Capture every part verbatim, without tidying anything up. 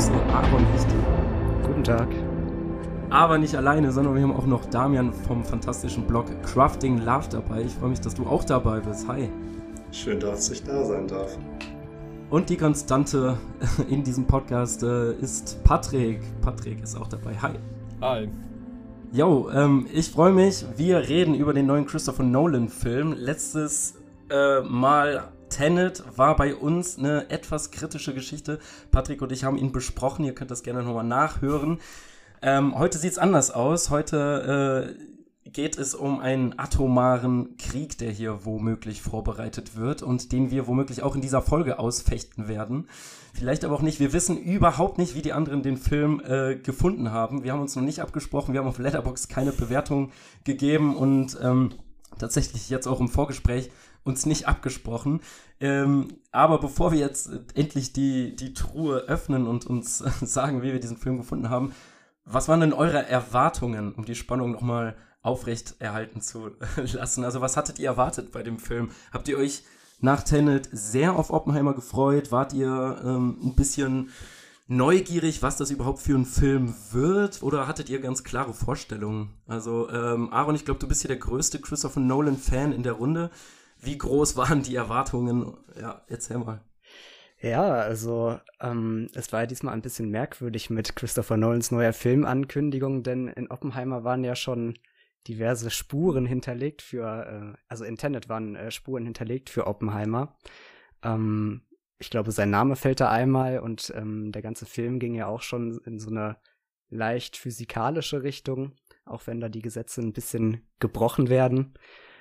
begrüßen Aaron Lichte. Guten Tag. Aber nicht alleine, sondern wir haben auch noch Damian vom fantastischen Blog Crafting Love dabei. Ich freue mich, dass du auch dabei bist. Hi. Schön, dass ich da sein darf. Und die Konstante in diesem Podcast äh, ist Patrick. Patrick ist auch dabei. Hi. Hi. Jo, ähm, ich freue mich. Wir reden über den neuen Christopher Nolan-Film. Letztes äh, Mal Tenet war bei uns eine etwas kritische Geschichte. Patrick und ich haben ihn besprochen. Ihr könnt das gerne nochmal nachhören. Ähm, heute sieht es anders aus. Heute äh, geht es um einen atomaren Krieg, der hier womöglich vorbereitet wird und den wir womöglich auch in dieser Folge ausfechten werden. Vielleicht aber auch nicht. Wir wissen überhaupt nicht, wie die anderen den Film äh, gefunden haben. Wir haben uns noch nicht abgesprochen. Wir haben auf Letterboxd keine Bewertung gegeben und ähm, tatsächlich jetzt auch im Vorgespräch uns nicht abgesprochen. Ähm, aber bevor wir jetzt endlich die, die Truhe öffnen und uns sagen, wie wir diesen Film gefunden haben, was waren denn eure Erwartungen, um die Spannung nochmal aufrecht erhalten zu lassen? Also was hattet ihr erwartet bei dem Film? Habt ihr euch nach Tenet sehr auf Oppenheimer gefreut? Wart ihr ähm, ein bisschen neugierig, was das überhaupt für ein Film wird? Oder hattet ihr ganz klare Vorstellungen? Also ähm, Aaron, ich glaube, du bist hier der größte Christopher Nolan-Fan in der Runde. Wie groß waren die Erwartungen? Ja, erzähl mal. Ja, also ähm, es war ja diesmal ein bisschen merkwürdig mit Christopher Nolans neuer Filmankündigung, denn in Oppenheimer waren ja schon diverse Spuren hinterlegt für, äh, also in Tenet waren äh, Spuren hinterlegt für Oppenheimer. Ähm, ich glaube, sein Name fällt da einmal und ähm, der ganze Film ging ja auch schon in so eine leicht physikalische Richtung, auch wenn da die Gesetze ein bisschen gebrochen werden.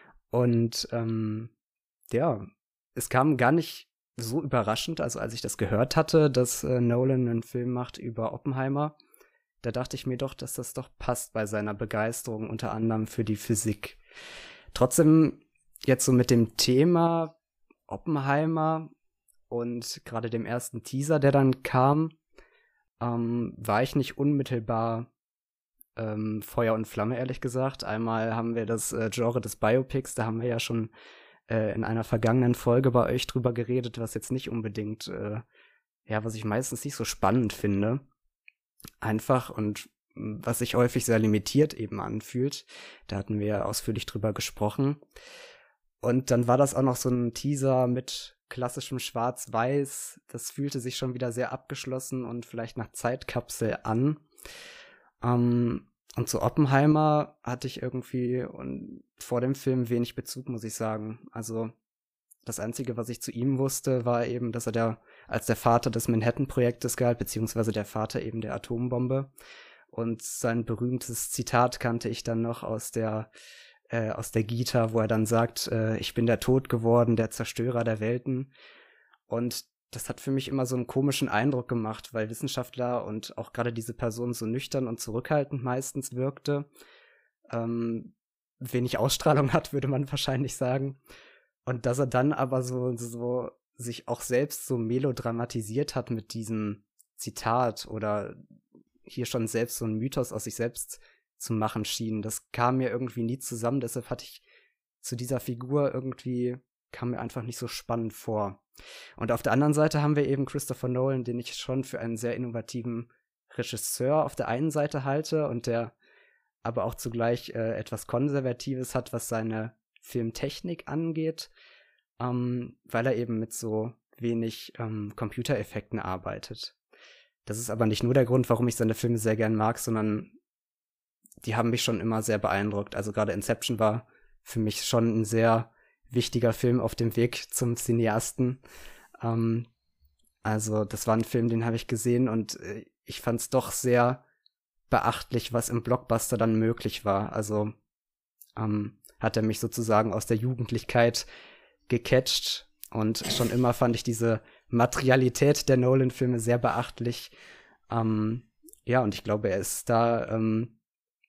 Und ähm, ja, es kam gar nicht so überraschend, also als ich das gehört hatte, dass äh, Nolan einen Film macht über Oppenheimer, da dachte ich mir doch, dass das doch passt bei seiner Begeisterung, unter anderem für die Physik. Trotzdem, jetzt so mit dem Thema Oppenheimer und gerade dem ersten Teaser, der dann kam, ähm, war ich nicht unmittelbar ähm, Feuer und Flamme, ehrlich gesagt. Einmal haben wir das äh, Genre des Biopics, da haben wir ja schon äh, in einer vergangenen Folge bei euch drüber geredet, was jetzt nicht unbedingt, äh, ja, was ich meistens nicht so spannend finde. Einfach und was sich häufig sehr limitiert eben anfühlt. Da hatten wir ausführlich drüber gesprochen. Und dann war das auch noch so ein Teaser mit klassischem Schwarz-Weiß. Das fühlte sich schon wieder sehr abgeschlossen und vielleicht nach Zeitkapsel an. Ähm, und zu Oppenheimer hatte ich irgendwie und vor dem Film wenig Bezug, muss ich sagen. Also das Einzige, was ich zu ihm wusste, war eben, dass er der als der Vater des Manhattan-Projektes galt, beziehungsweise der Vater eben der Atombombe. Und sein berühmtes Zitat kannte ich dann noch aus der äh, aus der Gita, wo er dann sagt, äh, ich bin der Tod geworden, der Zerstörer der Welten. Und das hat für mich immer so einen komischen Eindruck gemacht, weil Wissenschaftler und auch gerade diese Person so nüchtern und zurückhaltend meistens wirkte. Ähm, wenig Ausstrahlung hat, würde man wahrscheinlich sagen. Und dass er dann aber so, so sich auch selbst so melodramatisiert hat mit diesem Zitat oder hier schon selbst so einen Mythos aus sich selbst zu machen schien, das kam mir irgendwie nie zusammen. Deshalb hatte ich zu dieser Figur irgendwie, kam mir einfach nicht so spannend vor. Und auf der anderen Seite haben wir eben Christopher Nolan, den ich schon für einen sehr innovativen Regisseur auf der einen Seite halte und der aber auch zugleich äh, etwas Konservatives hat, was seine Filmtechnik angeht, ähm, weil er eben mit so wenig ähm, Computereffekten arbeitet. Das ist aber nicht nur der Grund, warum ich seine Filme sehr gern mag, sondern die haben mich schon immer sehr beeindruckt. Also gerade Inception war für mich schon ein sehr wichtiger Film auf dem Weg zum Cineasten. Ähm, also das war ein Film, den habe ich gesehen und äh, ich fand es doch sehr beachtlich, was im Blockbuster dann möglich war. Also ähm, hat er mich sozusagen aus der Jugendlichkeit gecatcht und schon immer fand ich diese Materialität der Nolan-Filme sehr beachtlich. Ähm, ja, und ich glaube, er ist da ähm,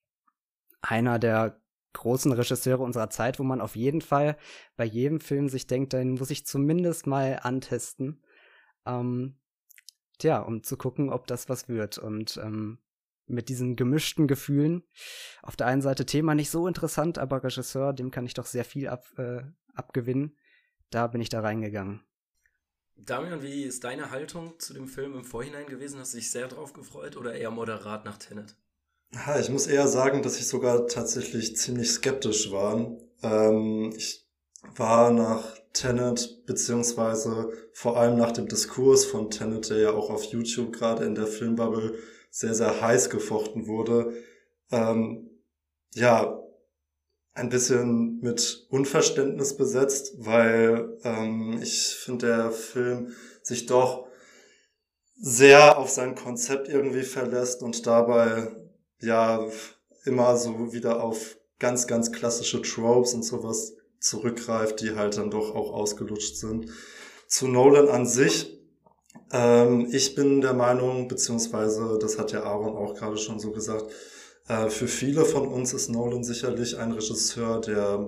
einer der großen Regisseure unserer Zeit, wo man auf jeden Fall bei jedem Film sich denkt, den muss ich zumindest mal antesten. Ähm, tja, um zu gucken, ob das was wird. Und ähm, mit diesen gemischten Gefühlen. Auf der einen Seite Thema nicht so interessant, aber Regisseur, dem kann ich doch sehr viel ab, äh, abgewinnen. Da bin ich da reingegangen. Damian, wie ist deine Haltung zu dem Film im Vorhinein gewesen? Hast du dich sehr drauf gefreut oder eher moderat nach Tenet? Ja, ich muss eher sagen, dass ich sogar tatsächlich ziemlich skeptisch war. Ähm, ich war nach Tenet, beziehungsweise vor allem nach dem Diskurs von Tenet, der ja auch auf YouTube gerade in der Filmbubble sehr, sehr heiß gefochten wurde, ähm, ja, ein bisschen mit Unverständnis besetzt, weil ähm, ich finde, der Film sich doch sehr auf sein Konzept irgendwie verlässt und dabei ja immer so wieder auf ganz, ganz klassische Tropes und sowas zurückgreift, die halt dann doch auch ausgelutscht sind. Zu Nolan an sich, ähm, ich bin der Meinung, beziehungsweise das hat ja Aaron auch gerade schon so gesagt, äh, für viele von uns ist Nolan sicherlich ein Regisseur, der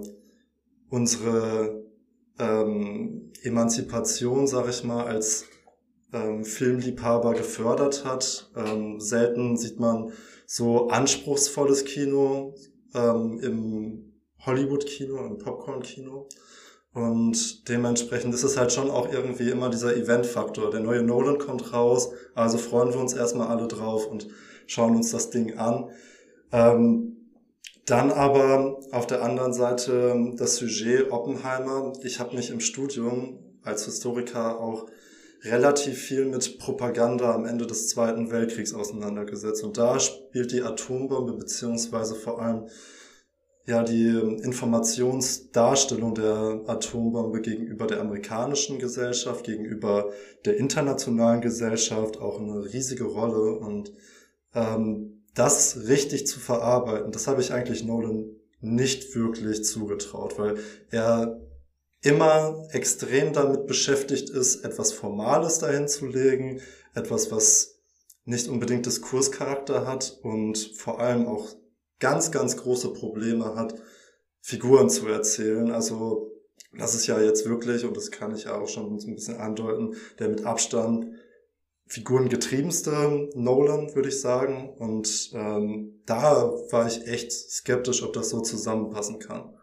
unsere ähm, Emanzipation, sag ich mal, als ähm, Filmliebhaber gefördert hat. Ähm, selten sieht man so anspruchsvolles Kino ähm, im Hollywood-Kino, im Popcorn-Kino. Und dementsprechend ist es halt schon auch irgendwie immer dieser Event-Faktor. Der neue Nolan kommt raus, also freuen wir uns erstmal alle drauf und schauen uns das Ding an. Ähm, dann aber auf der anderen Seite das Sujet Oppenheimer. Ich habe mich im Studium als Historiker auch relativ viel mit Propaganda am Ende des Zweiten Weltkriegs auseinandergesetzt. Und da spielt die Atombombe beziehungsweise vor allem ja die Informationsdarstellung der Atombombe gegenüber der amerikanischen Gesellschaft, gegenüber der internationalen Gesellschaft auch eine riesige Rolle. Und ähm, das richtig zu verarbeiten, das habe ich eigentlich Nolan nicht wirklich zugetraut, weil er immer extrem damit beschäftigt ist, etwas Formales dahin zu legen, etwas, was nicht unbedingt Diskurscharakter hat und vor allem auch ganz, ganz große Probleme hat, Figuren zu erzählen. Also das ist ja jetzt wirklich, und das kann ich ja auch schon so ein bisschen andeuten, der mit Abstand figurengetriebenste Nolan, würde ich sagen. Und ähm, da war ich echt skeptisch, ob das so zusammenpassen kann.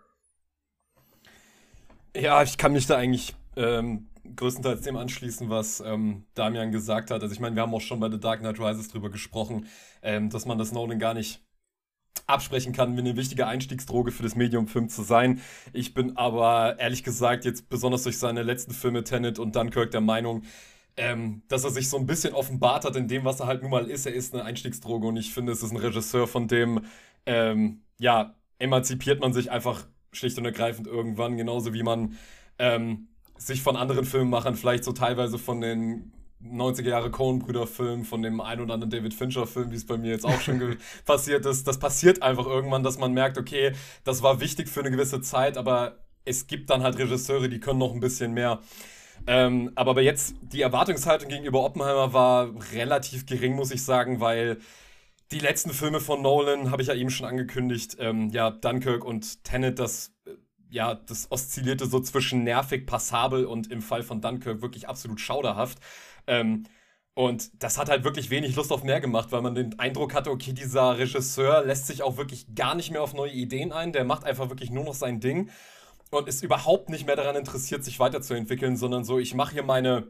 Ja, ich kann mich da eigentlich ähm, größtenteils dem anschließen, was ähm, Damian gesagt hat. Also ich meine, wir haben auch schon bei The Dark Knight Rises drüber gesprochen, ähm, dass man das Nolan gar nicht absprechen kann, wie eine wichtige Einstiegsdroge für das Medium Film zu sein. Ich bin aber ehrlich gesagt jetzt besonders durch seine letzten Filme Tenet und Dunkirk der Meinung, ähm, dass er sich so ein bisschen offenbart hat in dem, was er halt nun mal ist. Er ist eine Einstiegsdroge und ich finde, es ist ein Regisseur, von dem ähm, ja, emanzipiert man sich einfach schlicht und ergreifend irgendwann, genauso wie man ähm, sich von anderen Filmemachern, vielleicht so teilweise von den neunziger Jahre Coen-Brüder-Film, von dem ein oder anderen David Fincher-Film, wie es bei mir jetzt auch schon ge- passiert ist. Das passiert einfach irgendwann, dass man merkt, okay, das war wichtig für eine gewisse Zeit, aber es gibt dann halt Regisseure, die können noch ein bisschen mehr. Ähm, aber jetzt, die Erwartungshaltung gegenüber Oppenheimer war relativ gering, muss ich sagen, weil die letzten Filme von Nolan, habe ich ja eben schon angekündigt, ähm, ja, Dunkirk und Tenet, das, äh, ja, das oszillierte so zwischen nervig, passabel und im Fall von Dunkirk wirklich absolut schauderhaft. Ähm, und das hat halt wirklich wenig Lust auf mehr gemacht, weil man den Eindruck hatte, okay, dieser Regisseur lässt sich auch wirklich gar nicht mehr auf neue Ideen ein, der macht einfach wirklich nur noch sein Ding und ist überhaupt nicht mehr daran interessiert, sich weiterzuentwickeln, sondern so, ich mache hier meine...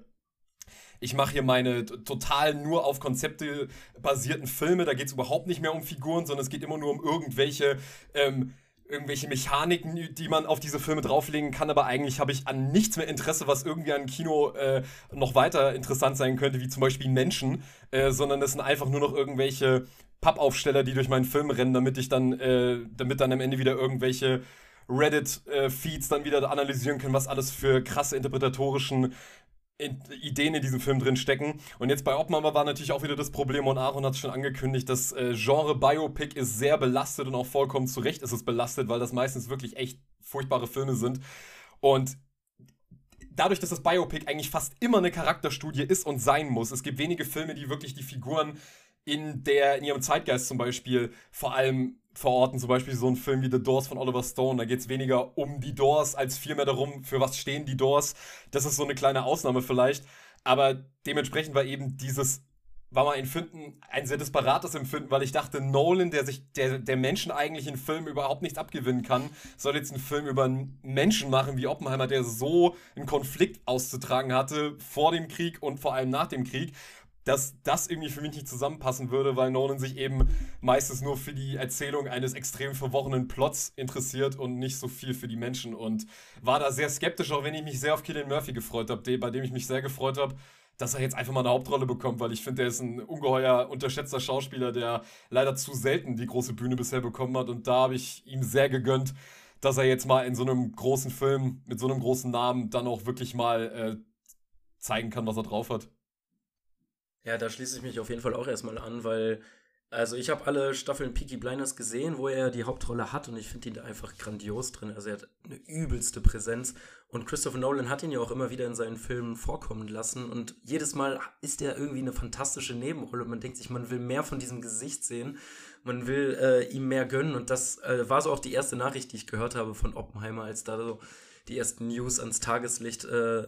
Ich mache hier meine t- total nur auf Konzepte basierten Filme. Da geht es überhaupt nicht mehr um Figuren, sondern es geht immer nur um irgendwelche, ähm, irgendwelche Mechaniken, die man auf diese Filme drauflegen kann. Aber eigentlich habe ich an nichts mehr Interesse, was irgendwie an Kino äh, noch weiter interessant sein könnte, wie zum Beispiel Menschen. Äh, sondern es sind einfach nur noch irgendwelche Pappaufsteller, die durch meinen Film rennen, damit ich dann, äh, damit dann am Ende wieder irgendwelche Reddit-Feeds dann wieder analysieren können, was alles für krasse interpretatorischen in Ideen in diesem Film drin stecken. Und jetzt bei Oppenheimer war natürlich auch wieder das Problem, und Aaron hat es schon angekündigt, das äh, Genre Biopic ist sehr belastet und auch vollkommen zu Recht ist es belastet, weil das meistens wirklich echt furchtbare Filme sind. Und dadurch, dass das Biopic eigentlich fast immer eine Charakterstudie ist und sein muss, es gibt wenige Filme, die wirklich die Figuren in, der, in ihrem Zeitgeist zum Beispiel vor allem verorten, zum Beispiel so ein Film wie The Doors von Oliver Stone, da geht es weniger um die Doors, als vielmehr darum, für was stehen die Doors. Das ist so eine kleine Ausnahme vielleicht, aber dementsprechend war eben dieses war mein Empfinden ein sehr disparates Empfinden, weil ich dachte, Nolan, der sich der, der Menschen eigentlich in Filmen überhaupt nichts abgewinnen kann, soll jetzt einen Film über einen Menschen machen wie Oppenheimer, der so einen Konflikt auszutragen hatte vor dem Krieg und vor allem nach dem Krieg, dass das irgendwie für mich nicht zusammenpassen würde, weil Nolan sich eben meistens nur für die Erzählung eines extrem verworrenen Plots interessiert und nicht so viel für die Menschen, und war da sehr skeptisch, auch wenn ich mich sehr auf Cillian Murphy gefreut habe, bei dem ich mich sehr gefreut habe, dass er jetzt einfach mal eine Hauptrolle bekommt, weil ich finde, der ist ein ungeheuer unterschätzter Schauspieler, der leider zu selten die große Bühne bisher bekommen hat, und da habe ich ihm sehr gegönnt, dass er jetzt mal in so einem großen Film mit so einem großen Namen dann auch wirklich mal äh, zeigen kann, was er drauf hat. Ja, da schließe ich mich auf jeden Fall auch erstmal an, weil, also ich habe alle Staffeln Peaky Blinders gesehen, wo er die Hauptrolle hat, und ich finde ihn da einfach grandios drin. Also er hat eine übelste Präsenz, und Christopher Nolan hat ihn ja auch immer wieder in seinen Filmen vorkommen lassen, und jedes Mal ist er irgendwie eine fantastische Nebenrolle, und man denkt sich, man will mehr von diesem Gesicht sehen, man will äh, ihm mehr gönnen, und das äh, war so auch die erste Nachricht, die ich gehört habe von Oppenheimer, als da so die ersten News ans Tageslicht äh,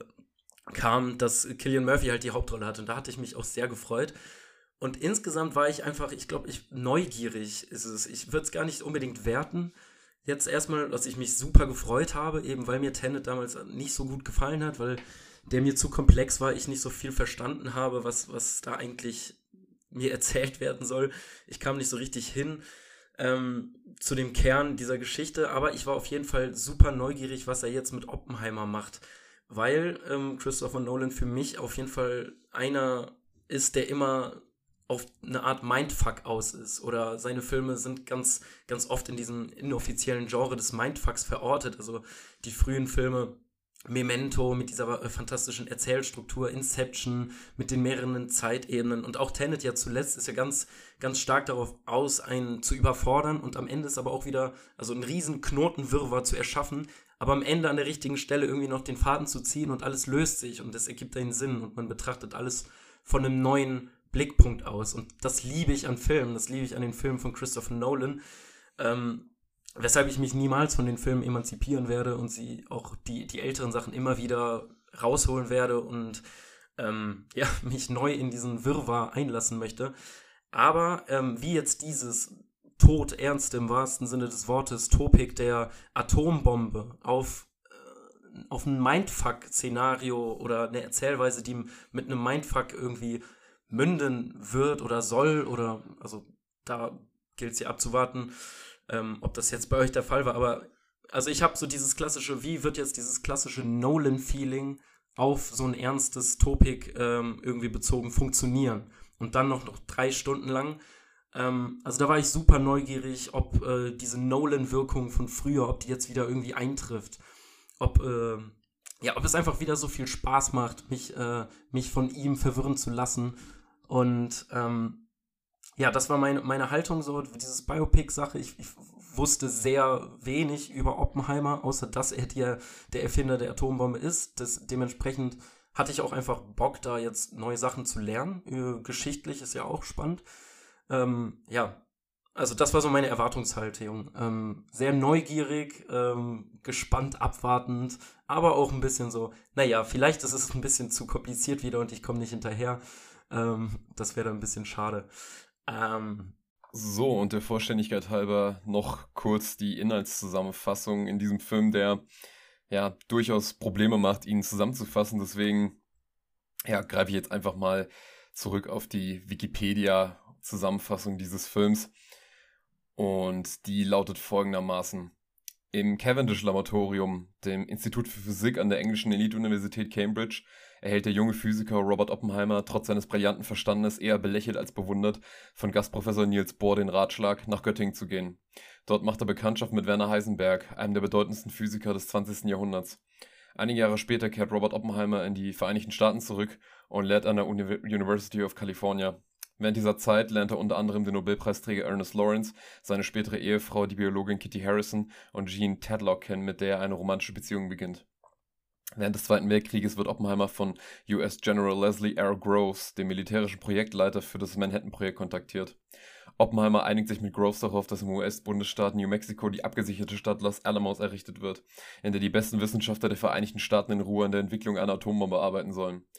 kam, dass Cillian Murphy halt die Hauptrolle hat, und da hatte ich mich auch sehr gefreut. Und insgesamt war ich einfach, ich glaube, ich neugierig ist es. Ich würde es gar nicht unbedingt werten. Jetzt erstmal, dass ich mich super gefreut habe, eben weil mir Tenet damals nicht so gut gefallen hat, weil der mir zu komplex war, ich nicht so viel verstanden habe, was, was da eigentlich mir erzählt werden soll. Ich kam nicht so richtig hin ähm, zu dem Kern dieser Geschichte, aber ich war auf jeden Fall super neugierig, was er jetzt mit Oppenheimer macht. Weil ähm, Christopher Nolan für mich auf jeden Fall einer ist, der immer auf eine Art Mindfuck aus ist. Oder seine Filme sind ganz, ganz oft in diesem inoffiziellen Genre des Mindfucks verortet. Also die frühen Filme Memento mit dieser äh, fantastischen Erzählstruktur, Inception mit den mehreren Zeitebenen, und auch Tenet ja zuletzt ist ja ganz, ganz stark darauf aus, einen zu überfordern, und am Ende ist aber auch wieder, also einen riesen Knotenwirrwarr zu erschaffen, aber am Ende an der richtigen Stelle irgendwie noch den Faden zu ziehen, und alles löst sich und es ergibt einen Sinn und man betrachtet alles von einem neuen Blickpunkt aus, und das liebe ich an Filmen, das liebe ich an den Filmen von Christopher Nolan, ähm, weshalb ich mich niemals von den Filmen emanzipieren werde und sie auch die, die älteren Sachen immer wieder rausholen werde und ähm, ja, mich neu in diesen Wirrwarr einlassen möchte. Aber ähm, wie jetzt dieses todernste, im wahrsten Sinne des Wortes, Topik der Atombombe auf, äh, auf ein Mindfuck-Szenario oder eine Erzählweise, die mit einem Mindfuck irgendwie münden wird oder soll, oder, also da gilt es ja abzuwarten, ähm, ob das jetzt bei euch der Fall war, aber also ich habe so dieses klassische, wie wird jetzt dieses klassische Nolan-Feeling auf so ein ernstes Topik ähm, irgendwie bezogen funktionieren, und dann noch, noch drei Stunden lang. Ähm, also da war ich super neugierig, ob äh, diese Nolan-Wirkung von früher, ob die jetzt wieder irgendwie eintrifft, ob, äh, ja, ob es einfach wieder so viel Spaß macht, mich, äh, mich von ihm verwirren zu lassen, und ähm, ja, das war meine, meine Haltung, so dieses Biopic-Sache. Ich, ich wusste sehr wenig über Oppenheimer, außer dass er der, der Erfinder der Atombombe ist. Das, dementsprechend hatte ich auch einfach Bock, da jetzt neue Sachen zu lernen. Äh, geschichtlich ist ja auch spannend. Ähm, ja, also das war so meine Erwartungshaltung. Ähm, sehr neugierig, ähm, gespannt, abwartend, aber auch ein bisschen so, naja, vielleicht ist es ein bisschen zu kompliziert wieder und ich komme nicht hinterher. Ähm, das wäre dann ein bisschen schade. Ähm, so, und der Vollständigkeit halber noch kurz die Inhaltszusammenfassung in diesem Film, der ja durchaus Probleme macht, ihn zusammenzufassen. Deswegen ja, greife ich jetzt einfach mal zurück auf die Wikipedia-Zusammenfassung dieses Films. Und die lautet folgendermaßen: Im Cavendish-Laboratorium, dem Institut für Physik an der englischen Elite-Universität Cambridge, erhält der junge Physiker Robert Oppenheimer trotz seines brillanten Verstandes eher belächelt als bewundert von Gastprofessor Niels Bohr den Ratschlag, nach Göttingen zu gehen. Dort macht er Bekanntschaft mit Werner Heisenberg, einem der bedeutendsten Physiker des zwanzigsten Jahrhunderts. Einige Jahre später kehrt Robert Oppenheimer in die Vereinigten Staaten zurück und lehrt an der Uni- University of California. Während dieser Zeit lernt er unter anderem den Nobelpreisträger Ernest Lawrence, seine spätere Ehefrau, die Biologin Kitty Harrison, und Jean Tadlock kennen, mit der er eine romantische Beziehung beginnt. Während des Zweiten Weltkrieges wird Oppenheimer von U S General Leslie R. Groves, dem militärischen Projektleiter für das Manhattan-Projekt, kontaktiert. Oppenheimer einigt sich mit Groves darauf, dass im U S-Bundesstaat New Mexico die abgesicherte Stadt Los Alamos errichtet wird, in der die besten Wissenschaftler der Vereinigten Staaten in Ruhe an der Entwicklung einer Atombombe arbeiten sollen.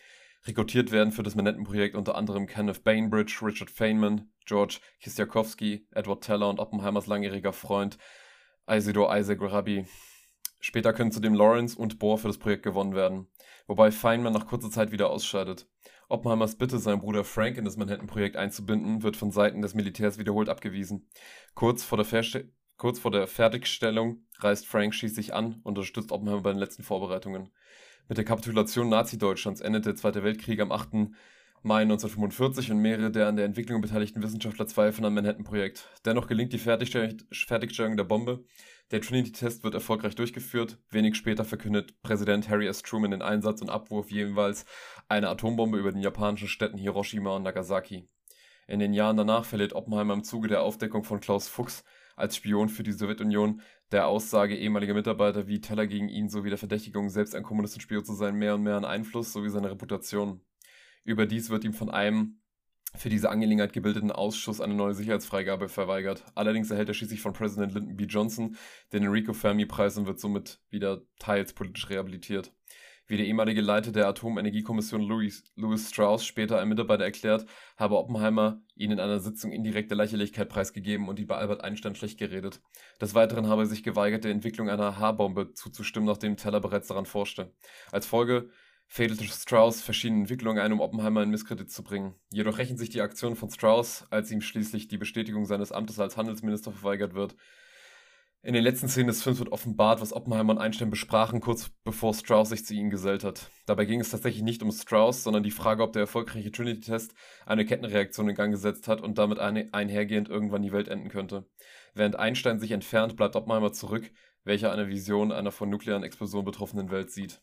Rekrutiert werden für das Manhattan-Projekt unter anderem Kenneth Bainbridge, Richard Feynman, George Kistiakowsky, Edward Teller und Oppenheimers langjähriger Freund Isidor Isaac Rabi. Später können zudem Lawrence und Bohr für das Projekt gewonnen werden, wobei Feynman nach kurzer Zeit wieder ausscheidet. Oppenheimers Bitte, seinen Bruder Frank in das Manhattan-Projekt einzubinden, wird von Seiten des Militärs wiederholt abgewiesen. Kurz vor der, Verste- kurz vor der Fertigstellung reist Frank schließlich an und unterstützt Oppenheimer bei den letzten Vorbereitungen. Mit der Kapitulation Nazi-Deutschlands endet der Zweite Weltkrieg am achten Mai neunzehnhundertfünfundvierzig und mehrere der an der Entwicklung beteiligten Wissenschaftler zweifeln am Manhattan-Projekt. Dennoch gelingt die Fertigstell- Fertigstellung der Bombe. Der Trinity-Test wird erfolgreich durchgeführt. Wenig später verkündet Präsident Harry S. Truman den Einsatz und Abwurf jeweils einer Atombombe über den japanischen Städten Hiroshima und Nagasaki. In den Jahren danach verliert Oppenheimer im Zuge der Aufdeckung von Klaus Fuchs als Spion für die Sowjetunion, der Aussage ehemaliger Mitarbeiter wie Teller gegen ihn sowie der Verdächtigung, selbst ein Kommunistenspion zu sein, mehr und mehr an Einfluss sowie seine Reputation. Überdies wird ihm von einem für diese Angelegenheit gebildeten Ausschuss eine neue Sicherheitsfreigabe verweigert. Allerdings erhält er schließlich von Präsident Lyndon B. Johnson den Enrico Fermi-Preis und wird somit wieder teils politisch rehabilitiert. Wie der ehemalige Leiter der Atomenergiekommission Louis, Louis Strauss später einem Mitarbeiter erklärt, habe Oppenheimer ihn in einer Sitzung indirekte Lächerlichkeit preisgegeben und ihn bei Albert Einstein schlecht geredet. Des Weiteren habe er sich geweigert, der Entwicklung einer H-Bombe zuzustimmen, nachdem Teller bereits daran forschte. Als Folge fädelte Strauss verschiedene Entwicklungen ein, um Oppenheimer in Misskredit zu bringen. Jedoch rächen sich die Aktionen von Strauss, als ihm schließlich die Bestätigung seines Amtes als Handelsminister verweigert wird. In den letzten Szenen des Films wird offenbart, was Oppenheimer und Einstein besprachen, kurz bevor Strauss sich zu ihnen gesellt hat. Dabei ging es tatsächlich nicht um Strauss, sondern die Frage, ob der erfolgreiche Trinity-Test eine Kettenreaktion in Gang gesetzt hat und damit eine, einhergehend irgendwann die Welt enden könnte. Während Einstein sich entfernt, bleibt Oppenheimer zurück, welcher eine Vision einer von nuklearen Explosionen betroffenen Welt sieht.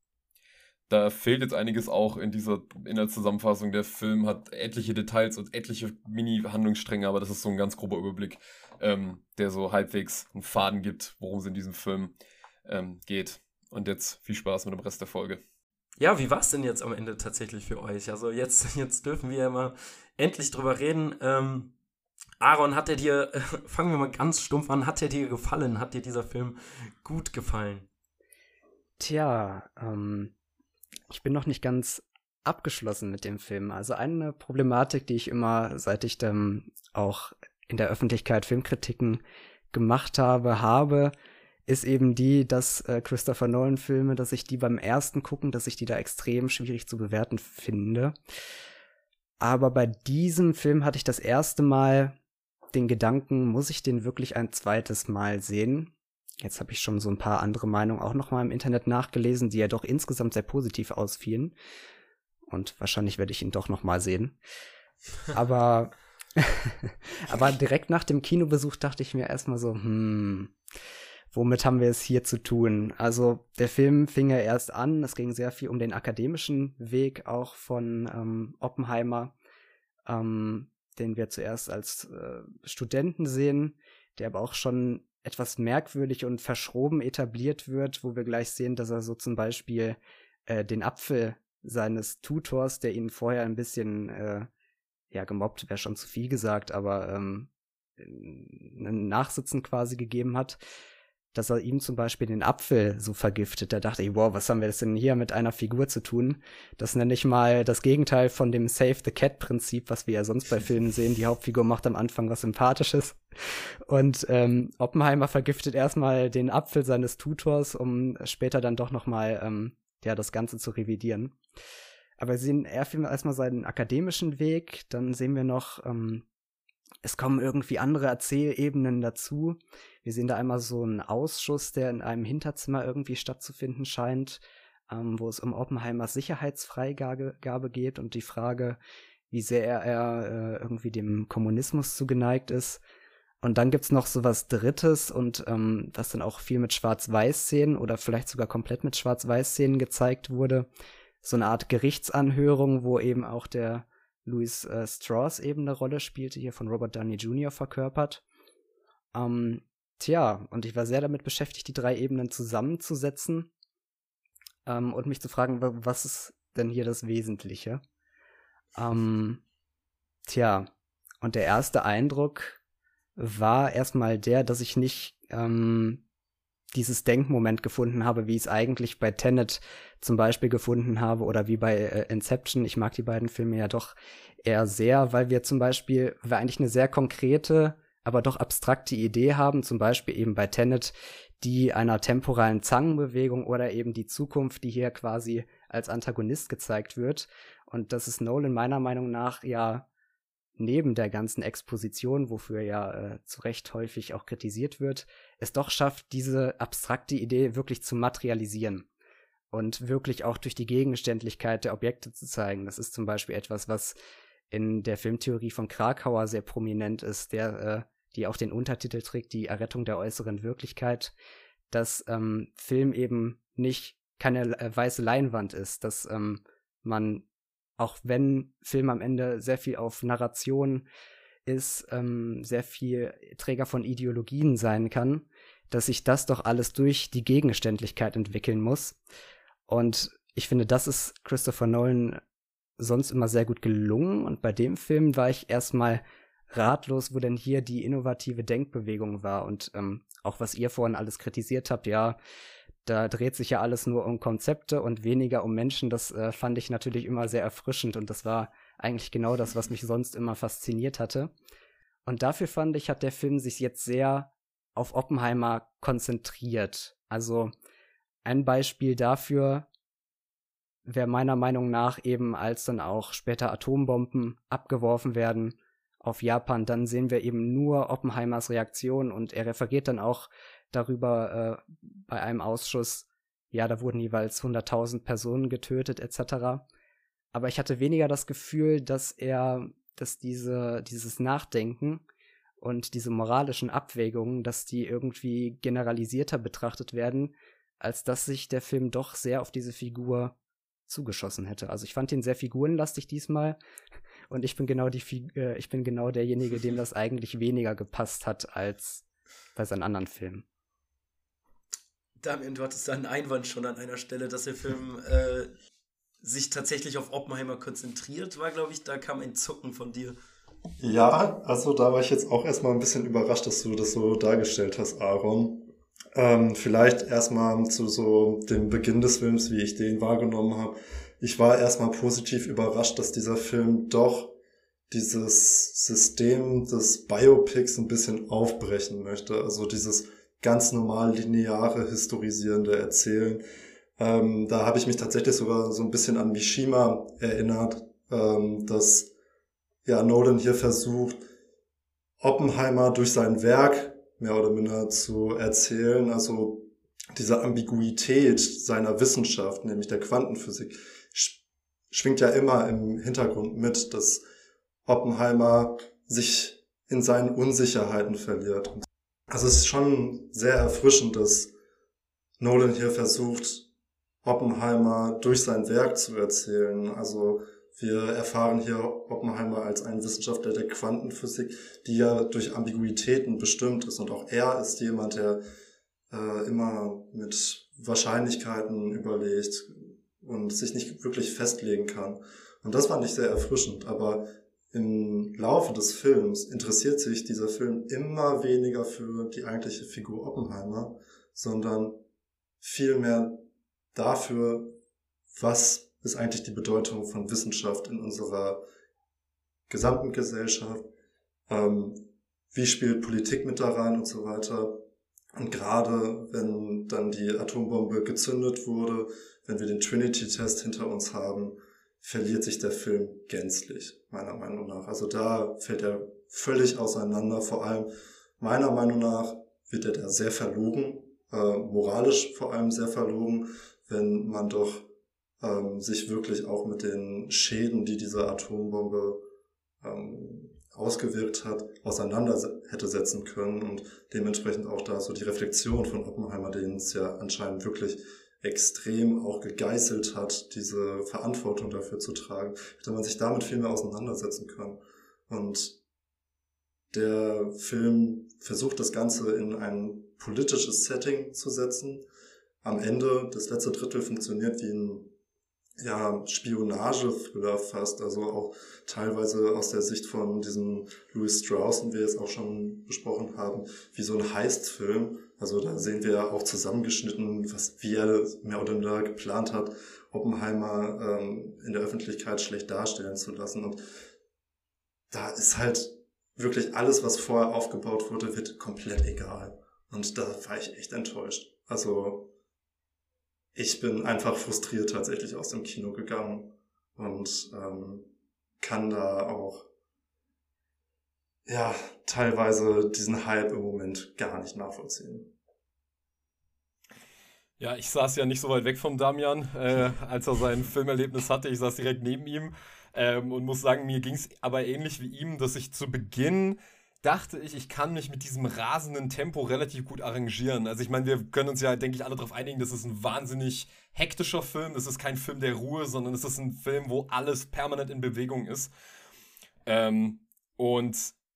Da fehlt jetzt einiges auch in dieser Inhaltszusammenfassung. Der Film hat etliche Details und etliche Mini-Handlungsstränge, aber das ist so ein ganz grober Überblick, ähm, der so halbwegs einen Faden gibt, worum es in diesem Film ähm, geht. Und jetzt viel Spaß mit dem Rest der Folge. Ja, wie war es denn jetzt am Ende tatsächlich für euch? Also jetzt, jetzt dürfen wir ja mal endlich drüber reden. Ähm, Aaron, hat der dir, äh, fangen wir mal ganz stumpf an, hat der dir gefallen? Hat dir dieser Film gut gefallen? Tja, ähm... ich bin noch nicht ganz abgeschlossen mit dem Film. Also eine Problematik, die ich immer, seit ich dann auch in der Öffentlichkeit Filmkritiken gemacht habe, habe, ist eben die, dass äh, Christopher Nolan-Filme, dass ich die beim ersten Gucken, dass ich die da extrem schwierig zu bewerten finde. Aber bei diesem Film hatte ich das erste Mal den Gedanken, muss ich den wirklich ein zweites Mal sehen? Jetzt habe ich schon so ein paar andere Meinungen auch noch mal im Internet nachgelesen, die ja doch insgesamt sehr positiv ausfielen. Und wahrscheinlich werde ich ihn doch noch mal sehen. Aber, aber direkt nach dem Kinobesuch dachte ich mir erstmal so, hm, womit haben wir es hier zu tun? Also der Film fing ja erst an, es ging sehr viel um den akademischen Weg auch von ähm, Oppenheimer, ähm, den wir zuerst als äh, Studenten sehen, der aber auch schon etwas merkwürdig und verschroben etabliert wird, wo wir gleich sehen, dass er so zum Beispiel äh, den Apfel seines Tutors, der ihn vorher ein bisschen, äh, ja, gemobbt, wäre schon zu viel gesagt, aber ähm, ein Nachsitzen quasi gegeben hat, dass er ihm zum Beispiel den Apfel so vergiftet. Da dachte ich, wow, was haben wir das denn hier mit einer Figur zu tun? Das nenne ich mal das Gegenteil von dem Save-the-Cat-Prinzip, was wir ja sonst bei Filmen sehen. Die Hauptfigur macht am Anfang was Sympathisches. Und ähm, Oppenheimer vergiftet erstmal den Apfel seines Tutors, um später dann doch noch mal ähm, ja, das Ganze zu revidieren. Aber wir sehen erstmal seinen akademischen Weg. Dann sehen wir noch, ähm, es kommen irgendwie andere Erzählebenen dazu. Wir sehen da einmal so einen Ausschuss, der in einem Hinterzimmer irgendwie stattzufinden scheint, ähm, wo es um Oppenheimers Sicherheitsfreigabe Gabe geht und die Frage, wie sehr er, er äh, irgendwie dem Kommunismus zugeneigt ist. Und dann gibt's noch so was Drittes und ähm, was dann auch viel mit Schwarz-Weiß-Szenen oder vielleicht sogar komplett mit Schwarz-Weiß-Szenen gezeigt wurde. So eine Art Gerichtsanhörung, wo eben auch der Louis äh, Strauss eben eine Rolle spielte, hier von Robert Downey Junior verkörpert. Ähm, tja, und ich war sehr damit beschäftigt, die drei Ebenen zusammenzusetzen ähm, und mich zu fragen, was ist denn hier das Wesentliche? Ähm, tja, und der erste Eindruck war erstmal der, dass ich nicht ähm, dieses Denkmoment gefunden habe, wie ich es eigentlich bei Tenet zum Beispiel gefunden habe oder wie bei äh, Inception. Ich mag die beiden Filme ja doch eher sehr, weil wir zum Beispiel, wir eigentlich eine sehr konkrete, aber doch abstrakte Idee haben, zum Beispiel eben bei Tenet, die einer temporalen Zangenbewegung oder eben die Zukunft, die hier quasi als Antagonist gezeigt wird. Und das ist Nolan meiner Meinung nach ja neben der ganzen Exposition, wofür ja äh, zu Recht häufig auch kritisiert wird, es doch schafft, diese abstrakte Idee wirklich zu materialisieren und wirklich auch durch die Gegenständlichkeit der Objekte zu zeigen. Das ist zum Beispiel etwas, was in der Filmtheorie von Krakauer sehr prominent ist, der äh, die auch den Untertitel trägt, die Errettung der äußeren Wirklichkeit, dass ähm, Film eben nicht keine äh, weiße Leinwand ist, dass ähm, man, auch wenn Film am Ende sehr viel auf Narration ist, ähm, sehr viel Träger von Ideologien sein kann, dass sich das doch alles durch die Gegenständlichkeit entwickeln muss. Und ich finde, das ist Christopher Nolan sonst immer sehr gut gelungen. Und bei dem Film war ich erstmal ratlos, wo denn hier die innovative Denkbewegung war. Und ähm, auch was ihr vorhin alles kritisiert habt, ja, da dreht sich ja alles nur um Konzepte und weniger um Menschen. Das äh, fand ich natürlich immer sehr erfrischend. Und das war eigentlich genau das, was mich sonst immer fasziniert hatte. Und dafür fand ich, hat der Film sich jetzt sehr auf Oppenheimer konzentriert. Also ein Beispiel dafür wäre meiner Meinung nach eben, als dann auch später Atombomben abgeworfen werden auf Japan, dann sehen wir eben nur Oppenheimers Reaktion und er referiert dann auch darüber äh, bei einem Ausschuss, ja, da wurden jeweils hunderttausend Personen getötet et cetera. Aber ich hatte weniger das Gefühl, dass er, dass diese, dieses Nachdenken und diese moralischen Abwägungen, dass die irgendwie generalisierter betrachtet werden, als dass sich der Film doch sehr auf diese Figur zugeschossen hätte. Also ich fand ihn sehr figurenlastig diesmal und ich bin genau die Fig- äh, ich bin genau derjenige, dem das eigentlich weniger gepasst hat als bei seinen anderen Filmen. Damian, du hattest da einen Einwand schon an einer Stelle, dass der Film äh, sich tatsächlich auf Oppenheimer konzentriert, war, glaube ich, da kam ein Zucken von dir. Ja, also da war ich jetzt auch erstmal ein bisschen überrascht, dass du das so dargestellt hast, Aaron. Ähm, vielleicht erstmal zu so dem Beginn des Films, wie ich den wahrgenommen habe. Ich war erstmal positiv überrascht, dass dieser Film doch dieses System des Biopics ein bisschen aufbrechen möchte. Also dieses ganz normal lineare, historisierende Erzählen. Ähm, da habe ich mich tatsächlich sogar so ein bisschen an Mishima erinnert, ähm, dass ja Nolan hier versucht, Oppenheimer durch sein Werk mehr oder minder zu erzählen, also diese Ambiguität seiner Wissenschaft, nämlich der Quantenphysik, sch- schwingt ja immer im Hintergrund mit, dass Oppenheimer sich in seinen Unsicherheiten verliert. Also es ist schon sehr erfrischend, dass Nolan hier versucht, Oppenheimer durch sein Werk zu erzählen. Also wir erfahren hier Oppenheimer als einen Wissenschaftler der Quantenphysik, die ja durch Ambiguitäten bestimmt ist. Und auch er ist jemand, der äh, immer mit Wahrscheinlichkeiten überlegt und sich nicht wirklich festlegen kann. Und das fand ich sehr erfrischend. Aber im Laufe des Films interessiert sich dieser Film immer weniger für die eigentliche Figur Oppenheimer, sondern vielmehr dafür, was ist eigentlich die Bedeutung von Wissenschaft in unserer gesamten Gesellschaft, ähm, wie spielt Politik mit da rein und so weiter. Und gerade wenn dann die Atombombe gezündet wurde, wenn wir den Trinity-Test hinter uns haben, verliert sich der Film gänzlich, meiner Meinung nach. Also da fällt er völlig auseinander. Vor allem, meiner Meinung nach, wird er da sehr verlogen, äh, moralisch vor allem sehr verlogen, wenn man doch ähm, sich wirklich auch mit den Schäden, die diese Atombombe ähm, ausgewirkt hat, auseinander hätte setzen können und dementsprechend auch da so die Reflexion von Oppenheimer, den es ja anscheinend wirklich extrem auch gegeißelt hat, diese Verantwortung dafür zu tragen, hätte man sich damit viel mehr auseinandersetzen können. Und der Film versucht das Ganze in ein politisches Setting zu setzen. Am Ende, das letzte Drittel funktioniert wie ein ja, Spionage-Thriller fast, also auch teilweise aus der Sicht von diesem Louis Strauss, den wir jetzt auch schon besprochen haben, wie so ein Heist-Film. Also da sehen wir ja auch zusammengeschnitten, was wie er mehr oder weniger geplant hat, Oppenheimer ähm, in der Öffentlichkeit schlecht darstellen zu lassen. Und da ist halt wirklich alles, was vorher aufgebaut wurde, wird komplett egal. Und da war ich echt enttäuscht. Also ich bin einfach frustriert tatsächlich aus dem Kino gegangen und ähm, kann da auch ja teilweise diesen Hype im Moment gar nicht nachvollziehen. Ja, ich saß ja nicht so weit weg vom Damian, äh, als er sein Filmerlebnis hatte. Ich saß direkt neben ihm ähm, und muss sagen, mir ging es aber ähnlich wie ihm, dass ich zu Beginn dachte ich, ich kann mich mit diesem rasenden Tempo relativ gut arrangieren. Also ich meine, wir können uns ja, denke ich, alle darauf einigen, das ist ein wahnsinnig hektischer Film. Das ist kein Film der Ruhe, sondern es ist ein Film, wo alles permanent in Bewegung ist. Ähm, und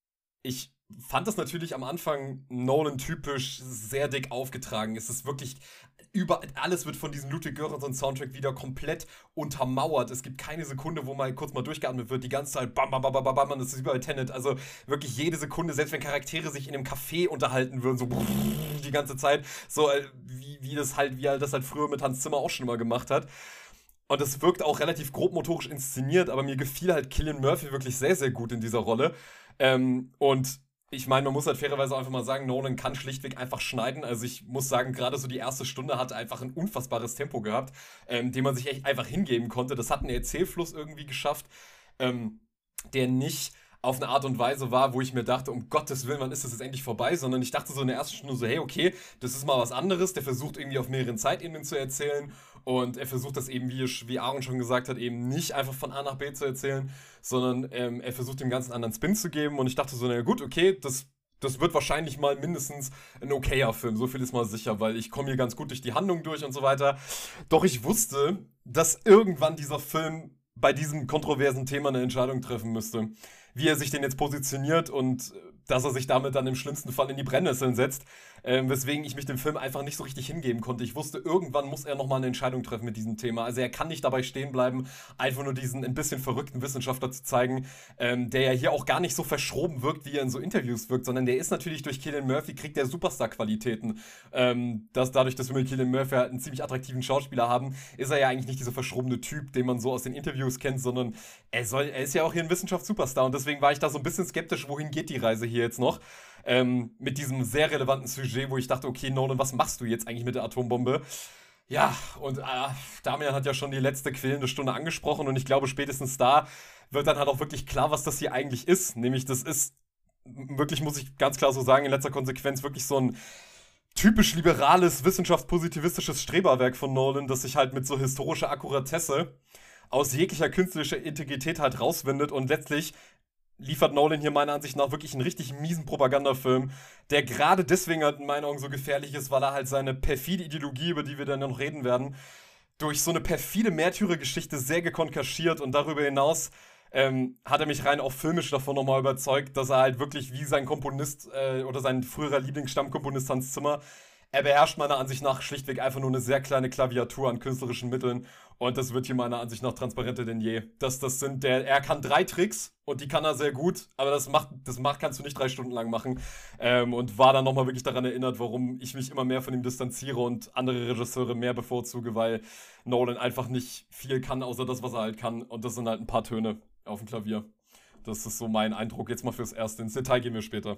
ich fand das natürlich am Anfang Nolan-typisch sehr dick aufgetragen. Es ist wirklich über alles wird von diesem Ludwig Göransson-Soundtrack wieder komplett untermauert. Es gibt keine Sekunde, wo mal kurz mal durchgeatmet wird. Die ganze Zeit bam, bam, bam, bam, bam, und das ist überall Tenet. Also wirklich jede Sekunde, selbst wenn Charaktere sich in einem Café unterhalten würden, so die ganze Zeit, so wie, wie das halt, wie er das halt früher mit Hans Zimmer auch schon immer gemacht hat. Und es wirkt auch relativ grobmotorisch inszeniert, aber mir gefiel halt Cillian Murphy wirklich sehr, sehr gut in dieser Rolle. Ähm, und ich meine, man muss halt fairerweise einfach mal sagen, Nolan kann schlichtweg einfach schneiden. Also ich muss sagen, gerade so die erste Stunde hat einfach ein unfassbares Tempo gehabt, ähm, dem man sich echt einfach hingeben konnte. Das hat einen Erzählfluss irgendwie geschafft, ähm, der nicht auf eine Art und Weise war, wo ich mir dachte, um Gottes Willen, wann ist das jetzt endlich vorbei? Sondern ich dachte so in der ersten Stunde so, hey, okay, das ist mal was anderes. Der versucht irgendwie auf mehreren Zeitebenen zu erzählen und er versucht das eben, wie, wie Aaron schon gesagt hat, eben nicht einfach von A nach B zu erzählen, sondern ähm, er versucht dem Ganzen einen anderen Spin zu geben und ich dachte so, na gut, okay, das, das wird wahrscheinlich mal mindestens ein okayer Film, so viel ist mal sicher, weil ich komme hier ganz gut durch die Handlung durch und so weiter. Doch ich wusste, dass irgendwann dieser Film bei diesem kontroversen Thema eine Entscheidung treffen müsste. Wie er sich denn jetzt positioniert und dass er sich damit dann im schlimmsten Fall in die Brennnesseln setzt, ähm, weswegen ich mich dem Film einfach nicht so richtig hingeben konnte. Ich wusste, irgendwann muss er nochmal eine Entscheidung treffen mit diesem Thema. Also er kann nicht dabei stehen bleiben, einfach nur diesen ein bisschen verrückten Wissenschaftler zu zeigen, ähm, der ja hier auch gar nicht so verschroben wirkt, wie er in so Interviews wirkt, sondern der ist natürlich durch Cillian Murphy, kriegt der Superstar-Qualitäten. Ähm, dass dadurch, dass wir mit Cillian Murphy einen ziemlich attraktiven Schauspieler haben, ist er ja eigentlich nicht dieser verschrobene Typ, den man so aus den Interviews kennt, sondern er, soll, er ist ja auch hier ein Wissenschafts-Superstar und deswegen war ich da so ein bisschen skeptisch, wohin geht die Reise hier jetzt noch. Ähm, mit diesem sehr relevanten Sujet, wo ich dachte, okay, Nolan, was machst du jetzt eigentlich mit der Atombombe? Ja, und äh, Damian hat ja schon die letzte quälende Stunde angesprochen und ich glaube, spätestens da wird dann halt auch wirklich klar, was das hier eigentlich ist. Nämlich, das ist wirklich, muss ich ganz klar so sagen, in letzter Konsequenz wirklich so ein typisch liberales, wissenschaftspositivistisches Streberwerk von Nolan, das sich halt mit so historischer Akkuratesse aus jeglicher künstlerischer Integrität halt rauswindet und letztlich liefert Nolan hier meiner Ansicht nach wirklich einen richtig miesen Propagandafilm, der gerade deswegen halt in meinen Augen so gefährlich ist, weil er halt seine perfide Ideologie, über die wir dann noch reden werden, durch so eine perfide Märtyrergeschichte sehr gekonnt kaschiert und darüber hinaus ähm, hat er mich rein auch filmisch davon nochmal überzeugt, dass er halt wirklich wie sein Komponist äh, oder sein früherer Lieblingsstammkomponist Hans Zimmer, er beherrscht meiner Ansicht nach schlichtweg einfach nur eine sehr kleine Klaviatur an künstlerischen Mitteln und das wird hier meiner Ansicht nach transparenter denn je. Das, das sind der, er kann drei Tricks und die kann er sehr gut, aber das macht, das macht, kannst du nicht drei Stunden lang machen ähm, und war dann nochmal wirklich daran erinnert, warum ich mich immer mehr von ihm distanziere und andere Regisseure mehr bevorzuge, weil Nolan einfach nicht viel kann, außer das, was er halt kann und das sind halt ein paar Töne auf dem Klavier. Das ist so mein Eindruck, jetzt mal fürs Erste. Ins Detail gehen wir später.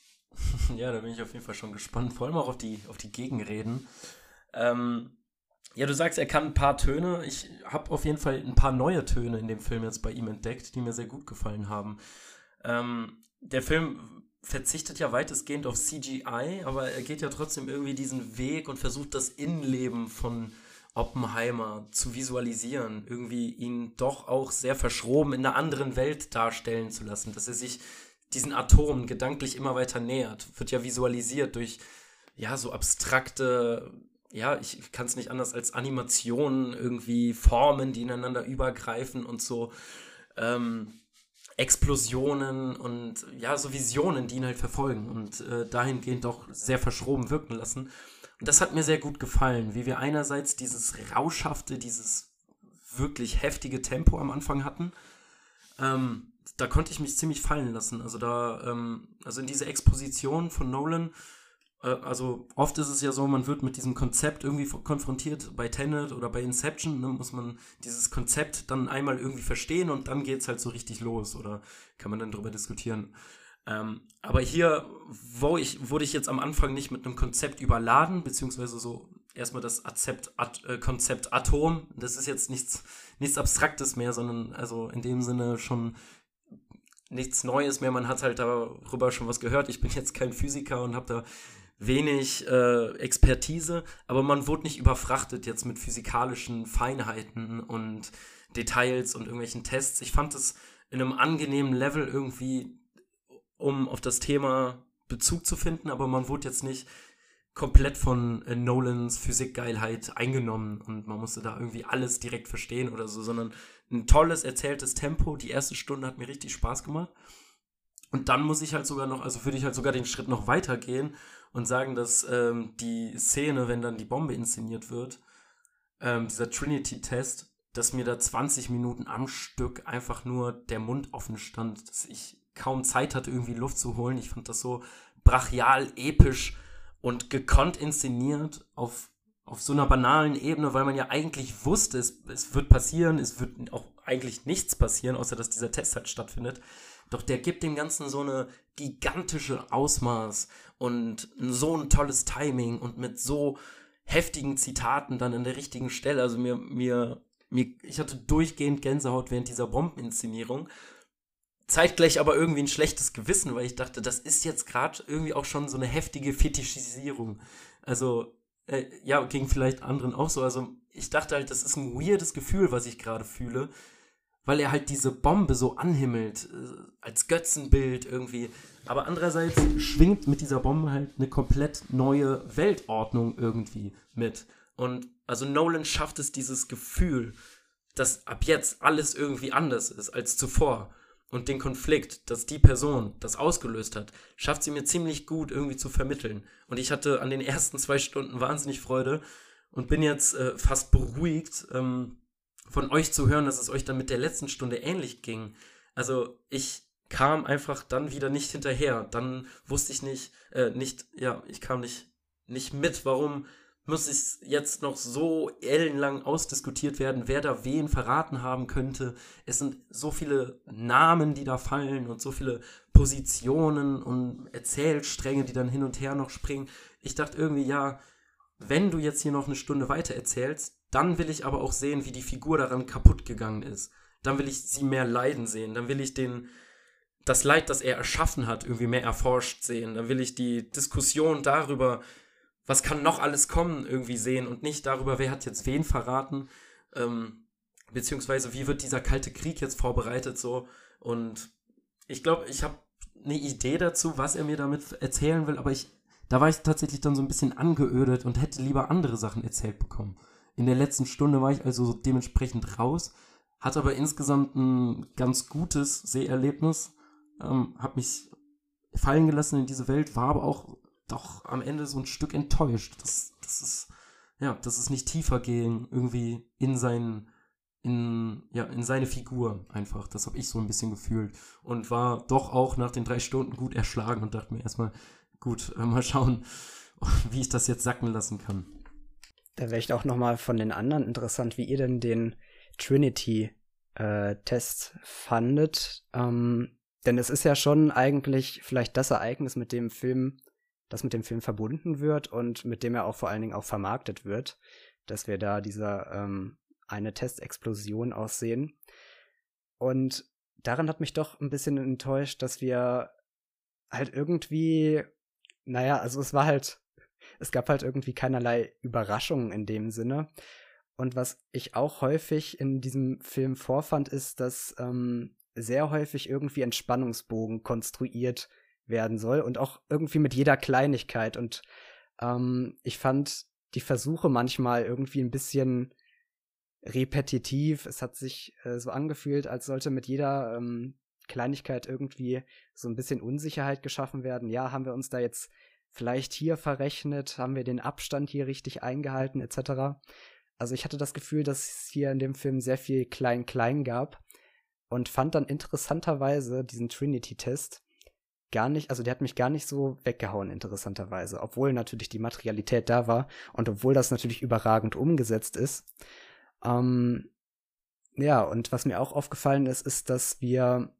Ja, da bin ich auf jeden Fall schon gespannt, vor allem auch auf die, auf die Gegenreden. Ähm, ja, du sagst, er kann ein paar Töne. Ich habe auf jeden Fall ein paar neue Töne in dem Film jetzt bei ihm entdeckt, die mir sehr gut gefallen haben. Ähm, der Film verzichtet ja weitestgehend auf C G I, aber er geht ja trotzdem irgendwie diesen Weg und versucht das Innenleben von Oppenheimer zu visualisieren, irgendwie ihn doch auch sehr verschroben in einer anderen Welt darstellen zu lassen, dass er sich diesen Atomen gedanklich immer weiter nähert, wird ja visualisiert durch, ja, so abstrakte, ja, ich kann es nicht anders als Animationen, irgendwie Formen, die ineinander übergreifen und so ähm, Explosionen und ja, so Visionen, die ihn halt verfolgen und äh, dahingehend doch sehr verschroben wirken lassen. Und das hat mir sehr gut gefallen, wie wir einerseits dieses Rauschhafte, dieses wirklich heftige Tempo am Anfang hatten. Ähm, da konnte ich mich ziemlich fallen lassen. Also da, ähm, also in diese Exposition von Nolan, äh, also oft ist es ja so, man wird mit diesem Konzept irgendwie konfrontiert, bei Tenet oder bei Inception, ne, muss man dieses Konzept dann einmal irgendwie verstehen und dann geht's halt so richtig los, oder kann man dann drüber diskutieren. Ähm, aber hier wo ich, wurde ich jetzt am Anfang nicht mit einem Konzept überladen, beziehungsweise so erstmal das Azept, At, äh, Konzept Atom, das ist jetzt nichts, nichts Abstraktes mehr, sondern also in dem Sinne schon nichts Neues mehr, man hat halt darüber schon was gehört. Ich bin jetzt kein Physiker und habe da wenig äh, Expertise, aber man wurde nicht überfrachtet jetzt mit physikalischen Feinheiten und Details und irgendwelchen Tests. Ich fand es in einem angenehmen Level irgendwie, um auf das Thema Bezug zu finden, aber man wurde jetzt nicht komplett von äh, Nolans Physikgeilheit eingenommen und man musste da irgendwie alles direkt verstehen oder so, sondern ein tolles, erzähltes Tempo. Die erste Stunde hat mir richtig Spaß gemacht. Und dann muss ich halt sogar noch, also würde ich halt sogar den Schritt noch weitergehen und sagen, dass ähm, die Szene, wenn dann die Bombe inszeniert wird, ähm, dieser Trinity-Test, dass mir da zwanzig Minuten am Stück einfach nur der Mund offen stand, dass ich kaum Zeit hatte, irgendwie Luft zu holen. Ich fand das so brachial, episch und gekonnt inszeniert auf, auf so einer banalen Ebene, weil man ja eigentlich wusste, es, es wird passieren, es wird auch eigentlich nichts passieren, außer dass dieser Test halt stattfindet. Doch der gibt dem Ganzen so eine gigantische Ausmaß und so ein tolles Timing und mit so heftigen Zitaten dann an der richtigen Stelle. Also mir, mir, mir, ich hatte durchgehend Gänsehaut während dieser Bombeninszenierung. Zeitgleich aber irgendwie ein schlechtes Gewissen, weil ich dachte, das ist jetzt gerade irgendwie auch schon so eine heftige Fetischisierung. Also, äh, ja, ging vielleicht anderen auch so. Also, ich dachte halt, das ist ein weirdes Gefühl, was ich gerade fühle, weil er halt diese Bombe so anhimmelt, äh, als Götzenbild irgendwie. Aber andererseits schwingt mit dieser Bombe halt eine komplett neue Weltordnung irgendwie mit. Und also Nolan schafft es, dieses Gefühl, dass ab jetzt alles irgendwie anders ist als zuvor. Und den Konflikt, dass die Person das ausgelöst hat, schafft sie mir ziemlich gut irgendwie zu vermitteln. Und ich hatte an den ersten zwei Stunden wahnsinnig Freude und bin jetzt äh, fast beruhigt, ähm, von euch zu hören, dass es euch dann mit der letzten Stunde ähnlich ging. Also ich kam einfach dann wieder nicht hinterher. Dann wusste ich nicht, äh, nicht, ja, ich kam nicht, nicht mit, warum muss es jetzt noch so ellenlang ausdiskutiert werden, wer da wen verraten haben könnte. Es sind so viele Namen, die da fallen und so viele Positionen und Erzählstränge, die dann hin und her noch springen. Ich dachte irgendwie, ja, wenn du jetzt hier noch eine Stunde weiter erzählst, dann will ich aber auch sehen, wie die Figur daran kaputt gegangen ist. Dann will ich sie mehr leiden sehen. Dann will ich den, das Leid, das er erschaffen hat, irgendwie mehr erforscht sehen. Dann will ich die Diskussion darüber, was kann noch alles kommen, irgendwie sehen und nicht darüber, wer hat jetzt wen verraten, ähm, beziehungsweise wie wird dieser kalte Krieg jetzt vorbereitet, so. Und ich glaube, ich habe eine Idee dazu, was er mir damit erzählen will, aber ich, da war ich tatsächlich dann so ein bisschen angeödet und hätte lieber andere Sachen erzählt bekommen. In der letzten Stunde war ich also dementsprechend raus, hatte aber insgesamt ein ganz gutes Seherlebnis, ähm, habe mich fallen gelassen in diese Welt, war aber auch doch am Ende so ein Stück enttäuscht, dass, dass es, ja, dass es nicht tiefer ging, irgendwie in seinen, in, ja, in seine Figur einfach. Das habe ich so ein bisschen gefühlt und war doch auch nach den drei Stunden gut erschlagen und dachte mir erstmal, gut, äh, mal schauen, wie ich das jetzt sacken lassen kann. Da wäre ich auch nochmal von den anderen interessant, wie ihr denn den Trinity-Test äh, fandet. Ähm, denn es ist ja schon eigentlich vielleicht das Ereignis, mit dem Film das mit dem Film verbunden wird und mit dem er auch vor allen Dingen auch vermarktet wird, dass wir da diese ähm, eine Testexplosion aussehen. Und daran hat mich doch ein bisschen enttäuscht, dass wir halt irgendwie, naja, also es war halt, es gab halt irgendwie keinerlei Überraschungen in dem Sinne. Und was ich auch häufig in diesem Film vorfand, ist, dass ähm, sehr häufig irgendwie ein Spannungsbogen konstruiert werden soll und auch irgendwie mit jeder Kleinigkeit. Und ähm, ich fand die Versuche manchmal irgendwie ein bisschen repetitiv. Es hat sich äh, so angefühlt, als sollte mit jeder ähm, Kleinigkeit irgendwie so ein bisschen Unsicherheit geschaffen werden. Ja, haben wir uns da jetzt vielleicht hier verrechnet? Haben wir den Abstand hier richtig eingehalten, et cetera. also ich hatte das Gefühl, dass es hier in dem Film sehr viel Klein-Klein gab und fand dann interessanterweise diesen Trinity-Test gar nicht, also der hat mich gar nicht so weggehauen, interessanterweise, obwohl natürlich die Materialität da war und obwohl das natürlich überragend umgesetzt ist. Ähm, ja, und was mir auch aufgefallen ist, ist, dass wir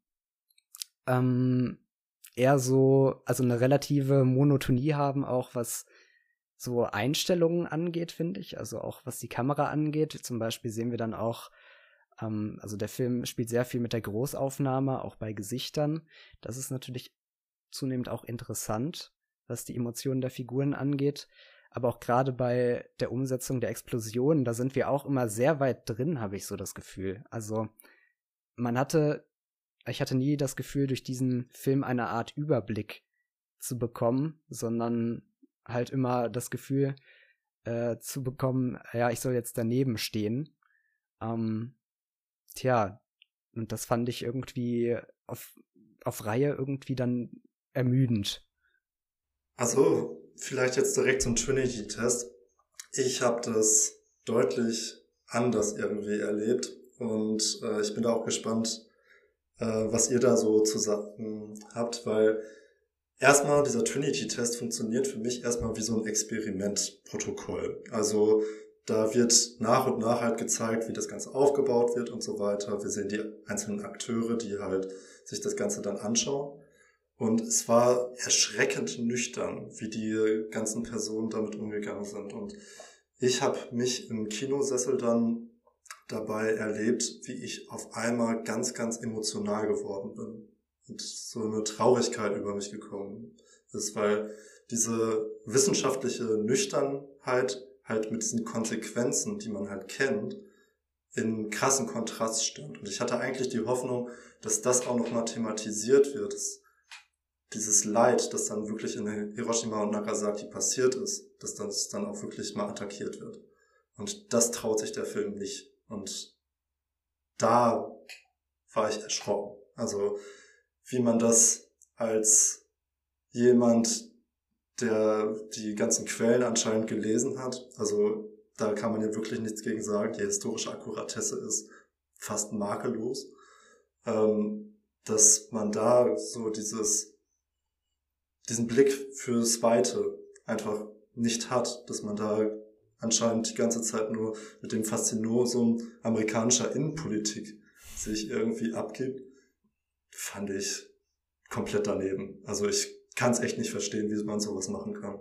ähm, eher so, also eine relative Monotonie haben, auch was so Einstellungen angeht, finde ich, also auch was die Kamera angeht. Zum Beispiel sehen wir dann auch, ähm, also der Film spielt sehr viel mit der Großaufnahme, auch bei Gesichtern. Das ist natürlich zunehmend auch interessant, was die Emotionen der Figuren angeht. Aber auch gerade bei der Umsetzung der Explosionen, da sind wir auch immer sehr weit drin, habe ich so das Gefühl. Also man hatte, ich hatte nie das Gefühl, durch diesen Film eine Art Überblick zu bekommen, sondern halt immer das Gefühl äh, zu bekommen, ja, ich soll jetzt daneben stehen. Ähm, tja, und das fand ich irgendwie auf, auf Reihe irgendwie dann ermüdend. Also, vielleicht jetzt direkt zum Trinity-Test. Ich habe das deutlich anders irgendwie erlebt und äh, ich bin da auch gespannt, äh, was ihr da so zu sagen habt, weil erstmal dieser Trinity-Test funktioniert für mich erstmal wie so ein Experimentprotokoll. Also da wird nach und nach halt gezeigt, wie das Ganze aufgebaut wird und so weiter. Wir sehen die einzelnen Akteure, die halt sich das Ganze dann anschauen. Und es war erschreckend nüchtern, wie die ganzen Personen damit umgegangen sind. Und ich habe mich im Kinosessel dann dabei erlebt, wie ich auf einmal ganz, ganz emotional geworden bin. Und so eine Traurigkeit über mich gekommen ist, weil diese wissenschaftliche Nüchternheit halt mit diesen Konsequenzen, die man halt kennt, in krassen Kontrast stand. Und ich hatte eigentlich die Hoffnung, dass das auch nochmal thematisiert wird, dass dieses Leid, das dann wirklich in Hiroshima und Nagasaki passiert ist, dass das dann auch wirklich mal attackiert wird. Und das traut sich der Film nicht. Und da war ich erschrocken. Also wie man das als jemand, der die ganzen Quellen anscheinend gelesen hat, also da kann man ja wirklich nichts gegen sagen, die historische Akkuratesse ist fast makellos, ähm, dass man da so dieses diesen Blick fürs Weite einfach nicht hat, dass man da anscheinend die ganze Zeit nur mit dem Faszinosum amerikanischer Innenpolitik sich irgendwie abgibt, fand ich komplett daneben. Also ich kann es echt nicht verstehen, wie man sowas machen kann.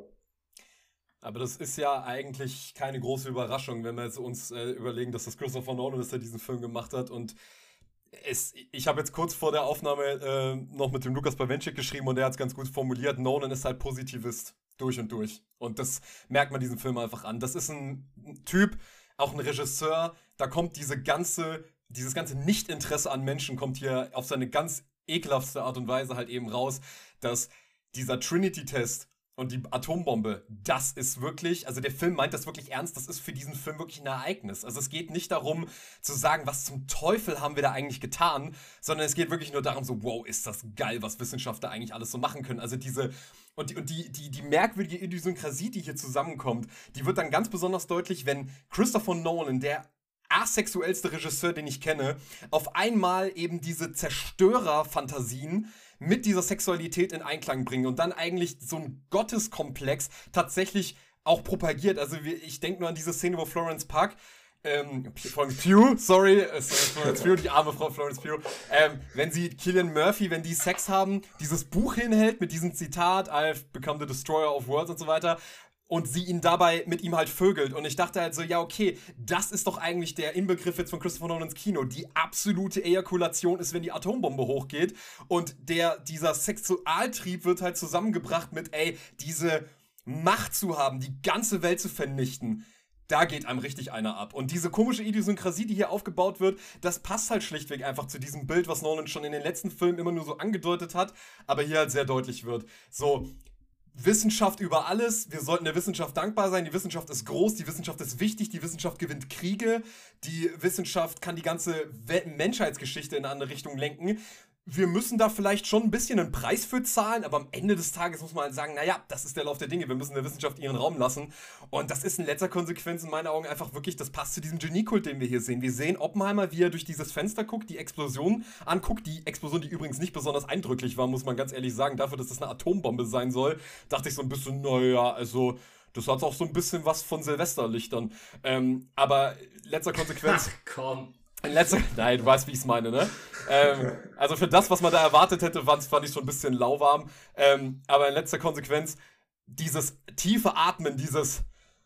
Aber das ist ja eigentlich keine große Überraschung, wenn wir jetzt uns äh, überlegen, dass das Christopher Nolan ist, der diesen Film gemacht hat. Und es, ich habe jetzt kurz vor der Aufnahme äh, noch mit dem Lukas Bawenschik geschrieben und der hat es ganz gut formuliert. Nolan ist halt Positivist durch und durch. Und das merkt man diesem Film einfach an. Das ist ein Typ, auch ein Regisseur, da kommt diese ganze, dieses ganze Nichtinteresse an Menschen kommt hier auf seine ganz ekelhaftste Art und Weise halt eben raus, dass dieser Trinity-Test und die Atombombe, das ist wirklich, also der Film meint das wirklich ernst, das ist für diesen Film wirklich ein Ereignis. Also es geht nicht darum zu sagen, was zum Teufel haben wir da eigentlich getan, sondern es geht wirklich nur darum so, wow, ist das geil, was Wissenschaftler eigentlich alles so machen können. Also diese, und die, und die, die, die merkwürdige Idiosynkrasie, die hier zusammenkommt, die wird dann ganz besonders deutlich, wenn Christopher Nolan, der asexuellste Regisseur, den ich kenne, auf einmal eben diese Zerstörer-Fantasien mit dieser Sexualität in Einklang bringen und dann eigentlich so ein Gotteskomplex tatsächlich auch propagiert. Also ich denke nur an diese Szene, wo Florence Pugh, ähm, Florence Pugh, sorry, äh, Florence Pugh, die arme Frau Florence Pugh, ähm, wenn sie Cillian Murphy, wenn die Sex haben, dieses Buch hinhält mit diesem Zitat, I've become the destroyer of worlds und so weiter, und sie ihn dabei mit ihm halt vögelt. Und ich dachte halt so, ja okay, das ist doch eigentlich der Inbegriff jetzt von Christopher Nolans Kino. Die absolute Ejakulation ist, wenn die Atombombe hochgeht. Und der, dieser Sexualtrieb wird halt zusammengebracht mit, ey, diese Macht zu haben, die ganze Welt zu vernichten. Da geht einem richtig einer ab. Und diese komische Idiosynkrasie, die hier aufgebaut wird, das passt halt schlichtweg einfach zu diesem Bild, was Nolan schon in den letzten Filmen immer nur so angedeutet hat, aber hier halt sehr deutlich wird. So, Wissenschaft über alles, wir sollten der Wissenschaft dankbar sein, die Wissenschaft ist groß, die Wissenschaft ist wichtig, die Wissenschaft gewinnt Kriege, die Wissenschaft kann die ganze We- Menschheitsgeschichte in eine andere Richtung lenken. wir müssen da vielleicht schon ein bisschen einen Preis für zahlen, aber am Ende des Tages muss man halt sagen, naja, das ist der Lauf der Dinge, wir müssen der Wissenschaft ihren Raum lassen. Und das ist in letzter Konsequenz in meinen Augen einfach wirklich, das passt zu diesem Geniekult, den wir hier sehen. Wir sehen Oppenheimer, wie er durch dieses Fenster guckt, die Explosion anguckt, die Explosion, die übrigens nicht besonders eindrücklich war, muss man ganz ehrlich sagen, dafür, dass das eine Atombombe sein soll, dachte ich so ein bisschen, naja, also das hat auch so ein bisschen was von Silvesterlichtern. Ähm, aber in letzter Konsequenz... Ach, komm. In letzter, nein, du weißt, wie ich es meine, ne? Ähm, also für das, was man da erwartet hätte, fand, fand ich schon ein bisschen lauwarm. Ähm, aber in letzter Konsequenz, dieses tiefe Atmen, dieses,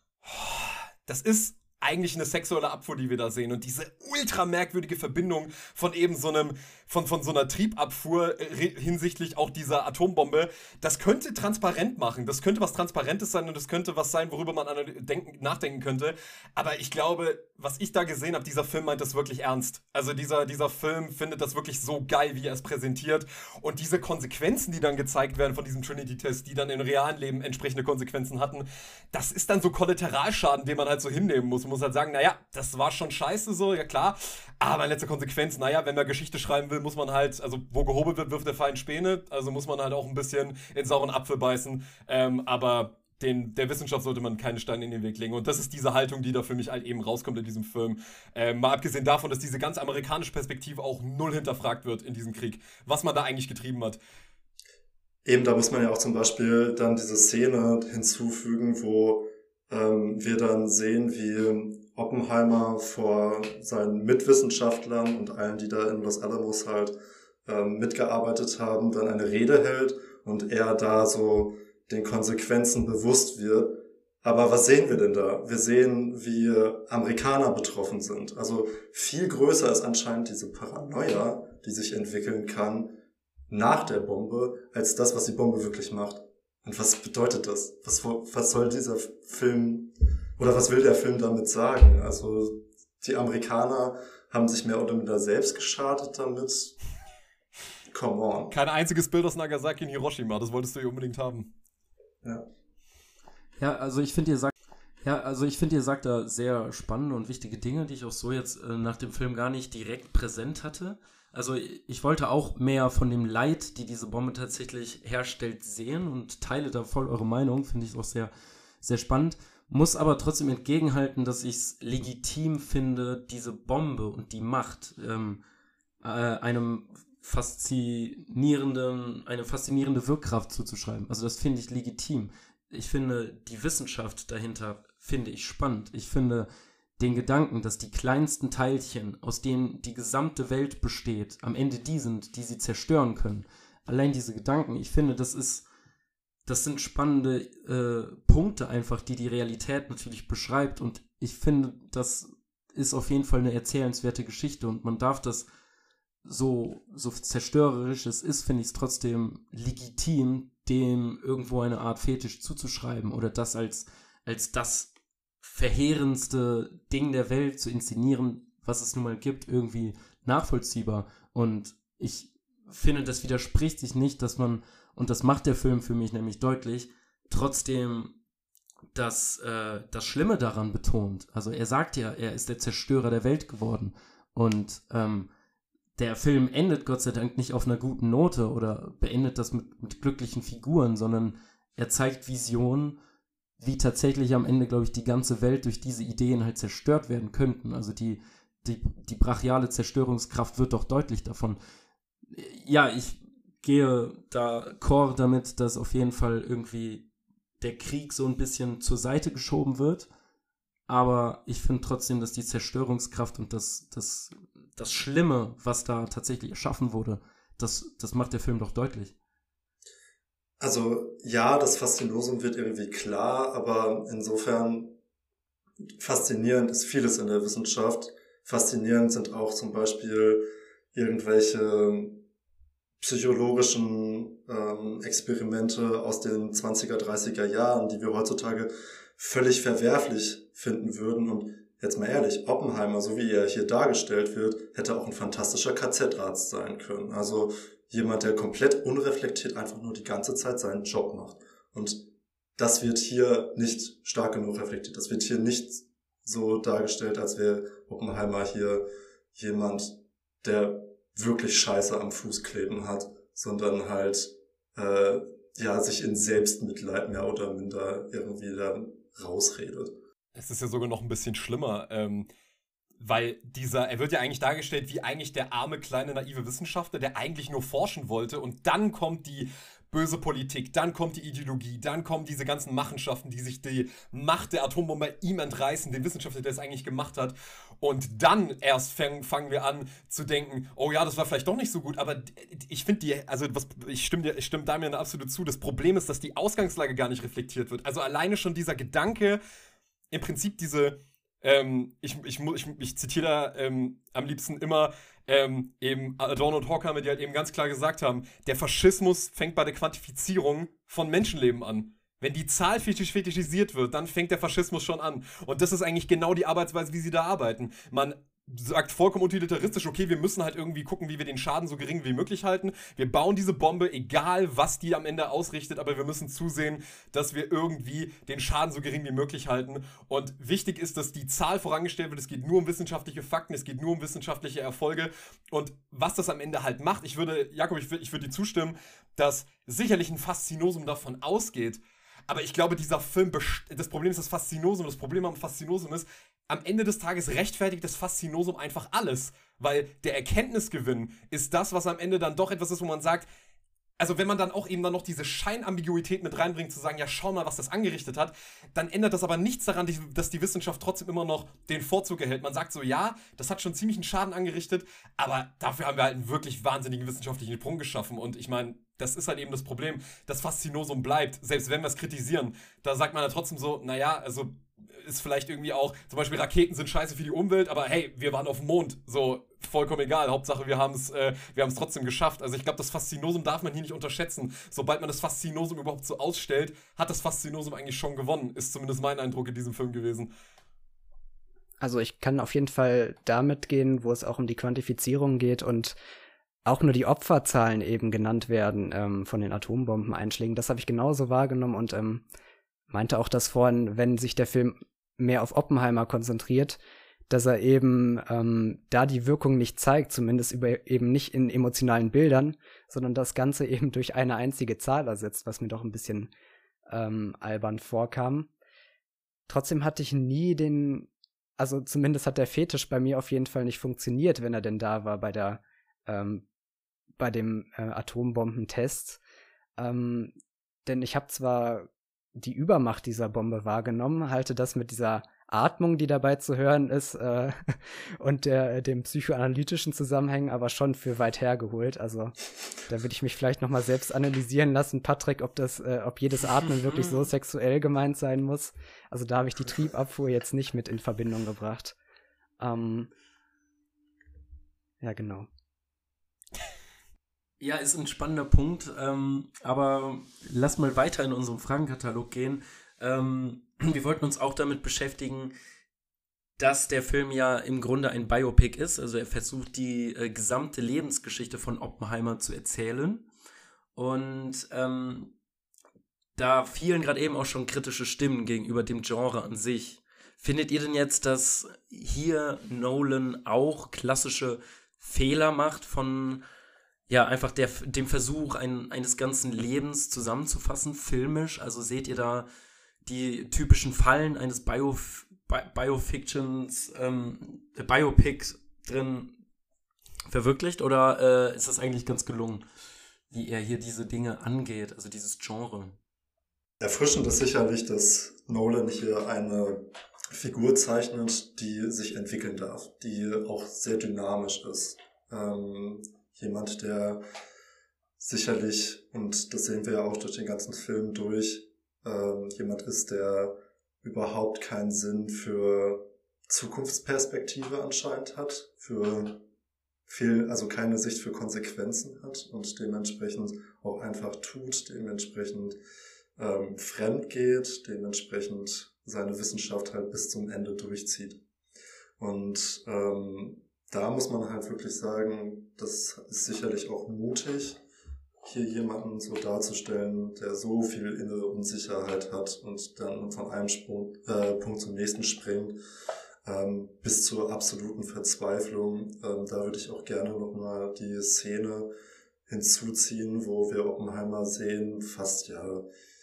das ist eigentlich eine sexuelle Abfuhr, die wir da sehen. Und diese ultra merkwürdige Verbindung von eben so einem, von, von so einer Triebabfuhr äh, hinsichtlich auch dieser Atombombe, das könnte transparent machen. Das könnte was Transparentes sein und das könnte was sein, worüber man denken, nachdenken könnte. Aber ich glaube, was ich da gesehen habe, dieser Film meint das wirklich ernst. Also dieser, dieser Film findet das wirklich so geil, wie er es präsentiert. Und diese Konsequenzen, die dann gezeigt werden von diesem Trinity-Test, die dann im realen Leben entsprechende Konsequenzen hatten, das ist dann so Kollateralschaden, den man halt so hinnehmen muss. Man muss halt sagen, naja, das war schon scheiße so, ja klar. Aber in letzter Konsequenz, naja, wenn man Geschichte schreiben will, muss man halt, also wo gehobelt wird, wirft der Feind Späne. Also muss man halt auch ein bisschen in sauren Apfel beißen. Ähm, aber den, der Wissenschaft sollte man keine Steine in den Weg legen. Und das ist diese Haltung, die da für mich halt eben rauskommt in diesem Film. Ähm, mal abgesehen davon, dass diese ganz amerikanische Perspektive auch null hinterfragt wird in diesem Krieg. Was man da eigentlich getrieben hat. Eben, da muss man ja auch zum Beispiel dann diese Szene hinzufügen, wo ähm, wir dann sehen, wie Oppenheimer vor seinen Mitwissenschaftlern und allen, die da in Los Alamos halt ähm, mitgearbeitet haben, dann eine Rede hält und er da so den Konsequenzen bewusst wird. Aber was sehen wir denn da? Wir sehen, wie Amerikaner betroffen sind. Also viel größer ist anscheinend diese Paranoia, die sich entwickeln kann nach der Bombe, als das, was die Bombe wirklich macht. Und was bedeutet das? Was, was soll dieser Film, oder was will der Film damit sagen? Also die Amerikaner haben sich mehr oder minder selbst geschadet damit. Come on. Kein einziges Bild aus Nagasaki und Hiroshima, das wolltest du ja unbedingt haben. Ja. Ja, also ich finde, ihr sagt, ja, also ich finde, ihr sagt da sehr spannende und wichtige Dinge, die ich auch so jetzt äh, nach dem Film gar nicht direkt präsent hatte. Also ich wollte auch mehr von dem Leid, die diese Bombe tatsächlich herstellt, sehen und teile da voll eure Meinung, finde ich auch sehr, sehr spannend. Muss aber trotzdem entgegenhalten, dass ich es legitim finde, diese Bombe und die Macht ähm, äh, einem faszinierenden, eine faszinierende Wirkkraft zuzuschreiben. Also das finde ich legitim. Ich finde die Wissenschaft dahinter finde ich spannend. Ich finde den Gedanken, dass die kleinsten Teilchen, aus denen die gesamte Welt besteht, am Ende die sind, die sie zerstören können. Allein diese Gedanken, ich finde, das ist, das sind spannende äh, Punkte einfach, die die Realität natürlich beschreibt. Und ich finde, das ist auf jeden Fall eine erzählenswerte Geschichte und man darf das so, so zerstörerisch es ist, finde ich es trotzdem legitim, dem irgendwo eine Art Fetisch zuzuschreiben oder das als, als das verheerendste Ding der Welt zu inszenieren, was es nun mal gibt, irgendwie nachvollziehbar. Und ich finde, das widerspricht sich nicht, dass man, und das macht der Film für mich nämlich deutlich, trotzdem das, äh, das Schlimme daran betont. Also er sagt ja, er ist der Zerstörer der Welt geworden. Und ähm, der Film endet Gott sei Dank nicht auf einer guten Note oder beendet das mit, mit glücklichen Figuren, sondern er zeigt Visionen, wie tatsächlich am Ende, glaube ich, die ganze Welt durch diese Ideen halt zerstört werden könnten. Also die, die, die brachiale Zerstörungskraft wird doch deutlich davon. Ja, ich gehe da core damit, dass auf jeden Fall irgendwie der Krieg so ein bisschen zur Seite geschoben wird. Aber ich finde trotzdem, dass die Zerstörungskraft und das, das, das Schlimme, was da tatsächlich erschaffen wurde, das, das macht der Film doch deutlich. Also ja, das Faszinosum wird irgendwie klar, aber insofern faszinierend ist vieles in der Wissenschaft. Faszinierend sind auch zum Beispiel irgendwelche psychologischen ähm, Experimente aus den zwanziger, dreißiger Jahren, die wir heutzutage völlig verwerflich finden würden. Und jetzt mal ehrlich, Oppenheimer, so wie er hier dargestellt wird, hätte auch ein fantastischer K Z-Arzt sein können. Also jemand, der komplett unreflektiert einfach nur die ganze Zeit seinen Job macht. Und das wird hier nicht stark genug reflektiert. Das wird hier nicht so dargestellt, als wäre Oppenheimer hier jemand, der wirklich Scheiße am Fuß kleben hat, sondern halt äh, ja sich in Selbstmitleid mehr oder minder irgendwie dann rausredet. Es ist ja sogar noch ein bisschen schlimmer, ähm, weil dieser, er wird ja eigentlich dargestellt wie eigentlich der arme, kleine, naive Wissenschaftler, der eigentlich nur forschen wollte, und dann kommt die böse Politik, dann kommt die Ideologie, dann kommen diese ganzen Machenschaften, die sich die Macht der Atombombe ihm entreißen, den Wissenschaftler, der es eigentlich gemacht hat, und dann erst fang, fangen wir an zu denken, oh ja, das war vielleicht doch nicht so gut, aber ich finde die, also was, ich stimme dir, ich stimme Damian absolut zu, das Problem ist, dass die Ausgangslage gar nicht reflektiert wird, also alleine schon dieser Gedanke, im Prinzip diese Ähm, ich, ich, ich, ich zitiere da ähm, am liebsten immer ähm, eben Adorno und Horkheimer, die halt eben ganz klar gesagt haben, der Faschismus fängt bei der Quantifizierung von Menschenleben an. Wenn die Zahl fetisch fetischisiert wird, dann fängt der Faschismus schon an. Und das ist eigentlich genau die Arbeitsweise, wie sie da arbeiten. Man sagt vollkommen utilitaristisch, okay, wir müssen halt irgendwie gucken, wie wir den Schaden so gering wie möglich halten. Wir bauen diese Bombe, egal was die am Ende ausrichtet, aber wir müssen zusehen, dass wir irgendwie den Schaden so gering wie möglich halten. Und wichtig ist, dass die Zahl vorangestellt wird. Es geht nur um wissenschaftliche Fakten, es geht nur um wissenschaftliche Erfolge. Und was das am Ende halt macht, ich würde, Jakob, ich, ich würde dir zustimmen, dass sicherlich ein Faszinosum davon ausgeht. Aber ich glaube, dieser Film, das Problem ist das Faszinosum. Das Problem am Faszinosum ist, am Ende des Tages rechtfertigt das Faszinosum einfach alles, weil der Erkenntnisgewinn ist das, was am Ende dann doch etwas ist, wo man sagt, also wenn man dann auch eben dann noch diese Scheinambiguität mit reinbringt, zu sagen, ja, schau mal, was das angerichtet hat, dann ändert das aber nichts daran, dass die Wissenschaft trotzdem immer noch den Vorzug erhält. Man sagt so, ja, das hat schon ziemlich einen Schaden angerichtet, aber dafür haben wir halt einen wirklich wahnsinnigen wissenschaftlichen Sprung geschaffen. Und ich meine, das ist halt eben das Problem, das Faszinosum bleibt, selbst wenn wir es kritisieren. Da sagt man ja trotzdem so, naja, also ist vielleicht irgendwie auch, zum Beispiel Raketen sind scheiße für die Umwelt, aber hey, wir waren auf dem Mond, so vollkommen egal, Hauptsache wir haben es äh, wir haben es trotzdem geschafft. Also ich glaube, das Faszinosum darf man hier nicht unterschätzen. Sobald man das Faszinosum überhaupt so ausstellt, hat das Faszinosum eigentlich schon gewonnen, ist zumindest mein Eindruck in diesem Film gewesen. Also ich kann auf jeden Fall damit gehen, wo es auch um die Quantifizierung geht und auch nur die Opferzahlen eben genannt werden ähm, von den Atombombeneinschlägen. Das habe ich genauso wahrgenommen und ähm, meinte auch das vorhin, wenn sich der Film mehr auf Oppenheimer konzentriert, dass er eben ähm, da die Wirkung nicht zeigt, zumindest über, eben nicht in emotionalen Bildern, sondern das Ganze eben durch eine einzige Zahl ersetzt, was mir doch ein bisschen ähm, albern vorkam. Trotzdem hatte ich nie den, also zumindest hat der Fetisch bei mir auf jeden Fall nicht funktioniert, wenn er denn da war bei der ähm, bei dem äh, Atombombentest. Ähm, denn ich habe zwar die Übermacht dieser Bombe wahrgenommen, halte das mit dieser Atmung, die dabei zu hören ist, äh, und der, dem psychoanalytischen Zusammenhängen aber schon für weit hergeholt. Also da würde ich mich vielleicht noch mal selbst analysieren lassen, Patrick, ob das, äh, ob jedes Atmen wirklich so sexuell gemeint sein muss. Also da habe ich die Triebabfuhr jetzt nicht mit in Verbindung gebracht. Ähm, ja, genau. Ja, ist ein spannender Punkt, ähm, aber lass mal weiter in unserem Fragenkatalog gehen. Ähm, wir wollten uns auch damit beschäftigen, dass der Film ja im Grunde ein Biopic ist. Also er versucht, die äh, gesamte Lebensgeschichte von Oppenheimer zu erzählen. Und ähm, da fielen gerade eben auch schon kritische Stimmen gegenüber dem Genre an sich. Findet ihr denn jetzt, dass hier Nolan auch klassische Fehler macht von ja, einfach der, dem Versuch ein, eines ganzen Lebens zusammenzufassen, filmisch? Also seht ihr da die typischen Fallen eines Bio, Bi- Biofictions, ähm, Biopics drin verwirklicht? Oder äh, ist das eigentlich ganz gelungen, wie er hier diese Dinge angeht, also dieses Genre? Erfrischend ist sicherlich, dass Nolan hier eine Figur zeichnet, die sich entwickeln darf, die auch sehr dynamisch ist. Ähm, Jemand, der sicherlich, und das sehen wir ja auch durch den ganzen Film durch, ähm, jemand ist, der überhaupt keinen Sinn für Zukunftsperspektive anscheinend hat, für viel, also keine Sicht für Konsequenzen hat und dementsprechend auch einfach tut, dementsprechend ähm, fremd geht, dementsprechend seine Wissenschaft halt bis zum Ende durchzieht. Und ähm, da muss man halt wirklich sagen, das ist sicherlich auch mutig, hier jemanden so darzustellen, der so viel innere Unsicherheit hat und dann von einem Sprung, äh, Punkt zum nächsten springt. ähm, bis zur absoluten Verzweiflung. Ähm, da würde ich auch gerne nochmal die Szene hinzuziehen, wo wir Oppenheimer sehen, fast ja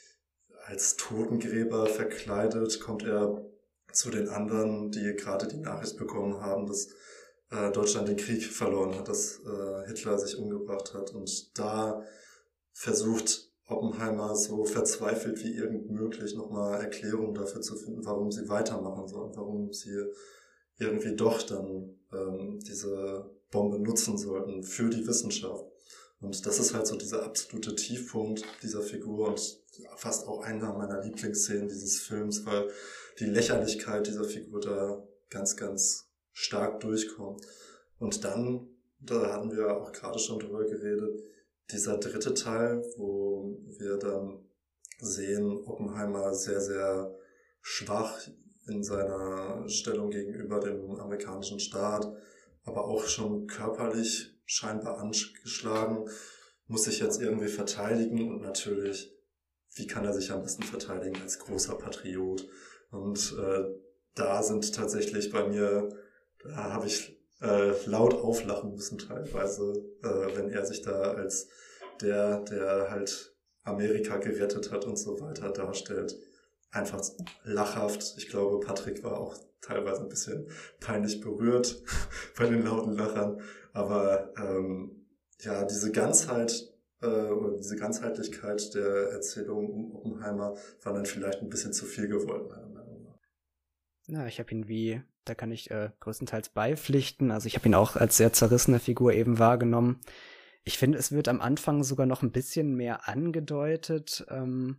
als Totengräber verkleidet, kommt er zu den anderen, die gerade die Nachricht bekommen haben, dass äh, Deutschland den Krieg verloren hat, dass äh, Hitler sich umgebracht hat. Und da versucht Oppenheimer so verzweifelt wie irgend möglich nochmal Erklärungen dafür zu finden, warum sie weitermachen sollen, warum sie irgendwie doch dann ähm, diese Bombe nutzen sollten für die Wissenschaft. Und das ist halt so dieser absolute Tiefpunkt dieser Figur und fast auch einer meiner Lieblingsszenen dieses Films, weil die Lächerlichkeit dieser Figur da ganz, ganz stark durchkommt. Und dann, da hatten wir auch gerade schon drüber geredet, dieser dritte Teil, wo wir dann sehen, Oppenheimer sehr, sehr schwach in seiner Stellung gegenüber dem amerikanischen Staat, aber auch schon körperlich scheinbar angeschlagen, muss sich jetzt irgendwie verteidigen und natürlich, wie kann er sich am besten verteidigen als großer Patriot? Und äh, da sind tatsächlich bei mir, da habe ich äh, laut auflachen müssen teilweise, äh, wenn er sich da als der, der halt Amerika gerettet hat und so weiter darstellt. Einfach lachhaft. Ich glaube, Patrick war auch teilweise ein bisschen peinlich berührt bei den lauten Lachern. Aber ähm, ja, diese Ganzheit äh, oder diese Ganzheitlichkeit der Erzählung um Oppenheimer war dann vielleicht ein bisschen zu viel gewollt, meiner Meinung nach. Ja, ich habe ihn wie, da kann ich äh, größtenteils beipflichten. Also ich habe ihn auch als sehr zerrissene Figur eben wahrgenommen. Ich finde, es wird am Anfang sogar noch ein bisschen mehr angedeutet. Ähm,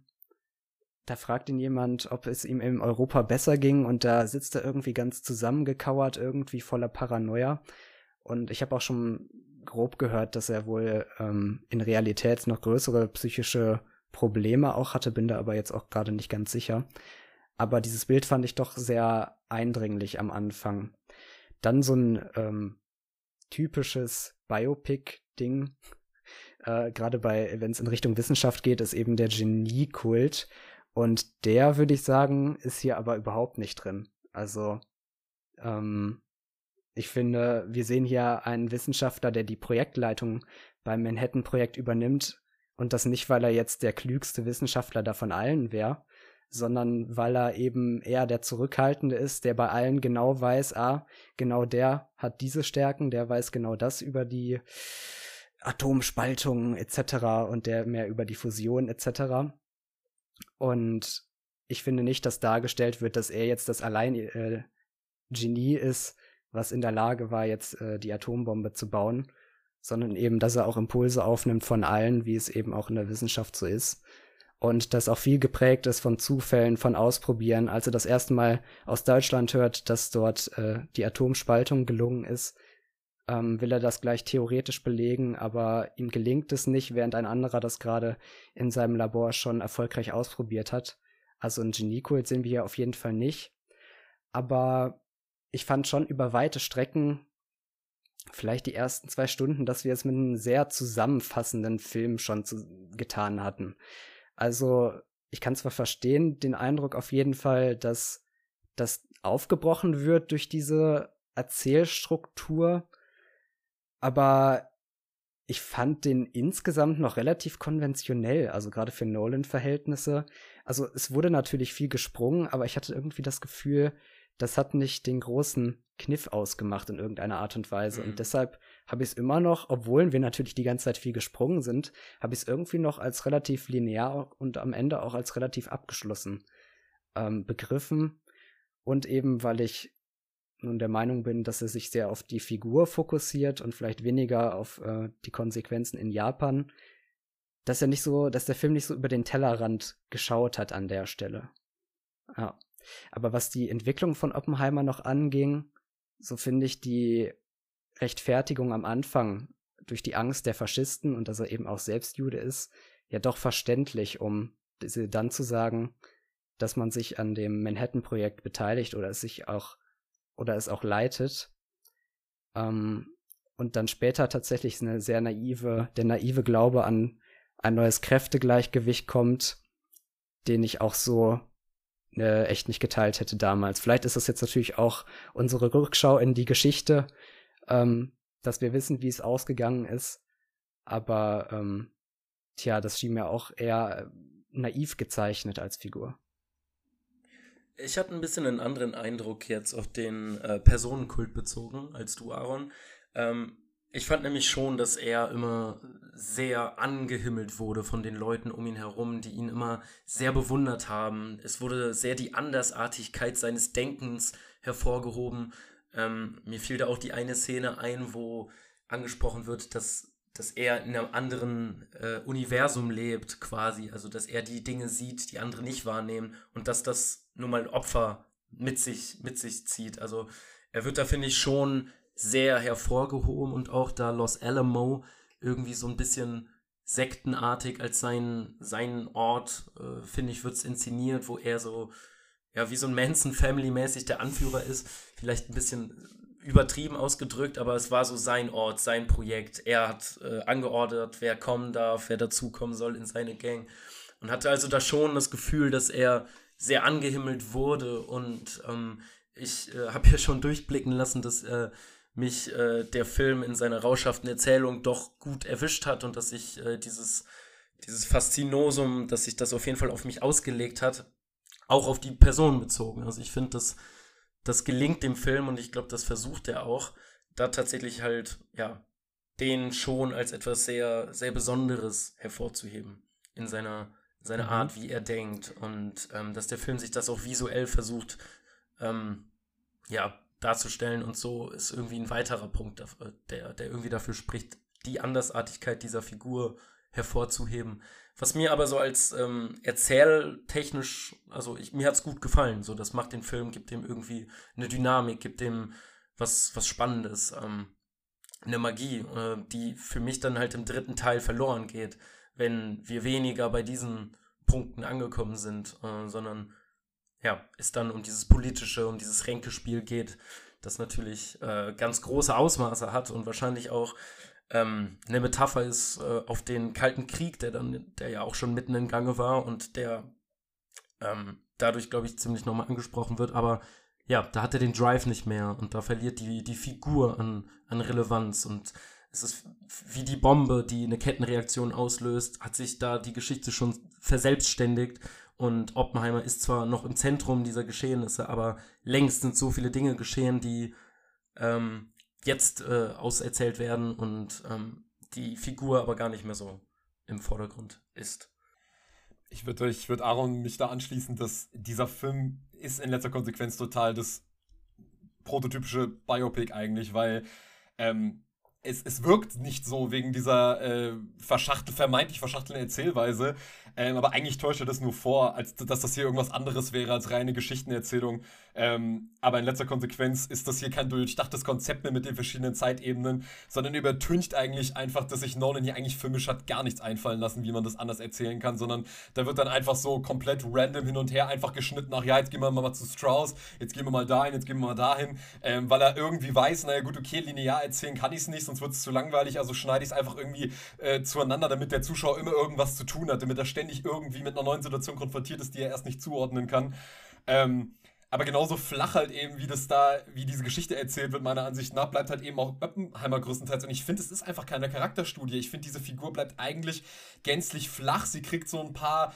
da fragt ihn jemand, ob es ihm in Europa besser ging und da sitzt er irgendwie ganz zusammengekauert, irgendwie voller Paranoia. Und ich habe auch schon grob gehört, dass er wohl ähm, in Realität noch größere psychische Probleme auch hatte, bin da aber jetzt auch gerade nicht ganz sicher. Aber dieses Bild fand ich doch sehr eindringlich am Anfang. Dann so ein ähm, typisches Biopic-Ding, äh, gerade bei, wenn es in Richtung Wissenschaft geht, ist eben der Geniekult. Und der, würde ich sagen, ist hier aber überhaupt nicht drin. Also, ähm, ich finde, wir sehen hier einen Wissenschaftler, der die Projektleitung beim Manhattan-Projekt übernimmt. Und das nicht, weil er jetzt der klügste Wissenschaftler davon allen wäre, sondern weil er eben eher der Zurückhaltende ist, der bei allen genau weiß, ah, genau der hat diese Stärken, der weiß genau das über die Atomspaltung et cetera und der mehr über die Fusion et cetera. Und ich finde nicht, dass dargestellt wird, dass er jetzt das allein äh, Genie ist, was in der Lage war, jetzt äh, die Atombombe zu bauen, sondern eben, dass er auch Impulse aufnimmt von allen, wie es eben auch in der Wissenschaft so ist. Und das auch viel geprägt ist von Zufällen, von Ausprobieren. Als er das erste Mal aus Deutschland hört, dass dort äh, die Atomspaltung gelungen ist, ähm, will er das gleich theoretisch belegen, aber ihm gelingt es nicht, während ein anderer das gerade in seinem Labor schon erfolgreich ausprobiert hat. Also ein Geniekult sehen wir hier auf jeden Fall nicht. Aber ich fand schon über weite Strecken, vielleicht die ersten zwei Stunden, dass wir es mit einem sehr zusammenfassenden Film schon zu, getan hatten. Also ich kann zwar verstehen, den Eindruck auf jeden Fall, dass das aufgebrochen wird durch diese Erzählstruktur, aber ich fand den insgesamt noch relativ konventionell, also gerade für Nolan-Verhältnisse. Also es wurde natürlich viel gesprungen, aber ich hatte irgendwie das Gefühl, das hat nicht den großen Kniff ausgemacht in irgendeiner Art und Weise. Mhm. Und deshalb habe ich es immer noch, obwohl wir natürlich die ganze Zeit viel gesprungen sind, habe ich es irgendwie noch als relativ linear und am Ende auch als relativ abgeschlossen ähm, begriffen. Und eben, weil ich nun der Meinung bin, dass er sich sehr auf die Figur fokussiert und vielleicht weniger auf äh, die Konsequenzen in Japan, dass er nicht so, dass der Film nicht so über den Tellerrand geschaut hat an der Stelle. Ja. Aber was die Entwicklung von Oppenheimer noch anging, so finde ich die Rechtfertigung am Anfang durch die Angst der Faschisten und dass er eben auch selbst Jude ist, ja doch verständlich, um diese dann zu sagen, dass man sich an dem Manhattan-Projekt beteiligt oder es sich auch oder es auch leitet. Ähm, und dann später tatsächlich eine sehr naive, der naive Glaube an ein neues Kräftegleichgewicht kommt, den ich auch so äh, echt nicht geteilt hätte damals. Vielleicht ist das jetzt natürlich auch unsere Rückschau in die Geschichte, ähm, dass wir wissen, wie es ausgegangen ist. Aber ähm, tja, das schien mir auch eher naiv gezeichnet als Figur. Ich hatte ein bisschen einen anderen Eindruck jetzt auf den äh, Personenkult bezogen als du, Aaron. Ähm, ich fand nämlich schon, dass er immer sehr angehimmelt wurde von den Leuten um ihn herum, die ihn immer sehr bewundert haben. Es wurde sehr die Andersartigkeit seines Denkens hervorgehoben. Ähm, mir fiel da auch die eine Szene ein, wo angesprochen wird, dass dass er in einem anderen äh, Universum lebt quasi, also dass er die Dinge sieht, die andere nicht wahrnehmen und dass das nur mal Opfer mit sich, mit sich zieht. Also er wird da, finde ich, schon sehr hervorgehoben und auch da Los Alamo irgendwie so ein bisschen sektenartig als sein, sein Ort, äh, finde ich, wird es inszeniert, wo er so, ja, wie so ein Manson-Family-mäßig der Anführer ist, vielleicht ein bisschen übertrieben ausgedrückt, aber es war so sein Ort, sein Projekt. Er hat äh, angeordnet, wer kommen darf, wer dazukommen soll in seine Gang und hatte also da schon das Gefühl, dass er sehr angehimmelt wurde und ähm, ich äh, habe ja schon durchblicken lassen, dass äh, mich äh, der Film in seiner rauschhaften Erzählung doch gut erwischt hat und dass sich äh, dieses, dieses Faszinosum, dass sich das auf jeden Fall auf mich ausgelegt hat, auch auf die Person bezogen. Also ich finde, dass das gelingt dem Film und ich glaube, das versucht er auch, da tatsächlich halt, ja, den schon als etwas sehr, sehr Besonderes hervorzuheben in seiner, seiner mhm. Art, wie er denkt und ähm, dass der Film sich das auch visuell versucht, ähm, ja, darzustellen und so ist irgendwie ein weiterer Punkt, der, der irgendwie dafür spricht, die Andersartigkeit dieser Figur hervorzuheben. Was mir aber so als ähm, erzähltechnisch, also ich, mir hat es gut gefallen, so das macht den Film, gibt dem irgendwie eine Dynamik, gibt dem was, was Spannendes, ähm, eine Magie, äh, die für mich dann halt im dritten Teil verloren geht, wenn wir weniger bei diesen Punkten angekommen sind, äh, sondern ja, es dann um dieses Politische, um dieses Ränkespiel geht, das natürlich äh, ganz große Ausmaße hat und wahrscheinlich auch ähm, eine Metapher ist äh, auf den Kalten Krieg, der dann, der ja auch schon mitten im Gange war und der ähm, dadurch, glaube ich, ziemlich nochmal angesprochen wird, aber ja, da hat er den Drive nicht mehr und da verliert die, die Figur an, an Relevanz und es ist wie die Bombe, die eine Kettenreaktion auslöst, hat sich da die Geschichte schon verselbstständigt und Oppenheimer ist zwar noch im Zentrum dieser Geschehnisse, aber längst sind so viele Dinge geschehen, die ähm, jetzt äh, auserzählt werden und ähm, die Figur aber gar nicht mehr so im Vordergrund ist. Ich würde ich würd Aaron mich da anschließen, dass dieser Film ist in letzter Konsequenz total das prototypische Biopic eigentlich, weil ähm, es, es wirkt nicht so wegen dieser äh, verschachtel, vermeintlich verschachtelten Erzählweise, ähm, aber eigentlich täuscht er das nur vor, als dass das hier irgendwas anderes wäre als reine Geschichtenerzählung. Ähm, aber in letzter Konsequenz ist das hier kein durchdachtes Konzept mehr mit den verschiedenen Zeitebenen, sondern übertüncht eigentlich einfach, dass sich Nolan hier eigentlich filmisch hat gar nichts einfallen lassen, wie man das anders erzählen kann, sondern da wird dann einfach so komplett random hin und her einfach geschnitten, ach ja, jetzt gehen wir mal zu Strauss, jetzt gehen wir mal dahin, jetzt gehen wir mal dahin, ähm, weil er irgendwie weiß, naja gut, okay, linear erzählen kann ich es nicht, sonst wird es zu langweilig, also schneide ich es einfach irgendwie äh, zueinander, damit der Zuschauer immer irgendwas zu tun hat, damit er ständig irgendwie mit einer neuen Situation konfrontiert ist, die er erst nicht zuordnen kann. Ähm, aber genauso flach halt eben, wie das da, wie diese Geschichte erzählt wird, meiner Ansicht nach, bleibt halt eben auch Oppenheimer größtenteils. Und ich finde, es ist einfach keine Charakterstudie. Ich finde, diese Figur bleibt eigentlich gänzlich flach. Sie kriegt so ein paar,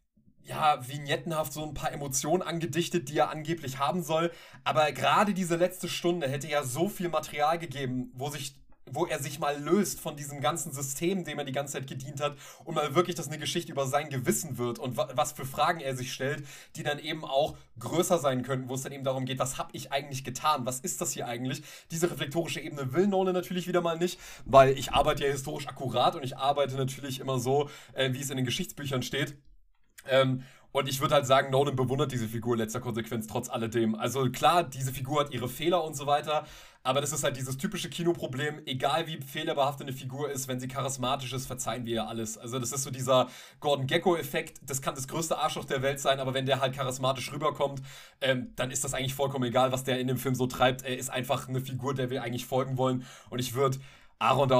ja, vignettenhaft so ein paar Emotionen angedichtet, die er angeblich haben soll. Aber gerade diese letzte Stunde hätte ja so viel Material gegeben, wo sich wo er sich mal löst von diesem ganzen System, dem er die ganze Zeit gedient hat und mal wirklich, dass eine Geschichte über sein Gewissen wird und wa- was für Fragen er sich stellt, die dann eben auch größer sein könnten, wo es dann eben darum geht, was habe ich eigentlich getan, was ist das hier eigentlich? Diese reflektorische Ebene will Nolan natürlich wieder mal nicht, weil ich arbeite ja historisch akkurat und ich arbeite natürlich immer so, äh, wie es in den Geschichtsbüchern steht. Ähm, Und ich würde halt sagen, Nolan bewundert diese Figur in letzter Konsequenz trotz alledem. Also klar, diese Figur hat ihre Fehler und so weiter, aber das ist halt dieses typische Kinoproblem, egal wie fehlerbehaftet eine Figur ist, wenn sie charismatisch ist, verzeihen wir ja alles. Also das ist so dieser Gordon-Gekko-Effekt, das kann das größte Arschloch der Welt sein, aber wenn der halt charismatisch rüberkommt, ähm, dann ist das eigentlich vollkommen egal, was der in dem Film so treibt. Er ist einfach eine Figur, der wir eigentlich folgen wollen und ich würde Aaron da auch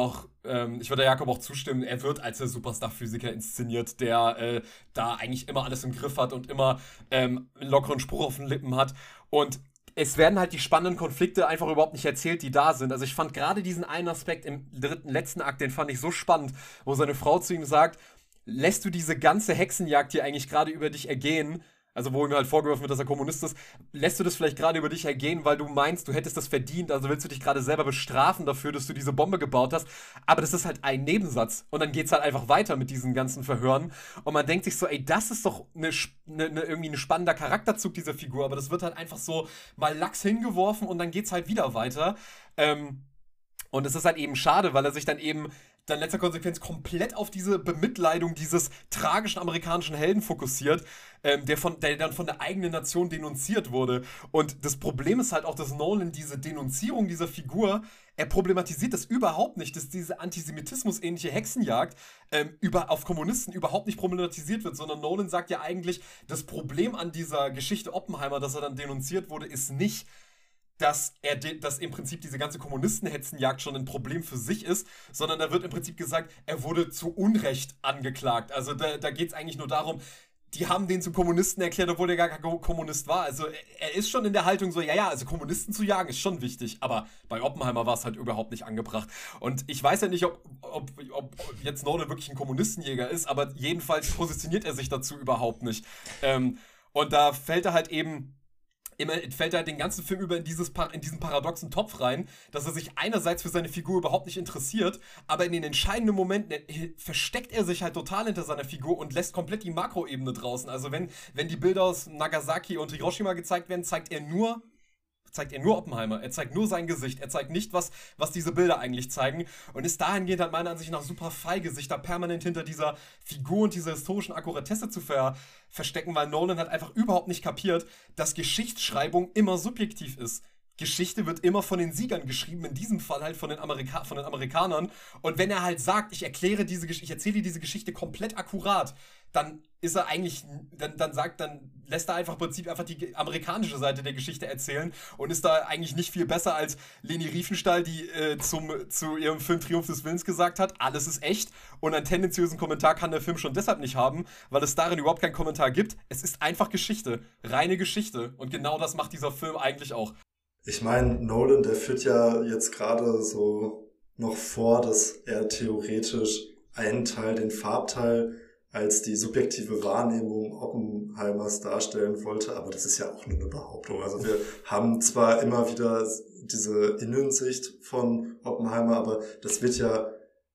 ähm, ich würde Jakob auch zustimmen, er wird als der Superstar-Physiker inszeniert, der äh, da eigentlich immer alles im Griff hat und immer ähm, einen lockeren Spruch auf den Lippen hat. Und es werden halt die spannenden Konflikte einfach überhaupt nicht erzählt, die da sind. Also ich fand gerade diesen einen Aspekt im dritten, letzten Akt, den fand ich so spannend, wo seine Frau zu ihm sagt, lässt du diese ganze Hexenjagd hier eigentlich gerade über dich ergehen? Also wo ihm halt vorgeworfen wird, dass er Kommunist ist, lässt du das vielleicht gerade über dich ergehen, weil du meinst, du hättest das verdient, also willst du dich gerade selber bestrafen dafür, dass du diese Bombe gebaut hast, aber das ist halt ein Nebensatz und dann geht's halt einfach weiter mit diesen ganzen Verhören und man denkt sich so, ey, das ist doch eine, eine, eine, irgendwie ein spannender Charakterzug dieser Figur, aber das wird halt einfach so mal lax hingeworfen und dann geht's halt wieder weiter ähm, und es ist halt eben schade, weil er sich dann eben dann in letzter Konsequenz komplett auf diese Bemitleidung dieses tragischen amerikanischen Helden fokussiert, ähm, der, von, der dann von der eigenen Nation denunziert wurde. Und das Problem ist halt auch, dass Nolan diese Denunzierung dieser Figur, er problematisiert das überhaupt nicht, dass diese Antisemitismus-ähnliche Hexenjagd ähm, über, auf Kommunisten überhaupt nicht problematisiert wird, sondern Nolan sagt ja eigentlich, das Problem an dieser Geschichte Oppenheimer, dass er dann denunziert wurde, ist nicht, dass er de- dass im Prinzip diese ganze Kommunistenhetzenjagd schon ein Problem für sich ist, sondern da wird im Prinzip gesagt, er wurde zu Unrecht angeklagt. Also da, da geht es eigentlich nur darum, die haben den zum Kommunisten erklärt, obwohl er gar kein Kommunist war. Also er ist schon in der Haltung so, ja, ja, also Kommunisten zu jagen ist schon wichtig, aber bei Oppenheimer war es halt überhaupt nicht angebracht. Und ich weiß ja nicht, ob, ob, ob jetzt Nolan wirklich ein Kommunistenjäger ist, aber jedenfalls positioniert er sich dazu überhaupt nicht. Ähm, und da fällt er halt eben Immer fällt er halt den ganzen Film über in, dieses, in diesen paradoxen Topf rein, dass er sich einerseits für seine Figur überhaupt nicht interessiert, aber in den entscheidenden Momenten versteckt er sich halt total hinter seiner Figur und lässt komplett die Makroebene draußen. Also wenn, wenn die Bilder aus Nagasaki und Hiroshima gezeigt werden, zeigt er nur zeigt er nur Oppenheimer. Er zeigt nur sein Gesicht. Er zeigt nicht, was, was diese Bilder eigentlich zeigen. Und ist dahingehend halt meiner Ansicht nach super feige, sich da permanent hinter dieser Figur und dieser historischen Akkuratesse zu ver- verstecken, weil Nolan hat einfach überhaupt nicht kapiert, dass Geschichtsschreibung immer subjektiv ist. Geschichte wird immer von den Siegern geschrieben, in diesem Fall halt von den, Amerika- von den Amerikanern. Und wenn er halt sagt, ich erkläre diese Gesch- ich erzähle diese Geschichte komplett akkurat, dann ist er eigentlich, dann, dann sagt, dann lässt er einfach im Prinzip einfach die amerikanische Seite der Geschichte erzählen und ist da eigentlich nicht viel besser als Leni Riefenstahl, die äh, zum, zu ihrem Film Triumph des Willens gesagt hat, alles ist echt und einen tendenziösen Kommentar kann der Film schon deshalb nicht haben, weil es darin überhaupt keinen Kommentar gibt. Es ist einfach Geschichte, reine Geschichte und genau das macht dieser Film eigentlich auch. Ich meine, Nolan, der führt ja jetzt gerade so noch vor, dass er theoretisch einen Teil, den Farbteil, als die subjektive Wahrnehmung Oppenheimers darstellen wollte, aber das ist ja auch nur eine Behauptung. Also wir haben zwar immer wieder diese Innensicht von Oppenheimer, aber das wird ja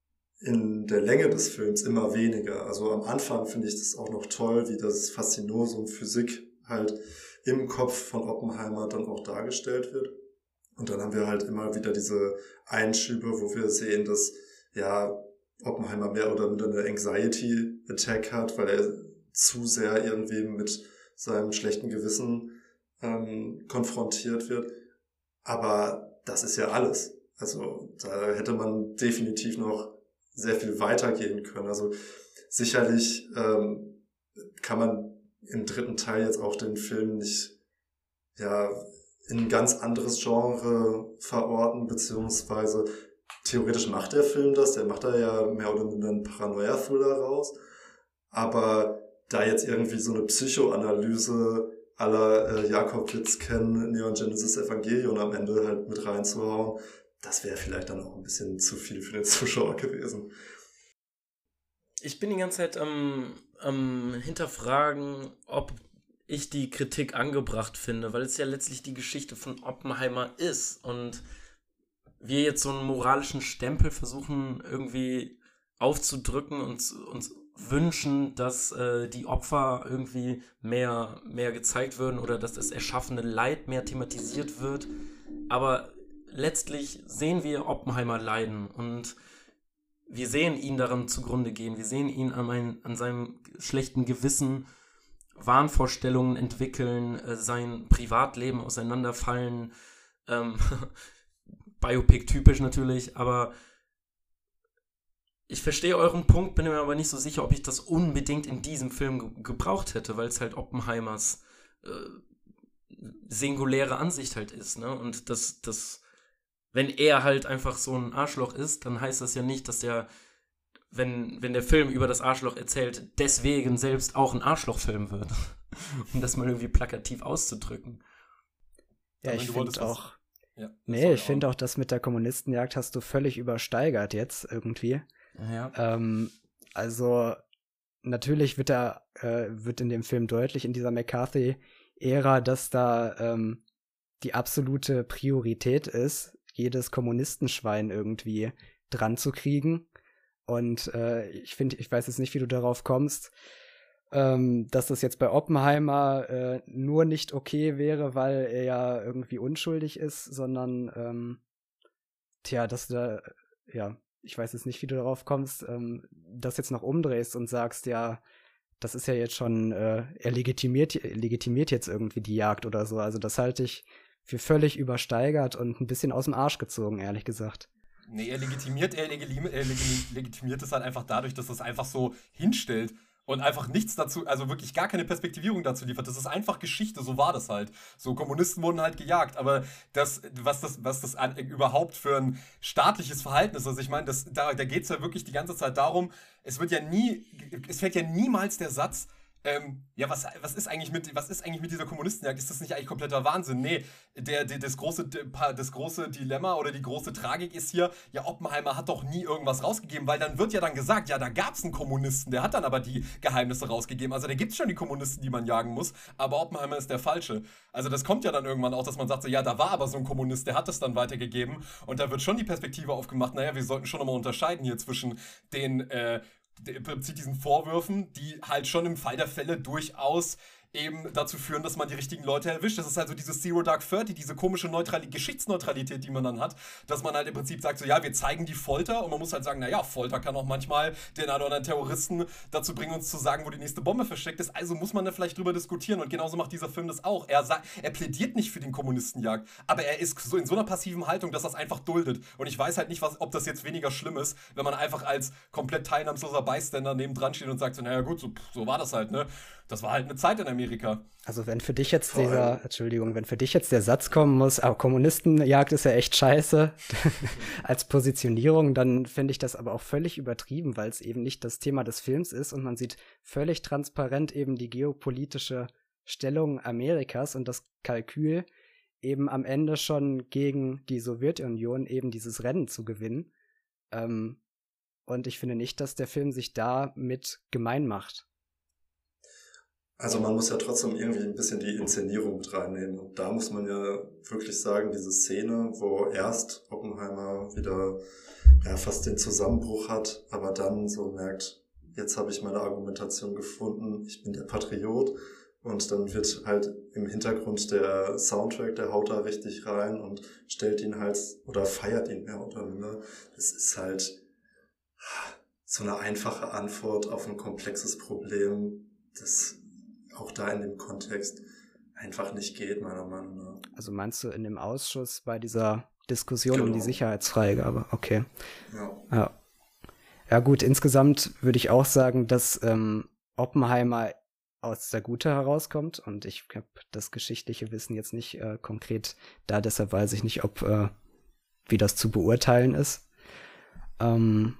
in der Länge des Films immer weniger. Also am Anfang finde ich das auch noch toll, wie das Faszinosum Physik halt im Kopf von Oppenheimer dann auch dargestellt wird. Und dann haben wir halt immer wieder diese Einschübe, wo wir sehen, dass ja Oppenheimer mehr oder minder eine Anxiety-Attack hat, weil er zu sehr irgendwie mit seinem schlechten Gewissen ähm, konfrontiert wird. Aber das ist ja alles. Also da hätte man definitiv noch sehr viel weitergehen können. Also sicherlich ähm, kann man im dritten Teil jetzt auch den Film nicht ja in ein ganz anderes Genre verorten, beziehungsweise theoretisch macht der Film das, der macht da ja mehr oder minder einen Paranoia-Thriller raus, aber da jetzt irgendwie so eine Psychoanalyse à la äh, Jakob Witzken, Neon Genesis Evangelion am Ende halt mit reinzuhauen, das wäre vielleicht dann auch ein bisschen zu viel für den Zuschauer gewesen. Ich bin die ganze Zeit am ähm, ähm, hinterfragen, ob ich die Kritik angebracht finde, weil es ja letztlich die Geschichte von Oppenheimer ist und wir jetzt so einen moralischen Stempel versuchen irgendwie aufzudrücken und uns wünschen, dass äh, die Opfer irgendwie mehr, mehr gezeigt würden oder dass das erschaffene Leid mehr thematisiert wird. Aber letztlich sehen wir Oppenheimer leiden und wir sehen ihn daran zugrunde gehen. Wir sehen ihn an, ein, an seinem schlechten Gewissen Wahnvorstellungen entwickeln, äh, sein Privatleben auseinanderfallen, ähm, Biopic-typisch natürlich, aber ich verstehe euren Punkt, bin mir aber nicht so sicher, ob ich das unbedingt in diesem Film ge- gebraucht hätte, weil es halt Oppenheimers äh, singuläre Ansicht halt ist, ne? Und das, das wenn er halt einfach so ein Arschloch ist, dann heißt das ja nicht, dass der, wenn, wenn der Film über das Arschloch erzählt, deswegen selbst auch ein Arschlochfilm wird. Um das mal irgendwie plakativ auszudrücken. Ja, Aber ich du finde wolltest was- auch, Ja, nee, sorry, ich finde auch, das mit der Kommunistenjagd hast du völlig übersteigert jetzt irgendwie. Ja. Ähm, also natürlich wird da äh, wird in dem Film deutlich in dieser McCarthy-Ära, dass da ähm, die absolute Priorität ist, jedes Kommunistenschwein irgendwie dran zu kriegen. Und äh, ich finde, ich weiß jetzt nicht, wie du darauf kommst, ähm, dass das jetzt bei Oppenheimer äh, nur nicht okay wäre, weil er ja irgendwie unschuldig ist, sondern ähm, tja, dass du da, ja, ich weiß jetzt nicht, wie du darauf kommst, ähm, das jetzt noch umdrehst und sagst, ja, das ist ja jetzt schon, äh, er legitimiert, legitimiert jetzt irgendwie die Jagd oder so. Also das halte ich für völlig übersteigert und ein bisschen aus dem Arsch gezogen, ehrlich gesagt. Nee, er legitimiert, er legitim, er legitimiert, legitimiert es halt einfach dadurch, dass er es einfach so hinstellt und einfach nichts dazu, also wirklich gar keine Perspektivierung dazu liefert. Das ist einfach Geschichte, so war das halt. So, Kommunisten wurden halt gejagt, aber das, was das, was das an, überhaupt für ein staatliches Verhalten ist, also ich meine, das, da, da geht es ja wirklich die ganze Zeit darum, es wird ja nie, es fällt ja niemals der Satz, Ähm, ja, was, was, ist eigentlich mit, was ist eigentlich mit dieser Kommunistenjagd? Ist das nicht eigentlich kompletter Wahnsinn? Nee, der, der, das, große, das große Dilemma oder die große Tragik ist hier, ja, Oppenheimer hat doch nie irgendwas rausgegeben, weil dann wird ja dann gesagt, ja, da gab es einen Kommunisten, der hat dann aber die Geheimnisse rausgegeben. Also da gibt es schon die Kommunisten, die man jagen muss, aber Oppenheimer ist der Falsche. Also das kommt ja dann irgendwann auch, dass man sagt, so, ja, da war aber so ein Kommunist, der hat das dann weitergegeben und da wird schon die Perspektive aufgemacht, naja, wir sollten schon nochmal unterscheiden hier zwischen den, äh, im Prinzip diesen Vorwürfen, die halt schon im Fall der Fälle durchaus eben dazu führen, dass man die richtigen Leute erwischt. Das ist also dieses Zero Dark Thirty, diese komische Neutrali- Geschichtsneutralität, die man dann hat, dass man halt im Prinzip sagt, so ja, wir zeigen die Folter und man muss halt sagen, naja, Folter kann auch manchmal den einen oder anderen Terroristen dazu bringen, uns zu sagen, wo die nächste Bombe versteckt ist. Also muss man da vielleicht drüber diskutieren und genauso macht dieser Film das auch. Er, sagt, er plädiert nicht für den Kommunistenjagd, aber er ist so in so einer passiven Haltung, dass er es einfach duldet. Und ich weiß halt nicht, was, ob das jetzt weniger schlimm ist, wenn man einfach als komplett teilnahmsloser Bystander nebendran steht und sagt, so, naja gut, so, so war das halt, ne? Das war halt eine Zeit in Amerika. Also wenn für dich jetzt Vor dieser, allem- Entschuldigung, wenn für dich jetzt der Satz kommen muss, ah, Kommunistenjagd ist ja echt scheiße als Positionierung, dann finde ich das aber auch völlig übertrieben, weil es eben nicht das Thema des Films ist und man sieht völlig transparent eben die geopolitische Stellung Amerikas und das Kalkül, eben am Ende schon gegen die Sowjetunion eben dieses Rennen zu gewinnen. Ähm, und ich finde nicht, dass der Film sich da mit gemein macht. Also man muss ja trotzdem irgendwie ein bisschen die Inszenierung mit reinnehmen. Und da muss man ja wirklich sagen, diese Szene, wo erst Oppenheimer wieder ja, fast den Zusammenbruch hat, aber dann so merkt, jetzt habe ich meine Argumentation gefunden, ich bin der Patriot. Und dann wird halt im Hintergrund der Soundtrack, der haut da richtig rein und stellt ihn halt, oder feiert ihn mehr oder minder. Das ist halt so eine einfache Antwort auf ein komplexes Problem, das auch da in dem Kontext einfach nicht geht, meiner Meinung nach. Also meinst du in dem Ausschuss bei dieser Diskussion um Genau. die Sicherheitsfreigabe? Okay. Ja. Ja. Ja gut, insgesamt würde ich auch sagen, dass ähm, Oppenheimer aus der Gute herauskommt und ich habe das geschichtliche Wissen jetzt nicht äh, konkret da, deshalb weiß ich nicht, ob äh, wie das zu beurteilen ist. Ähm,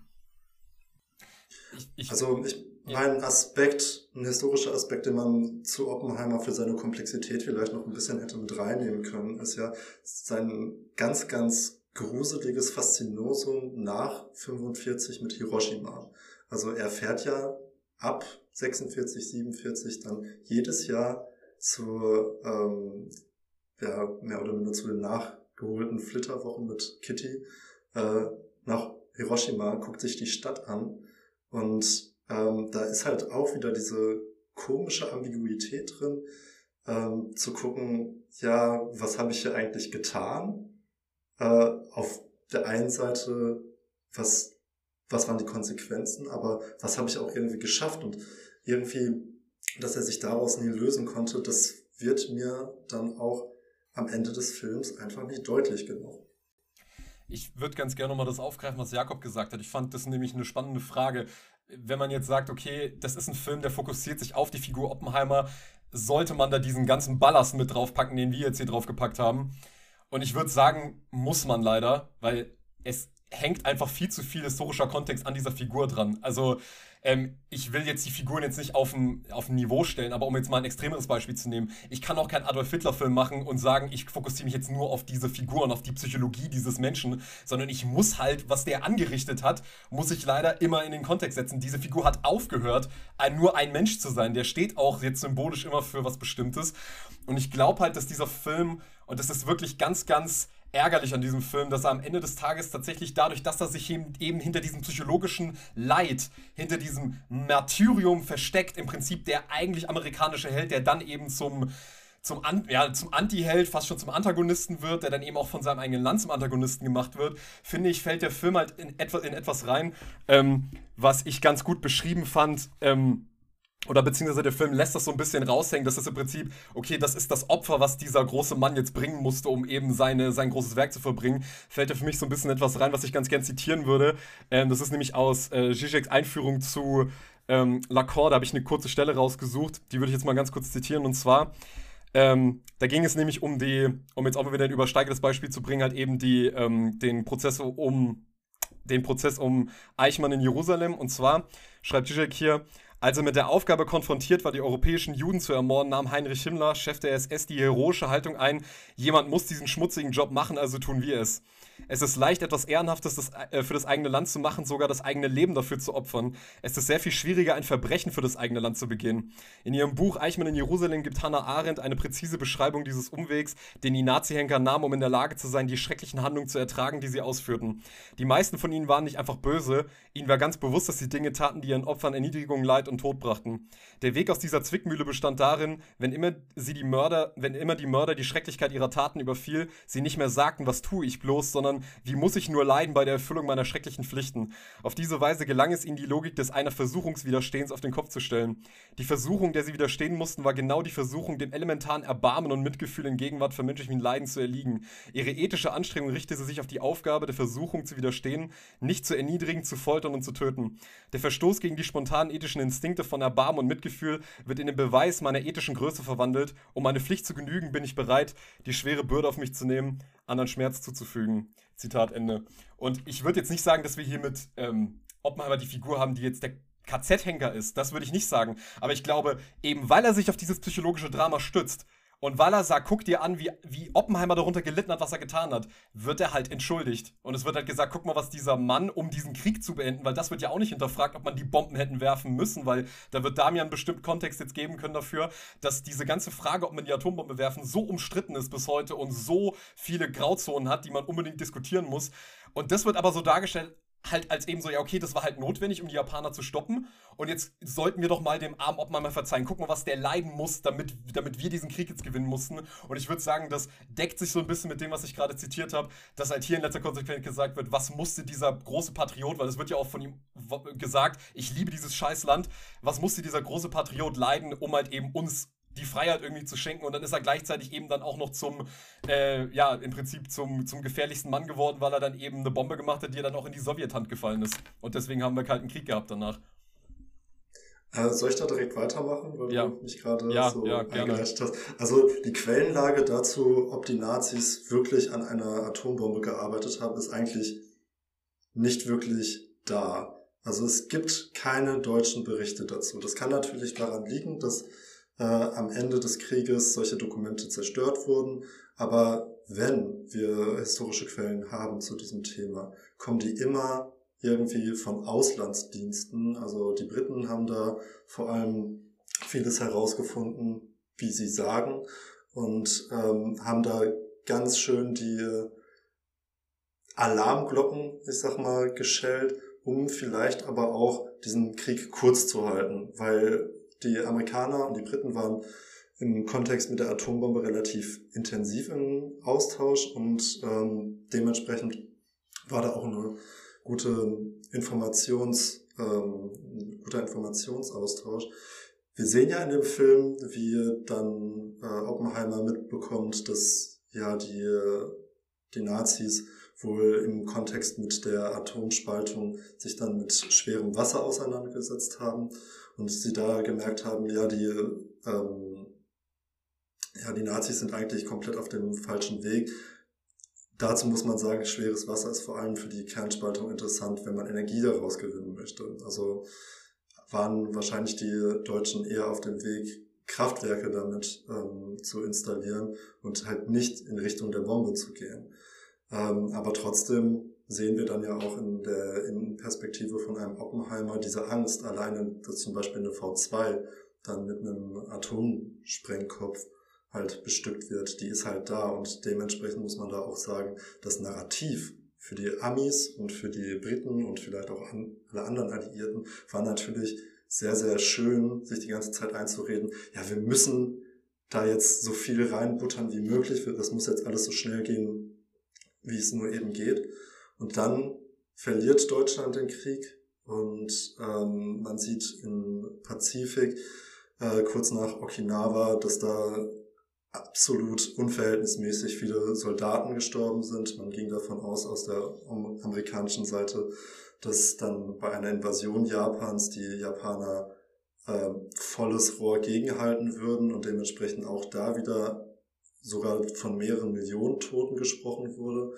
Ich, ich, Also ich Ja. mein Aspekt, ein historischer Aspekt, den man zu Oppenheimer für seine Komplexität vielleicht noch ein bisschen hätte mit reinnehmen können, ist ja sein ganz, ganz gruseliges Faszinosum nach fünfundvierzig mit Hiroshima. Also er fährt ja ab sechsundvierzig, siebenundvierzig dann jedes Jahr zur, ähm, ja, mehr oder minder zu den nachgeholten Flitterwochen mit Kitty äh, nach Hiroshima, guckt sich die Stadt an und ähm, da ist halt auch wieder diese komische Ambiguität drin, ähm, zu gucken, ja, was habe ich hier eigentlich getan? Äh, auf der einen Seite, was, was waren die Konsequenzen, aber was habe ich auch irgendwie geschafft? Und irgendwie, dass er sich daraus nie lösen konnte, das wird mir dann auch am Ende des Films einfach nicht deutlich genug. Ich würde ganz gerne nochmal das aufgreifen, was Jakob gesagt hat. Ich fand das nämlich eine spannende Frage. Wenn man jetzt sagt, okay, das ist ein Film, der fokussiert sich auf die Figur Oppenheimer, sollte man da diesen ganzen Ballast mit draufpacken, den wir jetzt hier draufgepackt haben? Und ich würde sagen, muss man leider, weil es hängt einfach viel zu viel historischer Kontext an dieser Figur dran. Also ähm, ich will jetzt die Figuren jetzt nicht auf ein, auf ein Niveau stellen, aber um jetzt mal ein extremeres Beispiel zu nehmen, ich kann auch keinen Adolf-Hitler-Film machen und sagen, ich fokussiere mich jetzt nur auf diese Figuren, auf die Psychologie dieses Menschen, sondern ich muss halt, was der angerichtet hat, muss ich leider immer in den Kontext setzen. Diese Figur hat aufgehört, ein, nur ein Mensch zu sein. Der steht auch jetzt symbolisch immer für was Bestimmtes. Und ich glaube halt, dass dieser Film, und das ist wirklich ganz, ganz ärgerlich an diesem Film, dass er am Ende des Tages tatsächlich dadurch, dass er sich eben, eben hinter diesem psychologischen Leid, hinter diesem Martyrium versteckt, im Prinzip der eigentlich amerikanische Held, der dann eben zum, zum, An- ja, zum Anti-Held, fast schon zum Antagonisten wird, der dann eben auch von seinem eigenen Land zum Antagonisten gemacht wird, finde ich, fällt der Film halt in, etwa, in etwas rein, ähm, was ich ganz gut beschrieben fand, ähm, oder beziehungsweise der Film lässt das so ein bisschen raushängen, dass das im Prinzip, okay, das ist das Opfer, was dieser große Mann jetzt bringen musste, um eben seine, sein großes Werk zu vollbringen, fällt da für mich so ein bisschen etwas rein, was ich ganz gern zitieren würde. Ähm, das ist nämlich aus äh, Zizeks Einführung zu ähm, L'accord, da habe ich eine kurze Stelle rausgesucht, die würde ich jetzt mal ganz kurz zitieren, und zwar, ähm, da ging es nämlich um die, um jetzt auch mal wieder ein übersteigertes Beispiel zu bringen, halt eben die, ähm, den Prozess um, den Prozess um Eichmann in Jerusalem, und zwar schreibt Zizek hier: Als er mit der Aufgabe konfrontiert war, die europäischen Juden zu ermorden, nahm Heinrich Himmler, Chef der S S, die heroische Haltung ein: Jemand muss diesen schmutzigen Job machen, also tun wir es. Es ist leicht, etwas Ehrenhaftes das, äh, für das eigene Land zu machen, sogar das eigene Leben dafür zu opfern. Es ist sehr viel schwieriger, ein Verbrechen für das eigene Land zu begehen. In ihrem Buch Eichmann in Jerusalem gibt Hannah Arendt eine präzise Beschreibung dieses Umwegs, den die Nazi-Henker nahmen, um in der Lage zu sein, die schrecklichen Handlungen zu ertragen, die sie ausführten. Die meisten von ihnen waren nicht einfach böse, ihnen war ganz bewusst, dass sie Dinge taten, die ihren Opfern Erniedrigung, Leid und Tod brachten. Der Weg aus dieser Zwickmühle bestand darin, wenn immer sie die Mörder, wenn immer die Mörder die Schrecklichkeit ihrer Taten überfiel, sie nicht mehr sagten, was tue ich bloß, sondern wie muss ich nur leiden bei der Erfüllung meiner schrecklichen Pflichten. Auf diese Weise gelang es ihnen, die Logik des einer Versuchungswiderstehens auf den Kopf zu stellen. Die Versuchung, der sie widerstehen mussten, war genau die Versuchung, dem elementaren Erbarmen und Mitgefühl in Gegenwart von menschlichen Leiden zu erliegen. Ihre ethische Anstrengung richtete sich auf die Aufgabe, der Versuchung zu widerstehen, nicht zu erniedrigen, zu foltern und zu töten. Der Verstoß gegen die spontanen ethischen Instinkte von Erbarmen und Mitgefühl wird in den Beweis meiner ethischen Größe verwandelt. Um meine Pflicht zu genügen, bin ich bereit, die schwere Bürde auf mich zu nehmen, anderen Schmerz zuzufügen. Zitat Ende. Und ich würde jetzt nicht sagen, dass wir hier mit ähm, Oppenheimer die Figur haben, die jetzt der K Z-Henker ist. Das würde ich nicht sagen. Aber ich glaube, eben weil er sich auf dieses psychologische Drama stützt und weil er sagt, guck dir an, wie, wie Oppenheimer darunter gelitten hat, was er getan hat, wird er halt entschuldigt. Und es wird halt gesagt, guck mal, was dieser Mann, um diesen Krieg zu beenden, weil das wird ja auch nicht hinterfragt, ob man die Bomben hätten werfen müssen, weil da wird Damian bestimmt Kontext jetzt geben können dafür, dass diese ganze Frage, ob man die Atombombe werfen, so umstritten ist bis heute und so viele Grauzonen hat, die man unbedingt diskutieren muss. Und das wird aber so dargestellt, halt als eben so, ja okay, das war halt notwendig, um die Japaner zu stoppen, und jetzt sollten wir doch mal dem armen Oppenheimer verzeihen. Guck mal, was der leiden muss, damit, damit wir diesen Krieg jetzt gewinnen mussten. Und ich würde sagen, das deckt sich so ein bisschen mit dem, was ich gerade zitiert habe, dass halt hier in letzter Konsequenz gesagt wird, was musste dieser große Patriot, weil es wird ja auch von ihm gesagt, ich liebe dieses Scheißland, was musste dieser große Patriot leiden, um halt eben uns die Freiheit irgendwie zu schenken, und dann ist er gleichzeitig eben dann auch noch zum, äh, ja, im Prinzip zum, zum gefährlichsten Mann geworden, weil er dann eben eine Bombe gemacht hat, die dann auch in die Sowjethand gefallen ist. Und deswegen haben wir Kalten Krieg gehabt danach. Äh, soll ich da direkt weitermachen, weil ja. du mich gerade ja, so ja, eingereicht hast? Also die Quellenlage dazu, ob die Nazis wirklich an einer Atombombe gearbeitet haben, ist eigentlich nicht wirklich da. Also es gibt keine deutschen Berichte dazu. Das kann natürlich daran liegen, dass Äh, am Ende des Krieges solche Dokumente zerstört wurden. Aber wenn wir historische Quellen haben zu diesem Thema, kommen die immer irgendwie von Auslandsdiensten. Also die Briten haben da vor allem vieles herausgefunden, wie sie sagen, und ähm, haben da ganz schön die Alarmglocken, ich sag mal, geschellt, um vielleicht aber auch diesen Krieg kurz zu halten, weil die Amerikaner und die Briten waren im Kontext mit der Atombombe relativ intensiv im Austausch, und ähm, dementsprechend war da auch eine gute Informations, ähm, ein guter Informationsaustausch. Wir sehen ja in dem Film, wie dann äh, Oppenheimer mitbekommt, dass ja die, die Nazis wohl im Kontext mit der Atomspaltung sich dann mit schwerem Wasser auseinandergesetzt haben. Und sie da gemerkt haben, ja, die, ähm, ja, die Nazis sind eigentlich komplett auf dem falschen Weg. dazu muss man sagen, schweres Wasser ist vor allem für die Kernspaltung interessant, wenn man Energie daraus gewinnen möchte. Also waren wahrscheinlich die Deutschen eher auf dem Weg, Kraftwerke damit ähm, zu installieren und halt nicht in Richtung der Bombe zu gehen. Ähm, aber trotzdem sehen wir dann ja auch in der in Perspektive von einem Oppenheimer diese Angst, alleine, dass zum Beispiel eine V zwei dann mit einem Atomsprengkopf halt bestückt wird, die ist halt da und dementsprechend muss man da auch sagen, das Narrativ für die Amis und für die Briten und vielleicht auch an, alle anderen Alliierten war natürlich sehr, sehr schön, sich die ganze Zeit einzureden, ja, wir müssen da jetzt so viel reinbuttern wie möglich, das muss jetzt alles so schnell gehen, wie es nur eben geht. Und dann verliert Deutschland den Krieg und ähm, man sieht im Pazifik äh, kurz nach Okinawa, dass da absolut unverhältnismäßig viele Soldaten gestorben sind. Man ging davon aus, aus der amerikanischen Seite, dass dann bei einer Invasion Japans die Japaner äh, volles Rohr gegenhalten würden und dementsprechend auch da wieder sogar von mehreren Millionen Toten gesprochen wurde.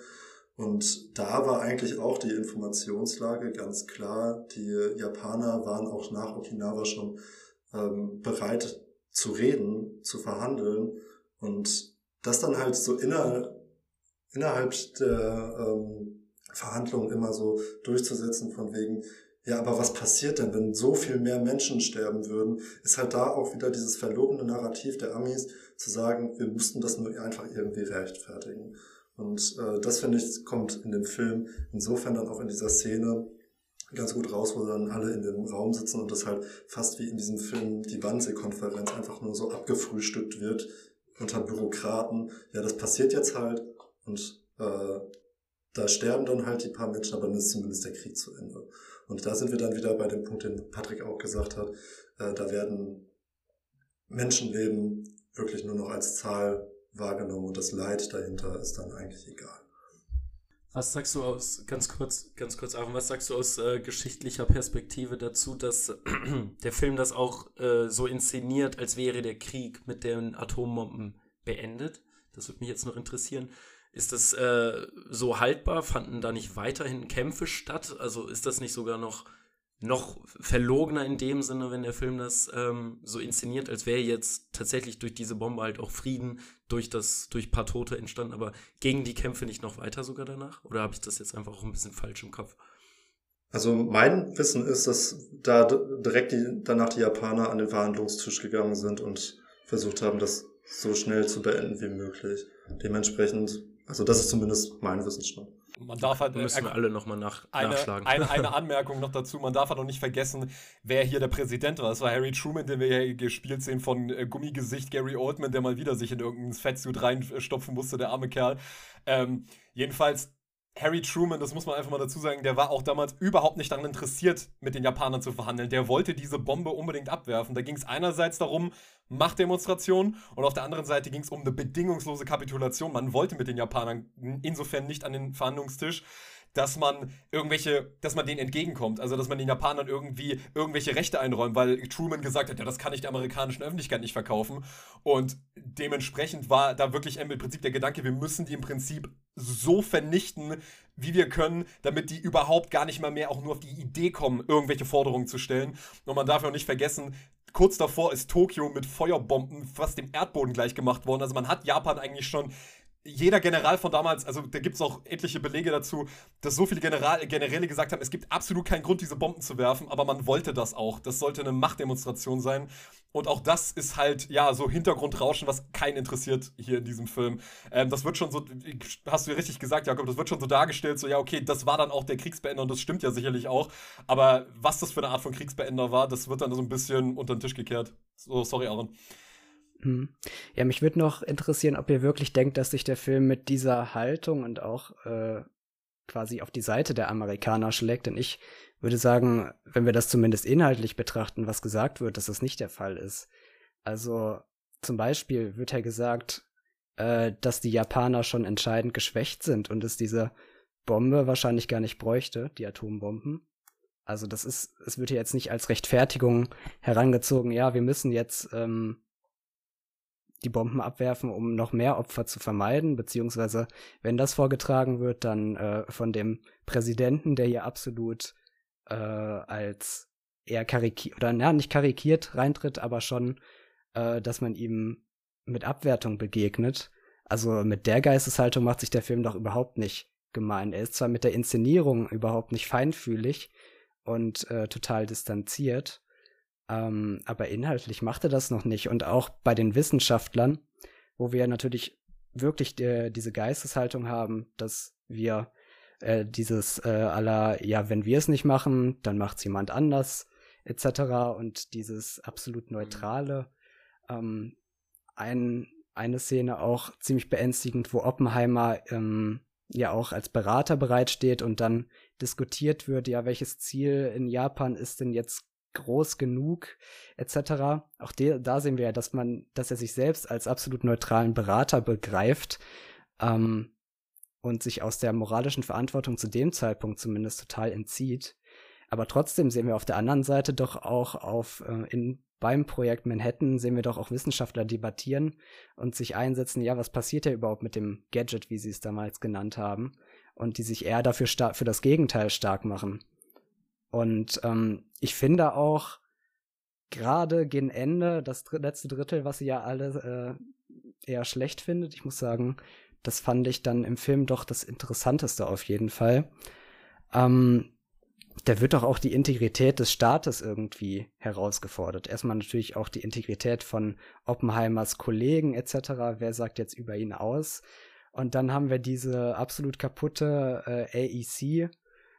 Und da war eigentlich auch die Informationslage ganz klar. Die Japaner waren auch nach Okinawa schon ähm, bereit zu reden, zu verhandeln. Und das dann halt so inner, innerhalb der ähm, Verhandlungen immer so durchzusetzen von wegen, ja, aber was passiert denn, wenn so viel mehr Menschen sterben würden, ist halt da auch wieder dieses verlogene Narrativ der Amis, zu sagen, wir mussten das nur einfach irgendwie rechtfertigen. Und äh, das, finde ich, kommt in dem Film insofern dann auch in dieser Szene ganz gut raus, wo dann alle in dem Raum sitzen und das halt fast wie in diesem Film die Wannsee-Konferenz einfach nur so abgefrühstückt wird unter Bürokraten. Ja, das passiert jetzt halt und äh, da sterben dann halt die paar Menschen, aber dann ist zumindest der Krieg zu Ende. Und da sind wir dann wieder bei dem Punkt, den Patrick auch gesagt hat, äh, da werden Menschenleben wirklich nur noch als Zahl wahrgenommen und das Leid dahinter ist dann eigentlich egal. Was sagst du aus, ganz kurz, ganz kurz, Aaron, was sagst du aus äh, geschichtlicher Perspektive dazu, dass äh, der Film das auch äh, so inszeniert, als wäre der Krieg mit den Atombomben beendet? Das würde mich jetzt noch interessieren. Ist das äh, so haltbar? Fanden da nicht weiterhin Kämpfe statt? Also ist das nicht sogar noch, noch verlogener in dem Sinne, wenn der Film das ähm, so inszeniert, als wäre jetzt tatsächlich durch diese Bombe halt auch Frieden durch das durch ein paar Tote entstanden, aber gegen die Kämpfe nicht noch weiter sogar danach? Oder habe ich das jetzt einfach auch ein bisschen falsch im Kopf? Also mein Wissen ist, dass da direkt die, danach die Japaner an den Verhandlungstisch gegangen sind und versucht haben, das so schnell zu beenden wie möglich. Dementsprechend, also das ist zumindest mein Wissensstand. Man darf halt, da müssen wir alle nochmal nach, eine, nachschlagen. Eine, eine Anmerkung noch dazu, man darf halt noch nicht vergessen, wer hier der Präsident war. Das war Harry Truman, den wir ja gespielt sehen von äh, Gummigesicht Gary Oldman, der mal wieder sich in irgendein Fettsuit reinstopfen musste, der arme Kerl. Ähm, jedenfalls, Harry Truman, das muss man einfach mal dazu sagen, der war auch damals überhaupt nicht daran interessiert, mit den Japanern zu verhandeln. Der wollte diese Bombe unbedingt abwerfen. Da ging es einerseits darum, Machtdemonstration, und auf der anderen Seite ging es um eine bedingungslose Kapitulation. Man wollte mit den Japanern insofern nicht an den Verhandlungstisch, dass man irgendwelche, dass man denen entgegenkommt, also dass man den Japanern irgendwie irgendwelche Rechte einräumt, weil Truman gesagt hat, ja, das kann ich der amerikanischen Öffentlichkeit nicht verkaufen, und dementsprechend war da wirklich im Prinzip der Gedanke, wir müssen die im Prinzip so vernichten, wie wir können, damit die überhaupt gar nicht mal mehr auch nur auf die Idee kommen, irgendwelche Forderungen zu stellen. Und man darf ja auch nicht vergessen, kurz davor ist Tokio mit Feuerbomben fast dem Erdboden gleich gemacht worden, also man hat Japan eigentlich schon, jeder General von damals, also da gibt es auch etliche Belege dazu, dass so viele General, Generäle gesagt haben, es gibt absolut keinen Grund, diese Bomben zu werfen, aber man wollte das auch. Das sollte eine Machtdemonstration sein. Und auch das ist halt, ja, so Hintergrundrauschen, was keinen interessiert hier in diesem Film. Ähm, das wird schon so, hast du ja richtig gesagt, Jakob, das wird schon so dargestellt, so, ja, okay, das war dann auch der Kriegsbeender und das stimmt ja sicherlich auch. Aber was das für eine Art von Kriegsbeender war, das wird dann so ein bisschen unter den Tisch gekehrt. So, sorry, Aaron. Ja, mich würde noch interessieren, ob ihr wirklich denkt, dass sich der Film mit dieser Haltung und auch äh, quasi auf die Seite der Amerikaner schlägt. Denn ich würde sagen, wenn wir das zumindest inhaltlich betrachten, was gesagt wird, dass das nicht der Fall ist. Also zum Beispiel wird ja gesagt, äh, dass die Japaner schon entscheidend geschwächt sind und es diese Bombe wahrscheinlich gar nicht bräuchte, die Atombomben. Also das ist, es wird ja jetzt nicht als Rechtfertigung herangezogen, ja, wir müssen jetzt ähm, die Bomben abwerfen, um noch mehr Opfer zu vermeiden, beziehungsweise wenn das vorgetragen wird, dann äh, von dem Präsidenten, der hier absolut äh, als eher karikiert, oder na, nicht karikiert reintritt, aber schon, äh, dass man ihm mit Abwertung begegnet. Also mit der Geisteshaltung macht sich der Film doch überhaupt nicht gemein. Er ist zwar mit der Inszenierung überhaupt nicht feinfühlig und äh, total distanziert, ähm, aber inhaltlich macht er das noch nicht. Und auch bei den Wissenschaftlern, wo wir natürlich wirklich die, diese Geisteshaltung haben, dass wir äh, dieses äh, aller, ja, wenn wir es nicht machen, dann macht es jemand anders, et cetera. Und dieses absolut Neutrale. Ähm, ein, eine Szene auch ziemlich beängstigend, wo Oppenheimer ähm, ja auch als Berater bereitsteht und dann diskutiert wird, ja, welches Ziel in Japan ist denn jetzt groß genug, et cetera. Auch de- da sehen wir ja, dass man, dass er sich selbst als absolut neutralen Berater begreift ähm, und sich aus der moralischen Verantwortung zu dem Zeitpunkt zumindest total entzieht. Aber trotzdem sehen wir auf der anderen Seite doch auch auf äh, in beim Projekt Manhattan sehen wir doch auch Wissenschaftler debattieren und sich einsetzen, ja, was passiert ja überhaupt mit dem Gadget, wie sie es damals genannt haben, und die sich eher dafür sta- für das Gegenteil stark machen. Und ähm, ich finde auch, gerade gegen Ende, das dr- letzte Drittel, was ihr ja alle äh, eher schlecht findet, ich muss sagen, das fand ich dann im Film doch das Interessanteste auf jeden Fall. Ähm, Da wird doch auch die Integrität des Staates irgendwie herausgefordert. Erstmal natürlich auch die Integrität von Oppenheimers Kollegen et cetera. Wer sagt jetzt über ihn aus? Und dann haben wir diese absolut kaputte äh, A E C,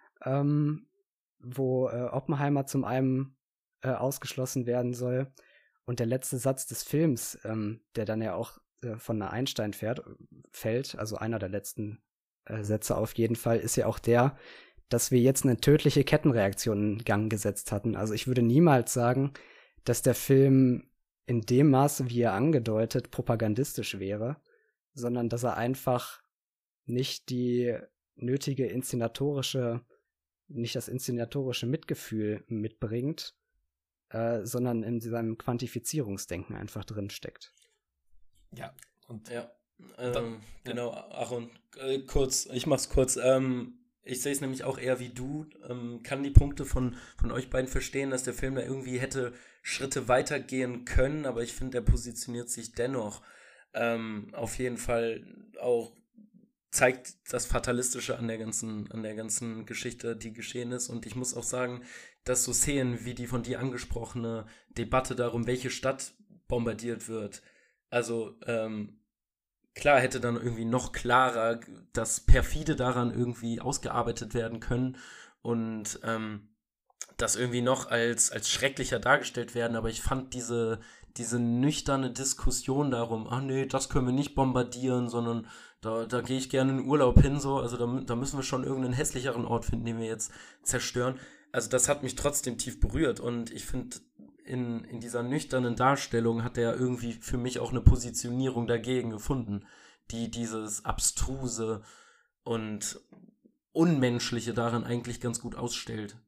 ähm, wo äh, Oppenheimer zum einen äh, ausgeschlossen werden soll. Und der letzte Satz des Films, ähm, der dann ja auch äh, von einer Einstein fährt, fällt, also einer der letzten äh, Sätze auf jeden Fall, ist ja auch der, dass wir jetzt eine tödliche Kettenreaktion in Gang gesetzt hatten. Also ich würde niemals sagen, dass der Film in dem Maße, wie er angedeutet, propagandistisch wäre, sondern dass er einfach nicht die nötige inszenatorische, nicht das inszenatorische Mitgefühl mitbringt, äh, sondern in seinem Quantifizierungsdenken einfach drinsteckt. Ja, und Ja, ähm, Dann- genau, Aaron, äh, kurz, ich mach's kurz, ähm, ich sehe es nämlich auch eher wie du, ähm, kann die Punkte von, von euch beiden verstehen, dass der Film da irgendwie hätte Schritte weitergehen können, aber ich finde, der positioniert sich dennoch ähm, auf jeden Fall auch, zeigt das Fatalistische an der ganzen, an der ganzen Geschichte, die geschehen ist. Und ich muss auch sagen, dass so Szenen wie die von dir angesprochene Debatte darum, welche Stadt bombardiert wird, also ähm, klar hätte dann irgendwie noch klarer das Perfide daran irgendwie ausgearbeitet werden können und ähm, das irgendwie noch als, als schrecklicher dargestellt werden, aber ich fand diese, diese nüchterne Diskussion darum, ach nee, das können wir nicht bombardieren, sondern da, da gehe ich gerne in Urlaub hin, so, also da, da müssen wir schon irgendeinen hässlicheren Ort finden, den wir jetzt zerstören. Also das hat mich trotzdem tief berührt und ich finde, in, in dieser nüchternen Darstellung hat er irgendwie für mich auch eine Positionierung dagegen gefunden, die dieses Abstruse und Unmenschliche darin eigentlich ganz gut ausstellt.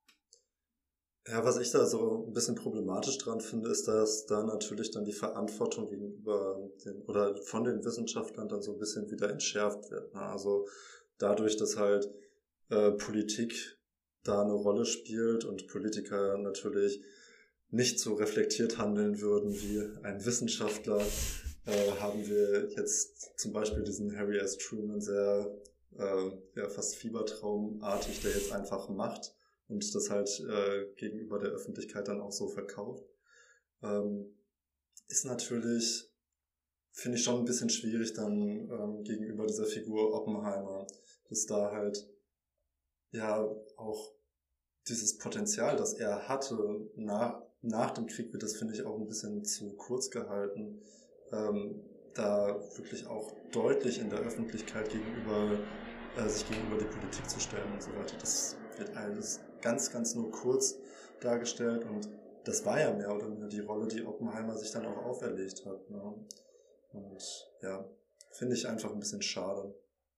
Ja, was ich da so ein bisschen problematisch dran finde, ist, dass da natürlich dann die Verantwortung gegenüber den, oder von den Wissenschaftlern dann so ein bisschen wieder entschärft wird. Ne? Also dadurch, dass halt äh, Politik da eine Rolle spielt und Politiker natürlich nicht so reflektiert handeln würden wie ein Wissenschaftler, äh, haben wir jetzt zum Beispiel diesen Harry S. Truman sehr, äh, ja, fast fiebertraumartig, der jetzt einfach macht und das halt äh, gegenüber der Öffentlichkeit dann auch so verkauft. Ähm, ist natürlich, finde ich, schon ein bisschen schwierig dann ähm, gegenüber dieser Figur Oppenheimer, dass da halt ja auch dieses Potenzial, das er hatte, nach, nach dem Krieg wird das, finde ich, auch ein bisschen zu kurz gehalten, ähm, da wirklich auch deutlich in der Öffentlichkeit gegenüber, äh, sich gegenüber die Politik zu stellen und so weiter. Das wird alles ganz, ganz nur kurz dargestellt und das war ja mehr oder minder die Rolle, die Oppenheimer sich dann auch auferlegt hat. Ne? Und ja, finde ich einfach ein bisschen schade.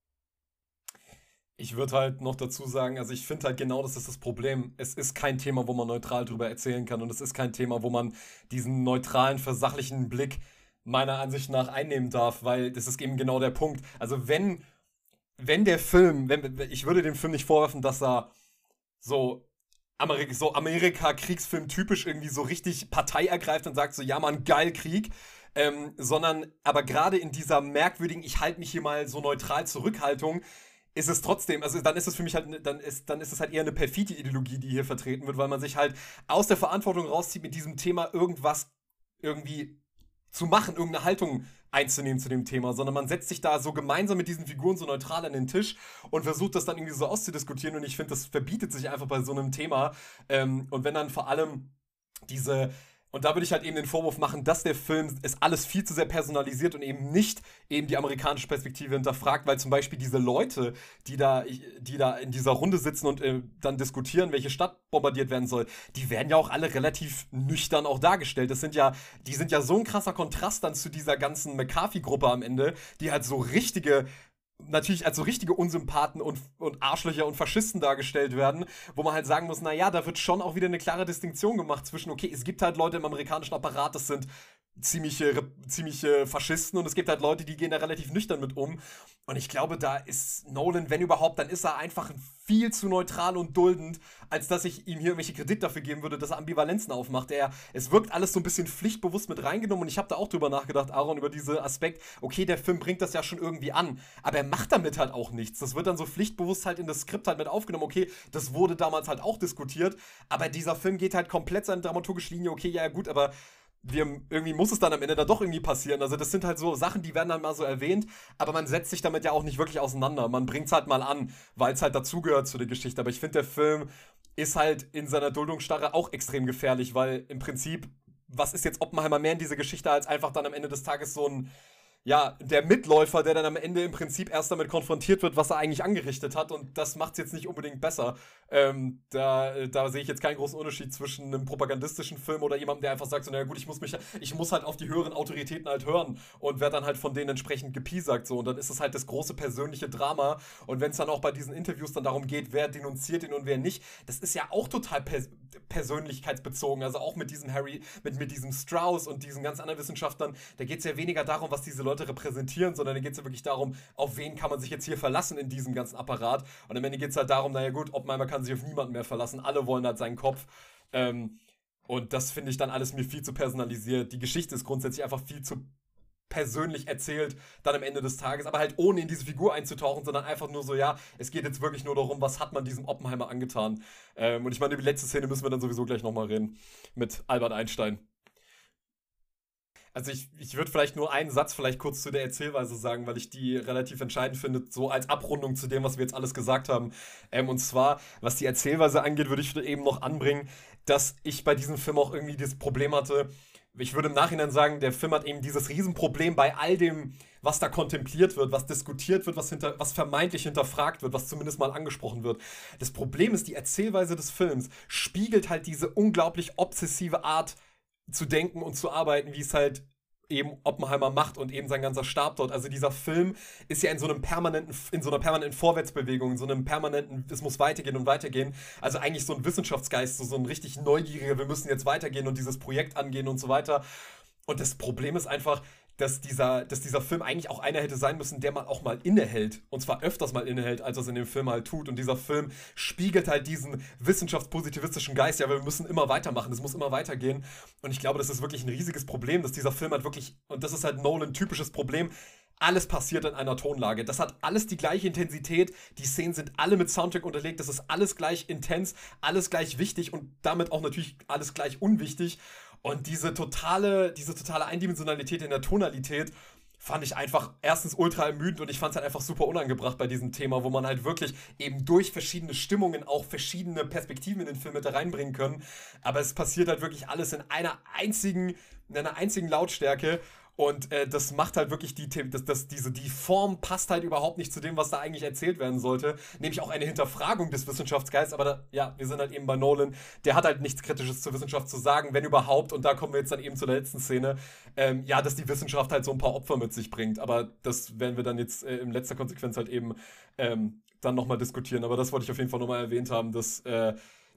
Ich würde halt noch dazu sagen, also ich finde halt genau, das ist das Problem. Es ist kein Thema, wo man neutral drüber erzählen kann und es ist kein Thema, wo man diesen neutralen, versachlichen Blick meiner Ansicht nach einnehmen darf, weil das ist eben genau der Punkt. Also wenn, wenn der Film, wenn, ich würde dem Film nicht vorwerfen, dass er so Amerika, so Amerika-Kriegsfilm typisch irgendwie so richtig Partei ergreift und sagt so, ja man, geil, Krieg, ähm, sondern aber gerade in dieser merkwürdigen, ich halte mich hier mal so neutral Zurückhaltung, ist es trotzdem, also dann ist es für mich halt, dann ist, dann ist es halt eher eine perfide Ideologie, die hier vertreten wird, weil man sich halt aus der Verantwortung rauszieht, mit diesem Thema irgendwas irgendwie zu machen, irgendeine Haltung einzunehmen zu dem Thema, sondern man setzt sich da so gemeinsam mit diesen Figuren so neutral an den Tisch und versucht das dann irgendwie so auszudiskutieren und ich finde, das verbietet sich einfach bei so einem Thema ähm, und wenn dann vor allem diese, und da würde ich halt eben den Vorwurf machen, dass der Film es alles viel zu sehr personalisiert und eben nicht eben die amerikanische Perspektive hinterfragt, weil zum Beispiel diese Leute, die da, die da in dieser Runde sitzen und äh, dann diskutieren, welche Stadt bombardiert werden soll, die werden ja auch alle relativ nüchtern auch dargestellt. Das sind ja, die sind ja so ein krasser Kontrast dann zu dieser ganzen McCarthy-Gruppe am Ende, die halt so richtige natürlich als so richtige Unsympathen und, und Arschlöcher und Faschisten dargestellt werden, wo man halt sagen muss, naja, da wird schon auch wieder eine klare Distinktion gemacht zwischen, okay, es gibt halt Leute im amerikanischen Apparat, das sind ziemliche, ziemliche Faschisten und es gibt halt Leute, die gehen da relativ nüchtern mit um. Und ich glaube, da ist Nolan, wenn überhaupt, dann ist er einfach viel zu neutral und duldend, als dass ich ihm hier irgendwelche Kredit dafür geben würde, dass er Ambivalenzen aufmacht. Er, es wirkt alles so ein bisschen pflichtbewusst mit reingenommen und ich habe da auch drüber nachgedacht, Aaron, über diesen Aspekt, okay, der Film bringt das ja schon irgendwie an, aber er macht damit halt auch nichts. Das wird dann so pflichtbewusst halt in das Skript halt mit aufgenommen, okay, das wurde damals halt auch diskutiert, aber dieser Film geht halt komplett seine dramaturgische Linie, okay, ja gut, aber wir, irgendwie muss es dann am Ende dann doch irgendwie passieren. Also das sind halt so Sachen, die werden dann mal so erwähnt, aber man setzt sich damit ja auch nicht wirklich auseinander. Man bringt es halt mal an, weil es halt dazugehört zu der Geschichte. Aber ich finde, der Film ist halt in seiner Duldungsstarre auch extrem gefährlich, weil im Prinzip, was ist jetzt Oppenheimer mehr in dieser Geschichte als einfach dann am Ende des Tages so ein, ja, der Mitläufer, der dann am Ende im Prinzip erst damit konfrontiert wird, was er eigentlich angerichtet hat und das macht es jetzt nicht unbedingt besser. Ähm, da, da sehe ich jetzt keinen großen Unterschied zwischen einem propagandistischen Film oder jemandem, der einfach sagt, so, naja gut, ich muss mich, ich muss halt auf die höheren Autoritäten halt hören und werde dann halt von denen entsprechend gepiesackt, so, und dann ist es halt das große persönliche Drama und wenn es dann auch bei diesen Interviews dann darum geht, wer denunziert ihn und wer nicht, das ist ja auch total pers- persönlichkeitsbezogen, also auch mit diesem Harry, mit, mit diesem Strauss und diesen ganz anderen Wissenschaftlern, da geht es ja weniger darum, was diese Leute repräsentieren, sondern da geht es ja wirklich darum, auf wen kann man sich jetzt hier verlassen in diesem ganzen Apparat. Und am Ende geht es halt darum, naja gut, Oppenheimer kann sich auf niemanden mehr verlassen, alle wollen halt seinen Kopf. Ähm, und das finde ich dann alles mir viel zu personalisiert. Die Geschichte ist grundsätzlich einfach viel zu persönlich erzählt, dann am Ende des Tages, aber halt ohne in diese Figur einzutauchen, sondern einfach nur so, ja, es geht jetzt wirklich nur darum, was hat man diesem Oppenheimer angetan. Ähm, und ich meine, über die letzte Szene müssen wir dann sowieso gleich nochmal reden, mit Albert Einstein. Also ich, ich würde vielleicht nur einen Satz vielleicht kurz zu der Erzählweise sagen, weil ich die relativ entscheidend finde, so als Abrundung zu dem, was wir jetzt alles gesagt haben. Ähm, und zwar, was die Erzählweise angeht, würde ich eben noch anbringen, dass ich bei diesem Film auch irgendwie das Problem hatte, ich würde im Nachhinein sagen, der Film hat eben dieses Riesenproblem bei all dem, was da kontempliert wird, was diskutiert wird, was, hinter, was vermeintlich hinterfragt wird, was zumindest mal angesprochen wird. Das Problem ist, die Erzählweise des Films spiegelt halt diese unglaublich obsessive Art zu denken und zu arbeiten, wie es halt eben Oppenheimer macht und eben sein ganzer Stab dort. Also dieser Film ist ja in so einem permanenten, in so einer permanenten Vorwärtsbewegung, in so einem permanenten, es muss weitergehen und weitergehen. Also eigentlich so ein Wissenschaftsgeist, so, so ein richtig neugieriger, wir müssen jetzt weitergehen und dieses Projekt angehen und so weiter. Und das Problem ist einfach, dass dieser, dass dieser Film eigentlich auch einer hätte sein müssen, der mal auch mal innehält. Und zwar öfters mal innehält, als er es in dem Film halt tut. Und dieser Film spiegelt halt diesen wissenschaftspositivistischen Geist. Ja, wir müssen immer weitermachen, es muss immer weitergehen. Und ich glaube, das ist wirklich ein riesiges Problem, dass dieser Film halt wirklich, und das ist halt Nolan typisches Problem, alles passiert in einer Tonlage. Das hat alles die gleiche Intensität. Die Szenen sind alle mit Soundtrack unterlegt. Das ist alles gleich intens, alles gleich wichtig und damit auch natürlich alles gleich unwichtig. Und diese totale, diese totale Eindimensionalität in der Tonalität fand ich einfach erstens ultra ermüdend und ich fand es halt einfach super unangebracht bei diesem Thema, wo man halt wirklich eben durch verschiedene Stimmungen auch verschiedene Perspektiven in den Film mit da reinbringen können. Aber es passiert halt wirklich alles in einer einzigen, in einer einzigen Lautstärke. Und äh, das macht halt wirklich die, das, das, diese, die Form passt halt überhaupt nicht zu dem, was da eigentlich erzählt werden sollte. Nämlich auch eine Hinterfragung des Wissenschaftsgeistes. Aber da, ja, wir sind halt eben bei Nolan. Der hat halt nichts Kritisches zur Wissenschaft zu sagen, wenn überhaupt. Und da kommen wir jetzt dann eben zu der letzten Szene. Ähm, ja, dass die Wissenschaft halt so ein paar Opfer mit sich bringt. Aber das werden wir dann jetzt äh, in letzter Konsequenz halt eben ähm, dann nochmal diskutieren. Aber das wollte ich auf jeden Fall nochmal erwähnt haben, dass äh,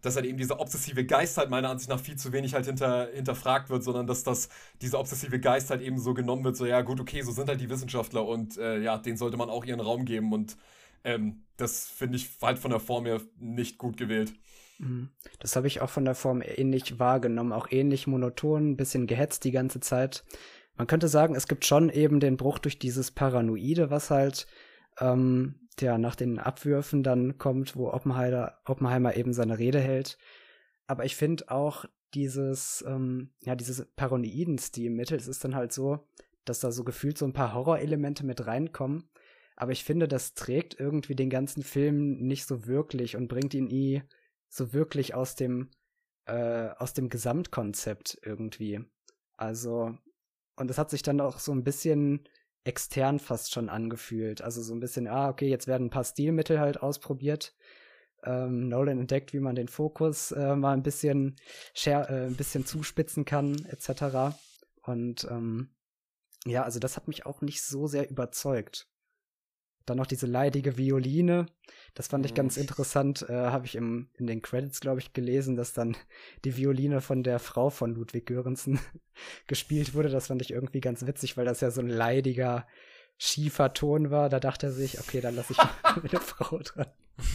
dass halt eben dieser obsessive Geist halt meiner Ansicht nach viel zu wenig halt hinter, hinterfragt wird, sondern dass das, dieser obsessive Geist halt eben so genommen wird, so ja gut, okay, so sind halt die Wissenschaftler und äh, ja, denen sollte man auch ihren Raum geben und ähm, das finde ich halt von der Form her nicht gut gewählt. Das habe ich auch von der Form ähnlich wahrgenommen, auch ähnlich monoton, ein bisschen gehetzt die ganze Zeit. Man könnte sagen, es gibt schon eben den Bruch durch dieses Paranoide, was halt ähm, ja, nach den Abwürfen dann kommt, wo Oppenheimer, Oppenheimer eben seine Rede hält. Aber ich finde auch dieses, ähm, ja, dieses Paranoiden-Stilmittel, es ist dann halt so, dass da so gefühlt so ein paar Horrorelemente mit reinkommen. Aber ich finde, das trägt irgendwie den ganzen Film nicht so wirklich und bringt ihn nie so wirklich aus dem, äh, aus dem Gesamtkonzept irgendwie. Also, und es hat sich dann auch so ein bisschen extern fast schon angefühlt. Also so ein bisschen, ah, okay, jetzt werden ein paar Stilmittel halt ausprobiert. Ähm, Nolan entdeckt, wie man den Fokus äh, mal ein bisschen, schär, äh, ein bisschen zuspitzen kann, et cetera. Und ähm, ja, also das hat mich auch nicht so sehr überzeugt. Dann noch diese leidige Violine, das fand ich ganz interessant, äh, habe ich im, in den Credits, glaube ich, gelesen, dass dann die Violine von der Frau von Ludwig Göransson gespielt wurde. Das fand ich irgendwie ganz witzig, weil das ja so ein leidiger, schiefer Ton war. Da dachte er sich, okay, dann lasse ich mal eine Frau dran.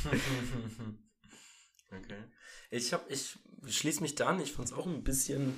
Okay. Ich, hab, ich schließe mich da an, ich fand es auch ein bisschen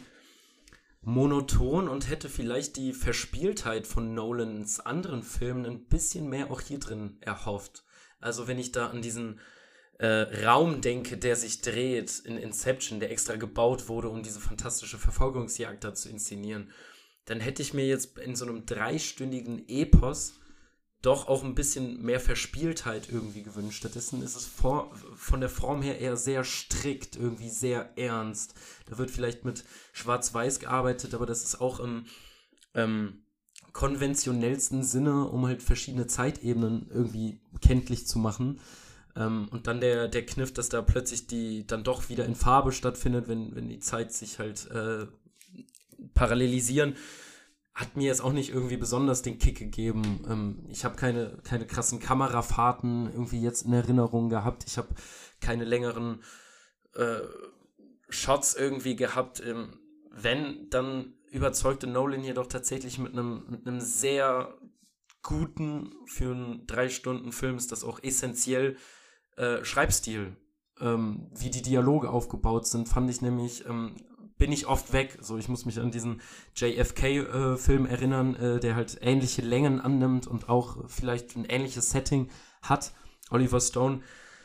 monoton und hätte vielleicht die Verspieltheit von Nolans anderen Filmen ein bisschen mehr auch hier drin erhofft. Also wenn ich da an diesen äh, Raum denke, der sich dreht in Inception, der extra gebaut wurde, um diese fantastische Verfolgungsjagd da zu inszenieren, dann hätte ich mir jetzt in so einem dreistündigen Epos doch auch ein bisschen mehr Verspieltheit irgendwie gewünscht. Stattdessen ist es vor, von der Form her eher sehr strikt, irgendwie sehr ernst. Da wird vielleicht mit Schwarz-Weiß gearbeitet, aber das ist auch im ähm, konventionellsten Sinne, um halt verschiedene Zeitebenen irgendwie kenntlich zu machen. Ähm, und dann der, der Kniff, dass da plötzlich die dann doch wieder in Farbe stattfindet, wenn, wenn die Zeit sich halt äh, parallelisieren, hat mir jetzt auch nicht irgendwie besonders den Kick gegeben. Ähm, ich habe keine, keine krassen Kamerafahrten irgendwie jetzt in Erinnerung gehabt. Ich habe keine längeren äh, Shots irgendwie gehabt. Ähm, wenn, dann überzeugte Nolan jedoch tatsächlich mit einem mit einem sehr guten, für einen drei Stunden Film ist das auch essentiell, äh, Schreibstil. Ähm, wie die Dialoge aufgebaut sind, fand ich nämlich... Ähm, bin ich oft weg. So, ich muss mich an diesen J F K-Film äh, erinnern, äh, der halt ähnliche Längen annimmt und auch vielleicht ein ähnliches Setting hat, Oliver Stone.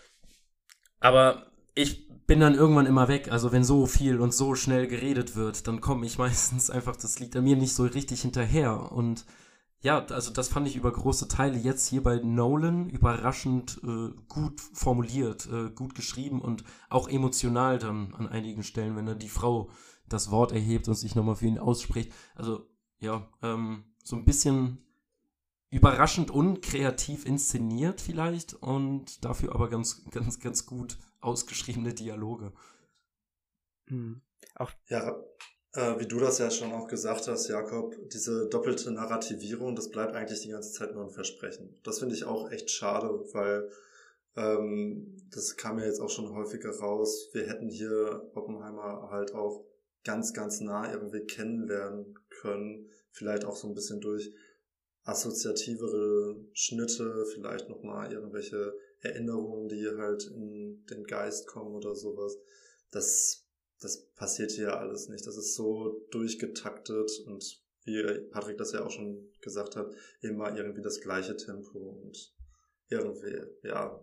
Aber ich bin dann irgendwann immer weg. Also wenn so viel und so schnell geredet wird, dann komme ich meistens einfach, das liegt an mir, nicht so richtig hinterher. Und ja, also das fand ich über große Teile jetzt hier bei Nolan überraschend äh, gut formuliert, äh, gut geschrieben und auch emotional dann an einigen Stellen, wenn dann die Frau das Wort erhebt und sich nochmal für ihn ausspricht. Also ja, ähm, so ein bisschen überraschend unkreativ inszeniert vielleicht und dafür aber ganz, ganz, ganz gut ausgeschriebene Dialoge. Mhm. Auch ja, Äh, wie du das ja schon auch gesagt hast, Jakob, diese doppelte Narrativierung, das bleibt eigentlich die ganze Zeit nur ein Versprechen. Das finde ich auch echt schade, weil ähm, das kam ja jetzt auch schon häufiger raus. Wir hätten hier Oppenheimer halt auch ganz, ganz nah irgendwie kennenlernen können. Vielleicht auch so ein bisschen durch assoziativere Schnitte, vielleicht nochmal irgendwelche Erinnerungen, die halt in den Geist kommen oder sowas. Das Das passiert hier alles nicht. Das ist so durchgetaktet und wie Patrick das ja auch schon gesagt hat, immer irgendwie das gleiche Tempo und irgendwie, ja,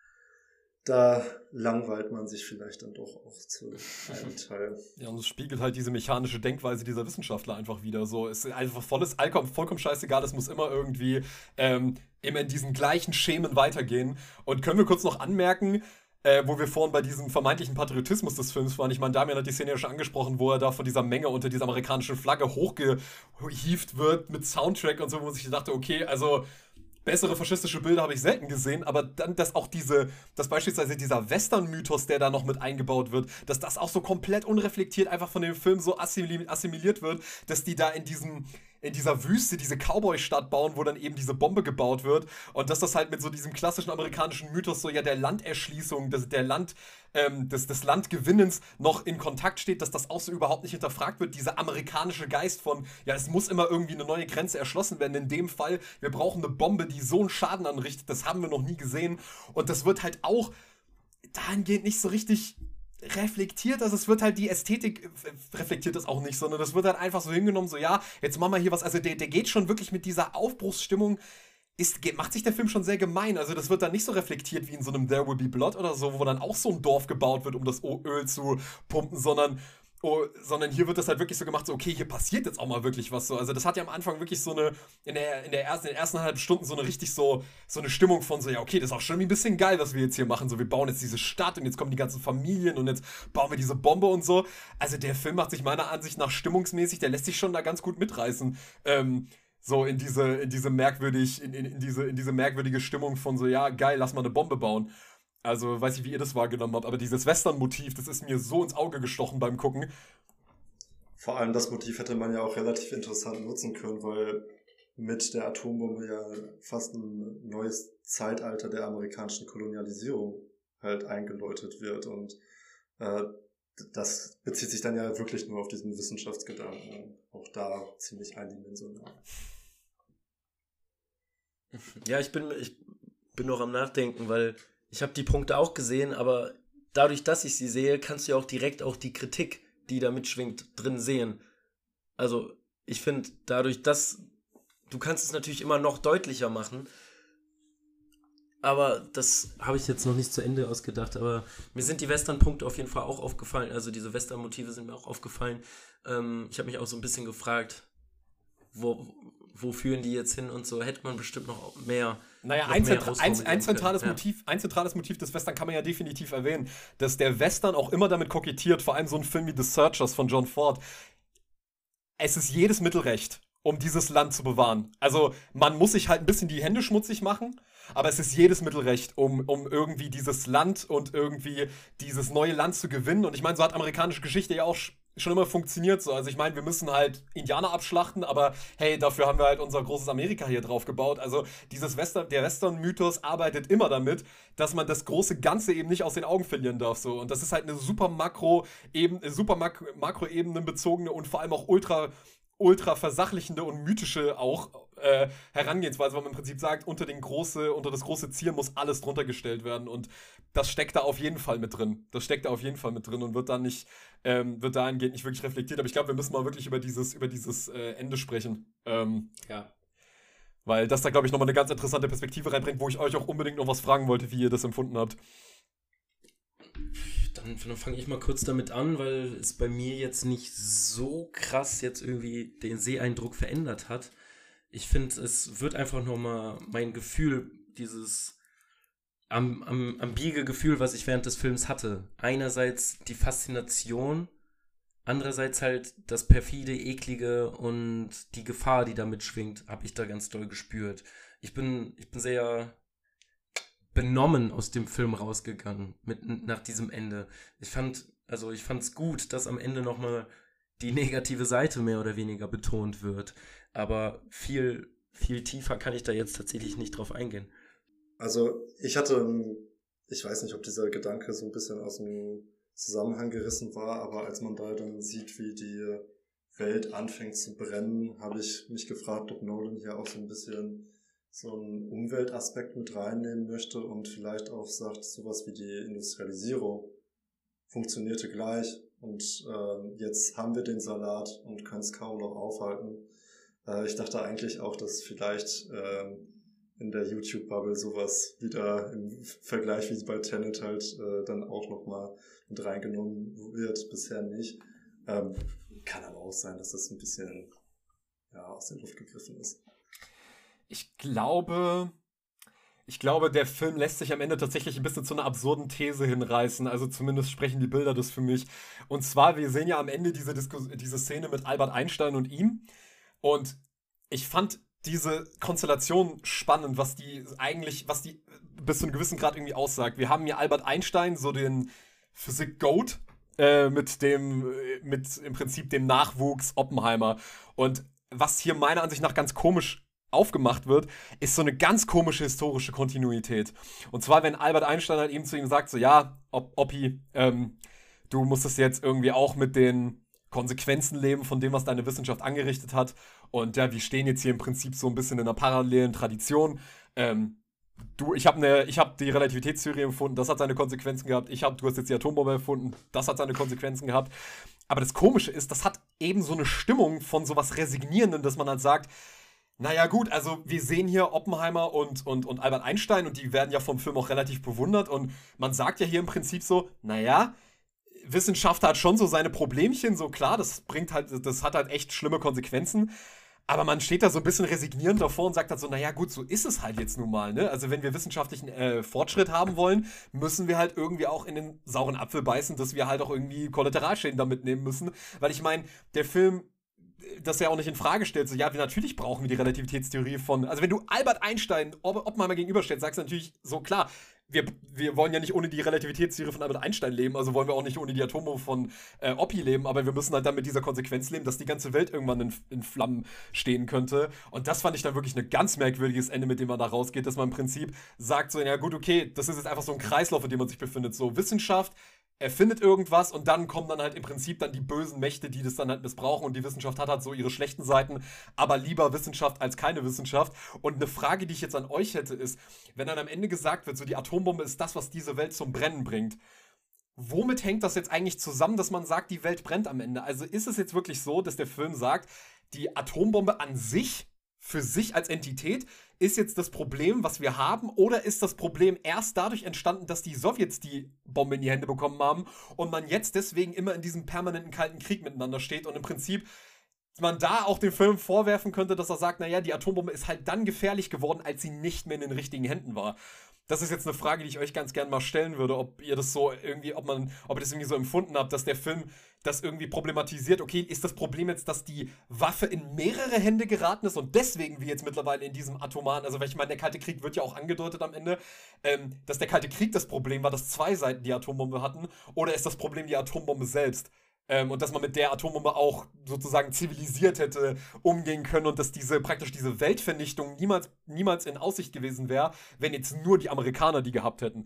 da langweilt man sich vielleicht dann doch auch zu einem Teil. Ja, und es spiegelt halt diese mechanische Denkweise dieser Wissenschaftler einfach wieder. So, es ist einfach volles, vollkommen scheißegal, es muss immer irgendwie ähm, immer in diesen gleichen Schemen weitergehen. Und können wir kurz noch anmerken, Äh, wo wir vorhin bei diesem vermeintlichen Patriotismus des Films waren. Ich meine, Damian hat die Szene ja schon angesprochen, wo er da von dieser Menge unter dieser amerikanischen Flagge hochgehievt wird mit Soundtrack und so, wo man sich dachte, okay, also bessere faschistische Bilder habe ich selten gesehen, aber dann, dass auch diese, dass beispielsweise dieser Western-Mythos, der da noch mit eingebaut wird, dass das auch so komplett unreflektiert einfach von dem Film so assimiliert wird, dass die da in diesem in dieser Wüste diese Cowboy-Stadt bauen, wo dann eben diese Bombe gebaut wird und dass das halt mit so diesem klassischen amerikanischen Mythos so ja der Landerschließung, des, der Land, ähm, des, des Landgewinnens noch in Kontakt steht, dass das auch so überhaupt nicht hinterfragt wird, dieser amerikanische Geist von, ja, es muss immer irgendwie eine neue Grenze erschlossen werden, in dem Fall, wir brauchen eine Bombe, die so einen Schaden anrichtet, das haben wir noch nie gesehen und das wird halt auch dahingehend nicht so richtig reflektiert, also es wird halt die Ästhetik reflektiert das auch nicht, sondern das wird halt einfach so hingenommen, so ja, jetzt machen wir hier was, also der, der geht schon wirklich mit dieser Aufbruchsstimmung, ist, macht sich der Film schon sehr gemein, also das wird dann nicht so reflektiert wie in so einem There Will Be Blood oder so, wo dann auch so ein Dorf gebaut wird, um das Öl zu pumpen, sondern Oh, sondern hier wird das halt wirklich so gemacht, so okay, hier passiert jetzt auch mal wirklich was so. Also das hat ja am Anfang wirklich so eine, in der, in der ersten, in den ersten halben Stunden so eine richtig so, so eine Stimmung von so, ja okay, das ist auch schon ein bisschen geil, was wir jetzt hier machen. So, wir bauen jetzt diese Stadt und jetzt kommen die ganzen Familien und jetzt bauen wir diese Bombe und so. Also der Film macht sich meiner Ansicht nach stimmungsmäßig, der lässt sich schon da ganz gut mitreißen. Ähm, so in diese, in diese merkwürdig, in, in, in diese, in diese merkwürdige Stimmung von so, ja geil, lass mal eine Bombe bauen. Also, weiß ich, wie ihr das wahrgenommen habt, aber dieses Western-Motiv, das ist mir so ins Auge gestochen beim Gucken. Vor allem das Motiv hätte man ja auch relativ interessant nutzen können, weil mit der Atombombe ja fast ein neues Zeitalter der amerikanischen Kolonialisierung halt eingeläutet wird und äh, das bezieht sich dann ja wirklich nur auf diesen Wissenschaftsgedanken. Auch da ziemlich eindimensional. Ja, ich bin, ich bin noch am Nachdenken, weil ich habe die Punkte auch gesehen, aber dadurch, dass ich sie sehe, kannst du ja auch direkt auch die Kritik, die da mitschwingt, drin sehen. Also ich finde, dadurch, dass du kannst es natürlich immer noch deutlicher machen, aber das habe ich jetzt noch nicht zu Ende ausgedacht, aber mir sind die Western-Punkte auf jeden Fall auch aufgefallen, also diese Western-Motive sind mir auch aufgefallen. Ähm, ich habe mich auch so ein bisschen gefragt, wo, wo führen die jetzt hin und so, hätte man bestimmt noch mehr. Naja, noch ein, mehr Zentra- ein, ein, zentrales können. Motiv, ein zentrales Motiv des Western kann man ja definitiv erwähnen, dass der Western auch immer damit kokettiert, vor allem so ein Film wie The Searchers von John Ford. Es ist jedes Mittelrecht, um dieses Land zu bewahren. Also man muss sich halt ein bisschen die Hände schmutzig machen, aber es ist jedes Mittelrecht, um, um irgendwie dieses Land und irgendwie dieses neue Land zu gewinnen. Und ich meine, so hat amerikanische Geschichte ja auch schon immer funktioniert so. Also ich meine, wir müssen halt Indianer abschlachten, aber hey, dafür haben wir halt unser großes Amerika hier drauf gebaut. Also dieses Western, der Western-Mythos arbeitet immer damit, dass man das große Ganze eben nicht aus den Augen verlieren darf. So. Und das ist halt eine super Makro-Ebene, super Mak- Makroebenen bezogene und vor allem auch ultra ultra versachlichende und mythische auch äh, Herangehensweise, weil man im Prinzip sagt, unter den große, unter das große Ziel muss alles drunter gestellt werden und das steckt da auf jeden Fall mit drin. Das steckt da auf jeden Fall mit drin und wird da nicht, ähm, wird dahingehend nicht wirklich reflektiert. Aber ich glaube, wir müssen mal wirklich über dieses, über dieses äh, Ende sprechen. Ähm, Ja. Weil das da, glaube ich, nochmal eine ganz interessante Perspektive reinbringt, wo ich euch auch unbedingt noch was fragen wollte, wie ihr das empfunden habt. Dann, dann fange ich mal kurz damit an, weil es bei mir jetzt nicht so krass jetzt irgendwie den Seeeindruck verändert hat. Ich finde, es wird einfach nochmal mein Gefühl, dieses am, am, ambige Gefühl, was ich während des Films hatte. Einerseits die Faszination, andererseits halt das perfide, eklige und die Gefahr, die da mitschwingt, habe ich da ganz doll gespürt. Ich bin, ich bin sehr benommen aus dem Film rausgegangen mit, nach diesem Ende. Ich fand, also ich fand's gut, dass am Ende nochmal die negative Seite mehr oder weniger betont wird. Aber viel, viel tiefer kann ich da jetzt tatsächlich nicht drauf eingehen. Also ich hatte, ich weiß nicht, ob dieser Gedanke so ein bisschen aus dem Zusammenhang gerissen war, aber als man da dann sieht, wie die Welt anfängt zu brennen, habe ich mich gefragt, ob Nolan hier auch so ein bisschen so einen Umweltaspekt mit reinnehmen möchte und vielleicht auch sagt, sowas wie die Industrialisierung funktionierte gleich und äh, jetzt haben wir den Salat und können es kaum noch aufhalten. Äh, ich dachte eigentlich auch, dass vielleicht äh, in der YouTube-Bubble sowas wieder im Vergleich wie bei Tenet halt äh, dann auch nochmal mit reingenommen wird, bisher nicht. Ähm, kann aber auch sein, dass das ein bisschen ja, aus der Luft gegriffen ist. Ich glaube, ich glaube, der Film lässt sich am Ende tatsächlich ein bisschen zu einer absurden These hinreißen. Also zumindest sprechen die Bilder das für mich. Und zwar, wir sehen ja am Ende diese, Diskus- diese Szene mit Albert Einstein und ihm. Und ich fand diese Konstellation spannend, was die eigentlich, was die bis zu einem gewissen Grad irgendwie aussagt. Wir haben hier Albert Einstein, so den Physik-Goat, äh, mit dem, mit im Prinzip dem Nachwuchs Oppenheimer. Und was hier meiner Ansicht nach ganz komisch aufgemacht wird, ist so eine ganz komische historische Kontinuität. Und zwar, wenn Albert Einstein halt eben zu ihm sagt, so, ja, Op- Oppi, ähm, du musstest jetzt irgendwie auch mit den Konsequenzen leben von dem, was deine Wissenschaft angerichtet hat. Und ja, wir stehen jetzt hier im Prinzip so ein bisschen in einer parallelen Tradition. Ähm, du, ich habe ne, ich hab die Relativitätstheorie empfunden, das hat seine Konsequenzen gehabt. Ich hab, du hast jetzt die Atombombe erfunden, das hat seine Konsequenzen gehabt. Aber das Komische ist, das hat eben so eine Stimmung von sowas Resignierendem, dass man halt sagt, naja gut, also wir sehen hier Oppenheimer und, und, und Albert Einstein und die werden ja vom Film auch relativ bewundert und man sagt ja hier im Prinzip so, naja, Wissenschaft hat schon so seine Problemchen, so klar, das bringt halt, das hat halt echt schlimme Konsequenzen, aber man steht da so ein bisschen resignierend davor und sagt halt so, naja gut, so ist es halt jetzt nun mal, ne? Also wenn wir wissenschaftlichen äh, Fortschritt haben wollen, müssen wir halt irgendwie auch in den sauren Apfel beißen, dass wir halt auch irgendwie Kollateralschäden da mitnehmen müssen, weil ich meine, der Film das ja auch nicht in Frage stellt, so, ja, wir natürlich brauchen wir die Relativitätstheorie von, also wenn du Albert Einstein Oppenheimer gegenüberstellst, sagst du natürlich so, klar, wir, wir wollen ja nicht ohne die Relativitätstheorie von Albert Einstein leben, also wollen wir auch nicht ohne die Atombombe von äh, Oppi leben, aber wir müssen halt dann mit dieser Konsequenz leben, dass die ganze Welt irgendwann in, in Flammen stehen könnte. Und das fand ich dann wirklich ein ganz merkwürdiges Ende, mit dem man da rausgeht, dass man im Prinzip sagt so, ja gut, okay, das ist jetzt einfach so ein Kreislauf, in dem man sich befindet, so Wissenschaft, er findet irgendwas und dann kommen dann halt im Prinzip dann die bösen Mächte, die das dann halt missbrauchen und die Wissenschaft hat halt so ihre schlechten Seiten, aber lieber Wissenschaft als keine Wissenschaft. Und eine Frage, die ich jetzt an euch hätte, ist, wenn dann am Ende gesagt wird, so die Atombombe ist das, was diese Welt zum Brennen bringt, womit hängt das jetzt eigentlich zusammen, dass man sagt, die Welt brennt am Ende? Also ist es jetzt wirklich so, dass der Film sagt, die Atombombe an sich, für sich als Entität, ist jetzt das Problem, was wir haben, oder ist das Problem erst dadurch entstanden, dass die Sowjets die Bombe in die Hände bekommen haben und man jetzt deswegen immer in diesem permanenten kalten Krieg miteinander steht und im Prinzip man da auch dem Film vorwerfen könnte, dass er sagt, naja, die Atombombe ist halt dann gefährlich geworden, als sie nicht mehr in den richtigen Händen war. Das ist jetzt eine Frage, die ich euch ganz gerne mal stellen würde, ob ihr das so irgendwie, ob man, ob ihr das irgendwie so empfunden habt, dass der Film das irgendwie problematisiert. Okay, ist das Problem jetzt, dass die Waffe in mehrere Hände geraten ist und deswegen wir jetzt mittlerweile in diesem atomaren, also weil ich meine, der Kalte Krieg wird ja auch angedeutet am Ende, ähm, dass der Kalte Krieg das Problem war, dass zwei Seiten die Atombombe hatten, oder ist das Problem die Atombombe selbst? Ähm, und dass man mit der Atombombe auch sozusagen zivilisiert hätte umgehen können und dass diese praktisch diese Weltvernichtung niemals, niemals in Aussicht gewesen wäre, wenn jetzt nur die Amerikaner die gehabt hätten.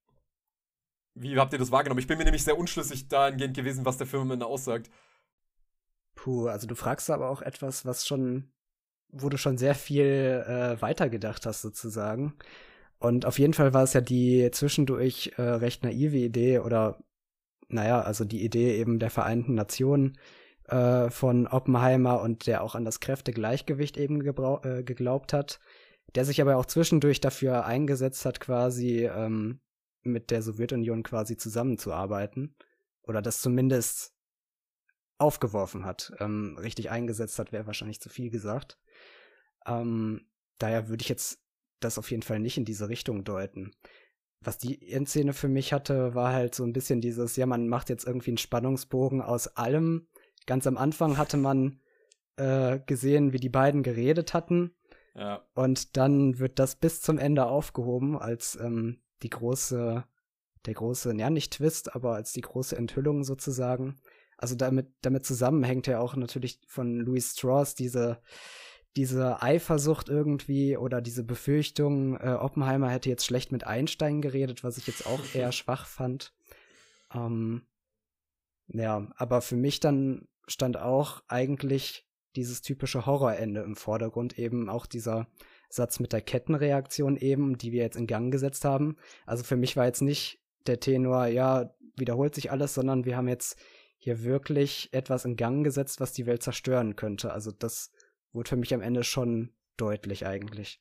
Wie habt ihr das wahrgenommen? Ich bin mir nämlich sehr unschlüssig dahingehend gewesen, was der Film am Ende aussagt. Puh, also du fragst aber auch etwas, was schon, wo du schon sehr viel äh, weitergedacht hast sozusagen. Und auf jeden Fall war es ja die zwischendurch äh, recht naive Idee oder naja, also die Idee eben der Vereinten Nationen äh, von Oppenheimer und der auch an das Kräftegleichgewicht eben gebrau- äh, geglaubt hat, der sich aber auch zwischendurch dafür eingesetzt hat, quasi ähm, mit der Sowjetunion quasi zusammenzuarbeiten oder das zumindest aufgeworfen hat. Ähm, richtig eingesetzt hat, wäre wahrscheinlich zu viel gesagt. Ähm, daher würde ich jetzt das auf jeden Fall nicht in diese Richtung deuten. Was die Endszene für mich hatte, war halt so ein bisschen dieses, ja, man macht jetzt irgendwie einen Spannungsbogen aus allem. Ganz am Anfang hatte man äh, gesehen, wie die beiden geredet hatten. Ja. Und dann wird das bis zum Ende aufgehoben als ähm, die große, der große, ja nicht Twist, aber als die große Enthüllung sozusagen. Also damit, damit zusammenhängt ja auch natürlich von Louis Strauss diese diese Eifersucht irgendwie oder diese Befürchtung, äh, Oppenheimer hätte jetzt schlecht mit Einstein geredet, was ich jetzt auch eher schwach fand. Ähm, ja, aber für mich dann stand auch eigentlich dieses typische Horrorende im Vordergrund, eben auch dieser Satz mit der Kettenreaktion eben, die wir jetzt in Gang gesetzt haben. Also für mich war jetzt nicht der Tenor, ja, wiederholt sich alles, sondern wir haben jetzt hier wirklich etwas in Gang gesetzt, was die Welt zerstören könnte. Also das wurde für mich am Ende schon deutlich eigentlich.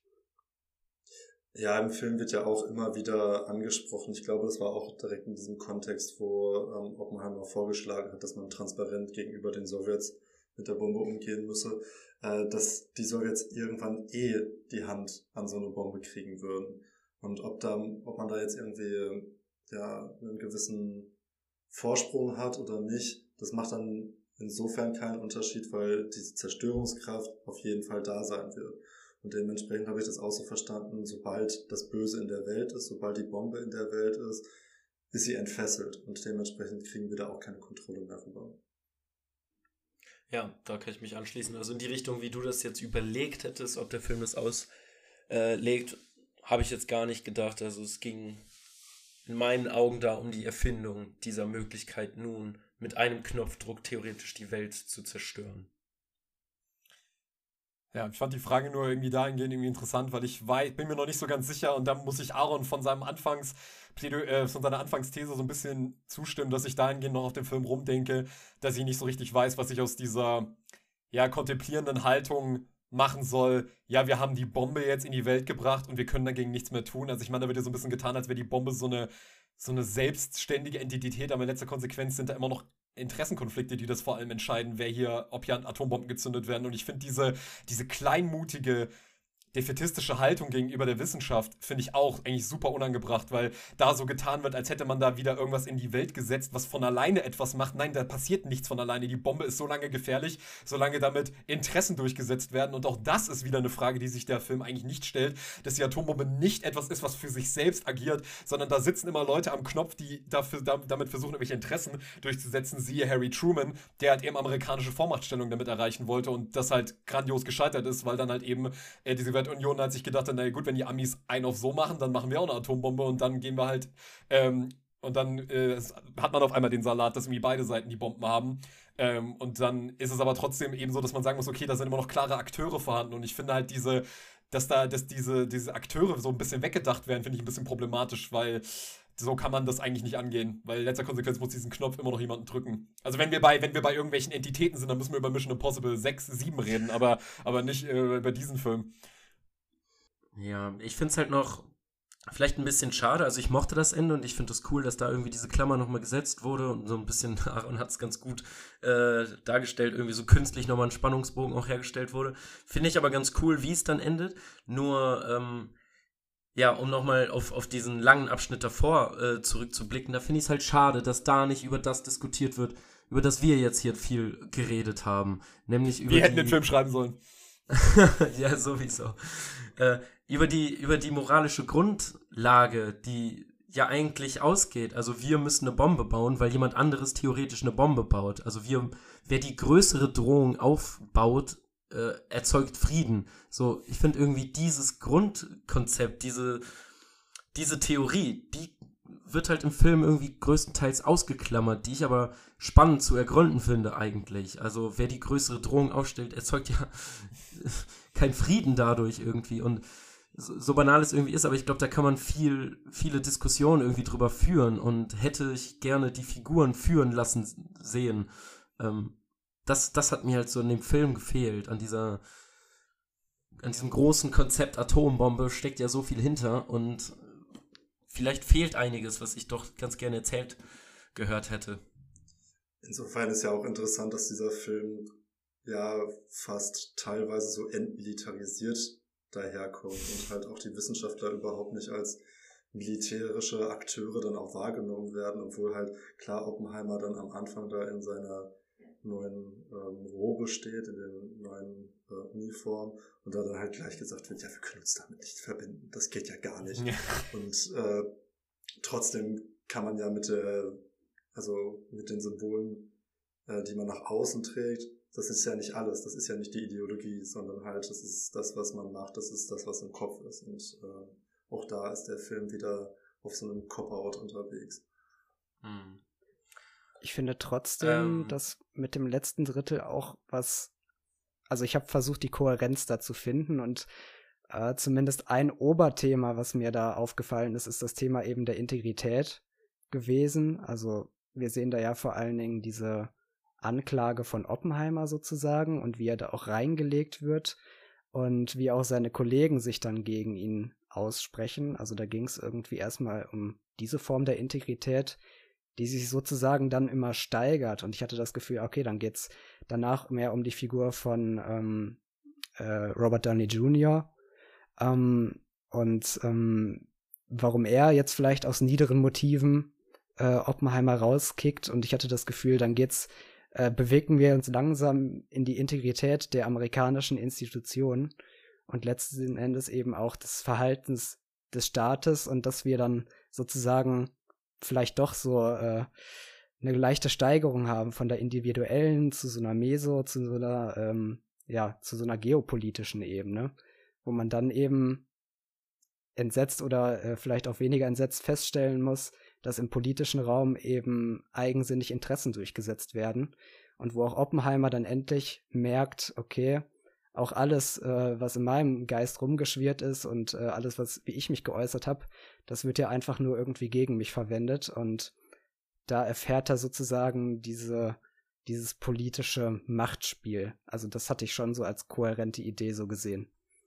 Ja, im Film wird ja auch immer wieder angesprochen. Ich glaube, das war auch direkt in diesem Kontext, wo ähm, Oppenheimer vorgeschlagen hat, dass man transparent gegenüber den Sowjets mit der Bombe umgehen müsse, äh, dass die Sowjets irgendwann eh die Hand an so eine Bombe kriegen würden. Und ob da, ob man da jetzt irgendwie ja einen gewissen Vorsprung hat oder nicht, das macht dann insofern keinen Unterschied, weil diese Zerstörungskraft auf jeden Fall da sein wird. Und dementsprechend habe ich das auch so verstanden, sobald das Böse in der Welt ist, sobald die Bombe in der Welt ist, ist sie entfesselt. Und dementsprechend kriegen wir da auch keine Kontrolle mehr rüber. Ja, da kann ich mich anschließen. Also in die Richtung, wie du das jetzt überlegt hättest, ob der Film das auslegt, habe ich jetzt gar nicht gedacht. Also es ging in meinen Augen da um die Erfindung dieser Möglichkeit, nun mit einem Knopfdruck theoretisch die Welt zu zerstören. Ja, ich fand die Frage nur irgendwie dahingehend irgendwie interessant, weil ich weiß, bin mir noch nicht so ganz sicher und da muss ich Aaron von seinem Anfangs, äh, von seiner Anfangsthese so ein bisschen zustimmen, dass ich dahingehend noch auf den Film rumdenke, dass ich nicht so richtig weiß, was ich aus dieser, ja, kontemplierenden Haltung machen soll. Ja, wir haben die Bombe jetzt in die Welt gebracht und wir können dagegen nichts mehr tun. Also ich meine, da wird ja so ein bisschen getan, als wäre die Bombe so eine, so eine selbstständige Entität, aber in letzter Konsequenz sind da immer noch Interessenkonflikte, die das vor allem entscheiden, wer hier, ob hier Atombomben gezündet werden. Und ich finde diese, diese kleinmutige, defätistische Haltung gegenüber der Wissenschaft finde ich auch eigentlich super unangebracht, weil da so getan wird, als hätte man da wieder irgendwas in die Welt gesetzt, was von alleine etwas macht. Nein, da passiert nichts von alleine. Die Bombe ist so lange gefährlich, solange damit Interessen durchgesetzt werden. Und auch das ist wieder eine Frage, die sich der Film eigentlich nicht stellt, dass die Atombombe nicht etwas ist, was für sich selbst agiert, sondern da sitzen immer Leute am Knopf, die dafür, damit versuchen, irgendwelche Interessen durchzusetzen. Siehe Harry Truman, der halt eben amerikanische Vormachtstellung damit erreichen wollte und das halt grandios gescheitert ist, weil dann halt eben äh, diese Union hat sich gedacht, naja gut, wenn die Amis einen auf so machen, dann machen wir auch eine Atombombe und dann gehen wir halt, ähm, und dann äh, hat man auf einmal den Salat, dass irgendwie beide Seiten die Bomben haben. Ähm, und dann ist es aber trotzdem eben so, dass man sagen muss, okay, da sind immer noch klare Akteure vorhanden und ich finde halt diese, dass da, dass diese, diese Akteure so ein bisschen weggedacht werden, finde ich ein bisschen problematisch, weil so kann man das eigentlich nicht angehen, weil in letzter Konsequenz muss diesen Knopf immer noch jemanden drücken. Also wenn wir bei, wenn wir bei irgendwelchen Entitäten sind, dann müssen wir über Mission Impossible sechs, sieben reden, aber, aber nicht äh, über diesen Film. Ja, ich finde es halt noch vielleicht ein bisschen schade. Also ich mochte das Ende und ich finde es das cool, dass da irgendwie diese Klammer nochmal gesetzt wurde und so ein bisschen, Aaron hat es ganz gut äh, dargestellt, irgendwie so künstlich nochmal ein Spannungsbogen auch hergestellt wurde. Finde ich aber ganz cool, wie es dann endet. Nur, ähm, ja, um nochmal auf, auf diesen langen Abschnitt davor äh, zurückzublicken, da finde ich es halt schade, dass da nicht über das diskutiert wird, über das wir jetzt hier viel geredet haben. Nämlich über Wir hätten die, den Film schreiben sollen. ja, sowieso. Äh, über die, über die moralische Grundlage, die ja eigentlich ausgeht. Also wir müssen eine Bombe bauen, weil jemand anderes theoretisch eine Bombe baut. Also wir, wer die größere Drohung aufbaut, äh, erzeugt Frieden. So, ich finde irgendwie dieses Grundkonzept, diese, diese Theorie, die wird halt im Film irgendwie größtenteils ausgeklammert, die ich aber spannend zu ergründen finde eigentlich. Also wer die größere Drohung aufstellt, erzeugt ja keinen Frieden dadurch irgendwie. Und so, so banal es irgendwie ist, aber ich glaube, da kann man viel, viele Diskussionen irgendwie drüber führen und hätte ich gerne die Figuren führen lassen sehen. Ähm, das, das hat mir halt so in dem Film gefehlt. An dieser, an diesem großen Konzept Atombombe steckt ja so viel hinter und vielleicht fehlt einiges, was ich doch ganz gerne erzählt gehört hätte. Insofern ist ja auch interessant, dass dieser Film ja fast teilweise so entmilitarisiert daherkommt und halt auch die Wissenschaftler überhaupt nicht als militärische Akteure dann auch wahrgenommen werden, obwohl halt klar Oppenheimer dann am Anfang da in seiner neuen ähm, Robe steht, in den neuen äh, Uniform und da dann halt gleich gesagt wird, ja, wir können uns damit nicht verbinden, das geht ja gar nicht. Ja. Und äh, trotzdem kann man ja mit der, also mit den Symbolen, äh, die man nach außen trägt, das ist ja nicht alles, das ist ja nicht die Ideologie, sondern halt, das ist das, was man macht, das ist das, was im Kopf ist. Und äh, auch da ist der Film wieder auf so einem Cop-Out unterwegs. Hm. Ich finde trotzdem, ähm, dass mit dem letzten Drittel auch was, also ich habe versucht, die Kohärenz da zu finden und äh, zumindest ein Oberthema, was mir da aufgefallen ist, ist das Thema eben der Integrität gewesen. Also wir sehen da ja vor allen Dingen diese Anklage von Oppenheimer sozusagen und wie er da auch reingelegt wird und wie auch seine Kollegen sich dann gegen ihn aussprechen. Also da ging es irgendwie erstmal um diese Form der Integrität, die sich sozusagen dann immer steigert. Und ich hatte das Gefühl, okay, dann geht's danach mehr um die Figur von ähm, äh, Robert Downey Junior Ähm, und ähm, warum er jetzt vielleicht aus niederen Motiven äh, Oppenheimer rauskickt. Und ich hatte das Gefühl, dann geht's Äh, bewegen wir uns langsam in die Integrität der amerikanischen Institutionen und letzten Endes eben auch des Verhaltens des Staates und dass wir dann sozusagen vielleicht doch so äh, eine leichte Steigerung haben von der individuellen zu so einer Meso, zu so einer, ähm, ja, zu so einer geopolitischen Ebene, wo man dann eben entsetzt oder äh, vielleicht auch weniger entsetzt feststellen muss, dass im politischen Raum eben eigensinnig Interessen durchgesetzt werden und wo auch Oppenheimer dann endlich merkt, okay, auch alles, äh, was in meinem Geist rumgeschwirrt ist und äh, alles, was wie ich mich geäußert habe, das wird ja einfach nur irgendwie gegen mich verwendet und da erfährt er sozusagen diese, dieses politische Machtspiel. Also das hatte ich schon so als kohärente Idee so gesehen.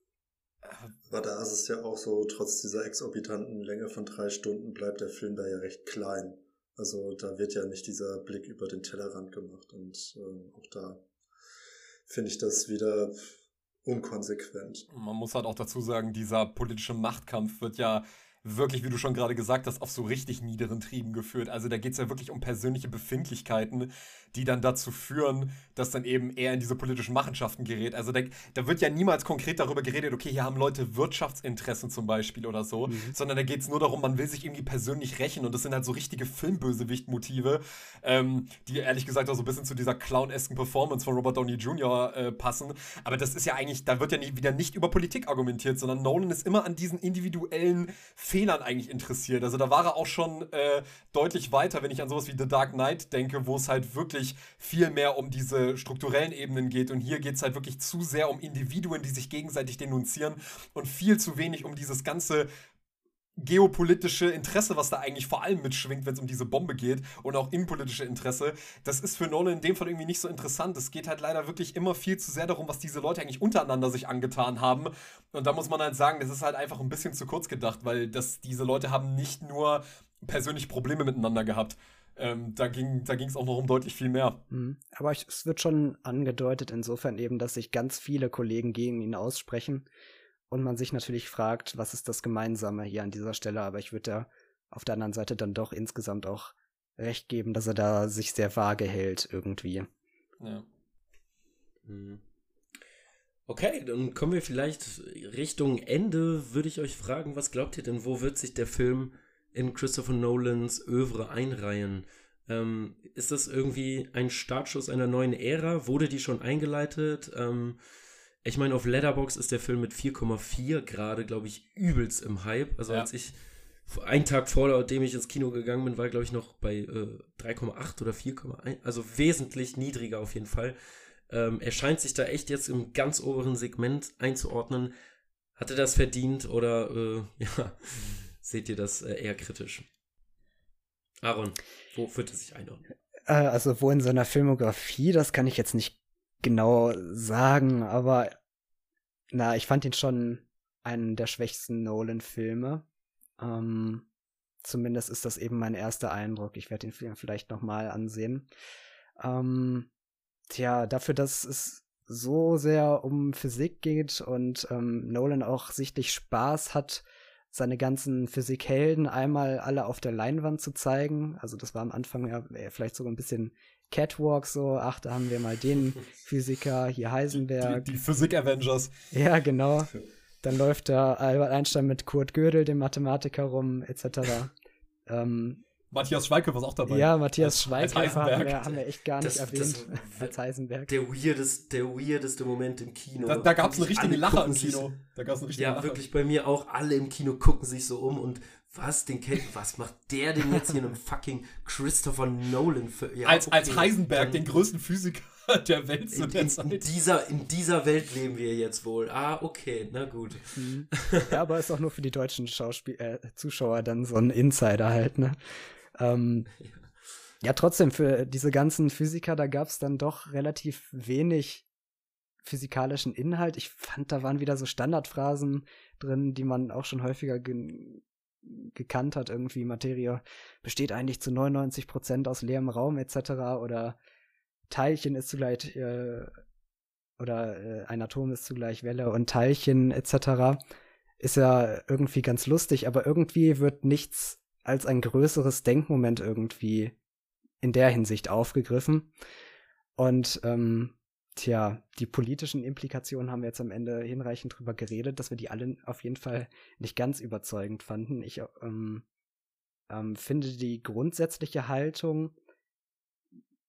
Aber da ist es ja auch so, trotz dieser exorbitanten Länge von drei Stunden bleibt der Film da ja recht klein. Also da wird ja nicht dieser Blick über den Tellerrand gemacht und äh, auch da finde ich das wieder unkonsequent. Man muss halt auch dazu sagen, dieser politische Machtkampf wird ja wirklich, wie du schon gerade gesagt hast, auf so richtig niederen Trieben geführt. Also da geht es ja wirklich um persönliche Befindlichkeiten, die dann dazu führen, dass dann eben er in diese politischen Machenschaften gerät. Also da, da wird ja niemals konkret darüber geredet, okay, hier haben Leute Wirtschaftsinteressen zum Beispiel oder so, mhm. sondern da geht es nur darum, man will sich irgendwie persönlich rächen und das sind halt so richtige Filmbösewicht-Motive, ähm, die ehrlich gesagt auch so ein bisschen zu dieser clownesken Performance von Robert Downey Junior äh, passen. Aber das ist ja eigentlich, da wird ja nie, wieder nicht über Politik argumentiert, sondern Nolan ist immer an diesen individuellen Fehlern eigentlich interessiert. Also da war er auch schon äh, deutlich weiter, wenn ich an sowas wie The Dark Knight denke, wo es halt wirklich viel mehr um diese strukturellen Ebenen geht und hier geht es halt wirklich zu sehr um Individuen, die sich gegenseitig denunzieren und viel zu wenig um dieses ganze geopolitische Interesse, was da eigentlich vor allem mitschwingt, wenn es um diese Bombe geht und auch innenpolitische Interesse. Das ist für Nolan in dem Fall irgendwie nicht so interessant. Es geht halt leider wirklich immer viel zu sehr darum, was diese Leute eigentlich untereinander sich angetan haben. Und da muss man halt sagen, das ist halt einfach ein bisschen zu kurz gedacht, weil das, diese Leute haben nicht nur persönlich Probleme miteinander gehabt. Ähm, da ging da ging es auch noch um deutlich viel mehr. Mhm. Aber ich, es wird schon angedeutet insofern eben, dass sich ganz viele Kollegen gegen ihn aussprechen. Und man sich natürlich fragt, was ist das Gemeinsame hier an dieser Stelle? Aber ich würde da auf der anderen Seite dann doch insgesamt auch recht geben, dass er da sich sehr vage hält irgendwie. Ja. Okay, dann kommen wir vielleicht Richtung Ende. Würde ich euch fragen, was glaubt ihr denn, wo wird sich der Film in Christopher Nolans Œuvre einreihen? Ähm, ist das irgendwie ein Startschuss einer neuen Ära? Wurde die schon eingeleitet? Ähm, Ich meine, auf Letterboxd ist der Film mit vier Komma vier gerade, glaube ich, übelst im Hype. Also ja. als ich, einen Tag vor dem ich ins Kino gegangen bin, war, glaube ich, noch bei äh, drei Komma acht oder vier Komma eins. Also wesentlich niedriger auf jeden Fall. Ähm, er scheint sich da echt jetzt im ganz oberen Segment einzuordnen. Hat er das verdient oder, äh, ja, seht ihr das äh, eher kritisch? Aaron, wo wird er sich einordnen? Äh, also wo in seiner Filmografie, das kann ich jetzt nicht genau sagen, aber na, ich fand ihn schon einen der schwächsten Nolan-Filme. Ähm, zumindest ist das eben mein erster Eindruck. Ich werde ihn vielleicht nochmal ansehen. Ähm, tja, dafür, dass es so sehr um Physik geht und ähm, Nolan auch sichtlich Spaß hat, seine ganzen Physikhelden einmal alle auf der Leinwand zu zeigen. Also das war am Anfang ja vielleicht sogar ein bisschen Catwalk so, ach, da haben wir mal den Physiker, hier Heisenberg. Die, die Physik-Avengers. Ja, genau. Dann läuft da Albert Einstein mit Kurt Gödel, dem Mathematiker, rum, et cetera. ähm, Matthias Schweighöfer ist auch dabei. Ja, Matthias Schweighöfer haben wir, haben wir echt gar nicht das, erwähnt das, als Heisenberg. Der weirdeste, der weirdeste Moment im Kino. Da, da gab es einen richtigen Lacher im sich, Kino. Da gab's einen richtigen ja, Lacher. wirklich bei mir auch. Alle im Kino gucken sich so um und was, den kennt, was macht der denn jetzt hier in einem fucking Christopher Nolan für, ja, als, okay, als Heisenberg, dann, den größten Physiker der Welt zu in, der in, Zeit. In dieser, in dieser Welt leben wir jetzt wohl. Ah, okay, na gut. Mhm. Ja, aber ist auch nur für die deutschen Schauspiel äh, Zuschauer dann so ein Insider halt, ne? Ähm, ja. ja, trotzdem, für diese ganzen Physiker, da gab es dann doch relativ wenig physikalischen Inhalt. Ich fand, da waren wieder so Standardphrasen drin, die man auch schon häufiger ge- gekannt hat. Irgendwie Materie besteht eigentlich zu neunundneunzig Prozent aus leerem Raum et cetera. Oder Teilchen ist zugleich, äh, oder äh, ein Atom ist zugleich Welle und Teilchen et cetera. Ist ja irgendwie ganz lustig, aber irgendwie wird nichts als ein größeres Denkmoment irgendwie in der Hinsicht aufgegriffen. Und ähm, tja, die politischen Implikationen haben wir jetzt am Ende hinreichend drüber geredet, dass wir die alle auf jeden Fall nicht ganz überzeugend fanden. Ich ähm, ähm, finde die grundsätzliche Haltung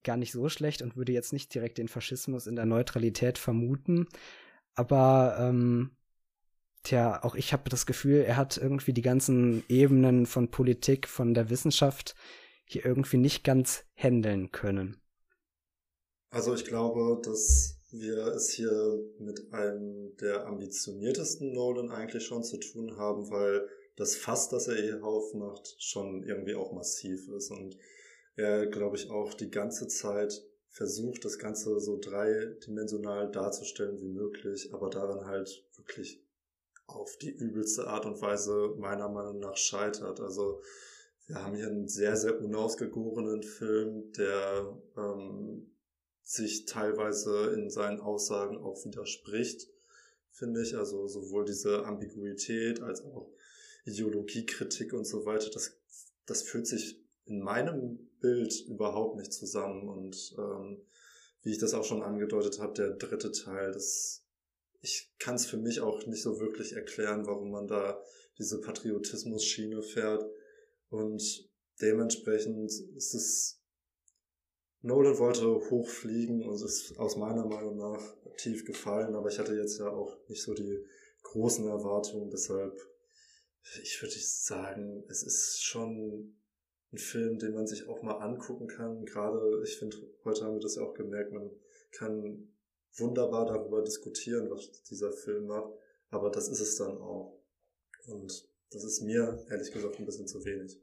gar nicht so schlecht und würde jetzt nicht direkt den Faschismus in der Neutralität vermuten. Aber ähm, tja, auch ich habe das Gefühl, er hat irgendwie die ganzen Ebenen von Politik, von der Wissenschaft hier irgendwie nicht ganz handeln können. Also ich glaube, dass wir es hier mit einem der ambitioniertesten Nolan eigentlich schon zu tun haben, weil das Fass, das er hier aufmacht, schon irgendwie auch massiv ist und er, glaube ich, auch die ganze Zeit versucht, das Ganze so dreidimensional darzustellen wie möglich, aber daran halt wirklich auf die übelste Art und Weise meiner Meinung nach scheitert. Also wir haben hier einen sehr, sehr unausgegorenen Film, der ähm, sich teilweise in seinen Aussagen auch widerspricht, finde ich. Also sowohl diese Ambiguität als auch Ideologiekritik und so weiter, das, das fühlt sich in meinem Bild überhaupt nicht zusammen. Und ähm, wie ich das auch schon angedeutet habe, der dritte Teil, das, ich kann es für mich auch nicht so wirklich erklären, warum man da diese Patriotismus-Schiene fährt. Und dementsprechend ist es, Nolan wollte hochfliegen und es ist aus meiner Meinung nach tief gefallen, aber ich hatte jetzt ja auch nicht so die großen Erwartungen, deshalb, ich würde sagen, es ist schon ein Film, den man sich auch mal angucken kann. Gerade, ich finde, heute haben wir das ja auch gemerkt, man kann wunderbar darüber diskutieren, was dieser Film macht, aber das ist es dann auch. Und das ist mir, ehrlich gesagt, ein bisschen zu wenig.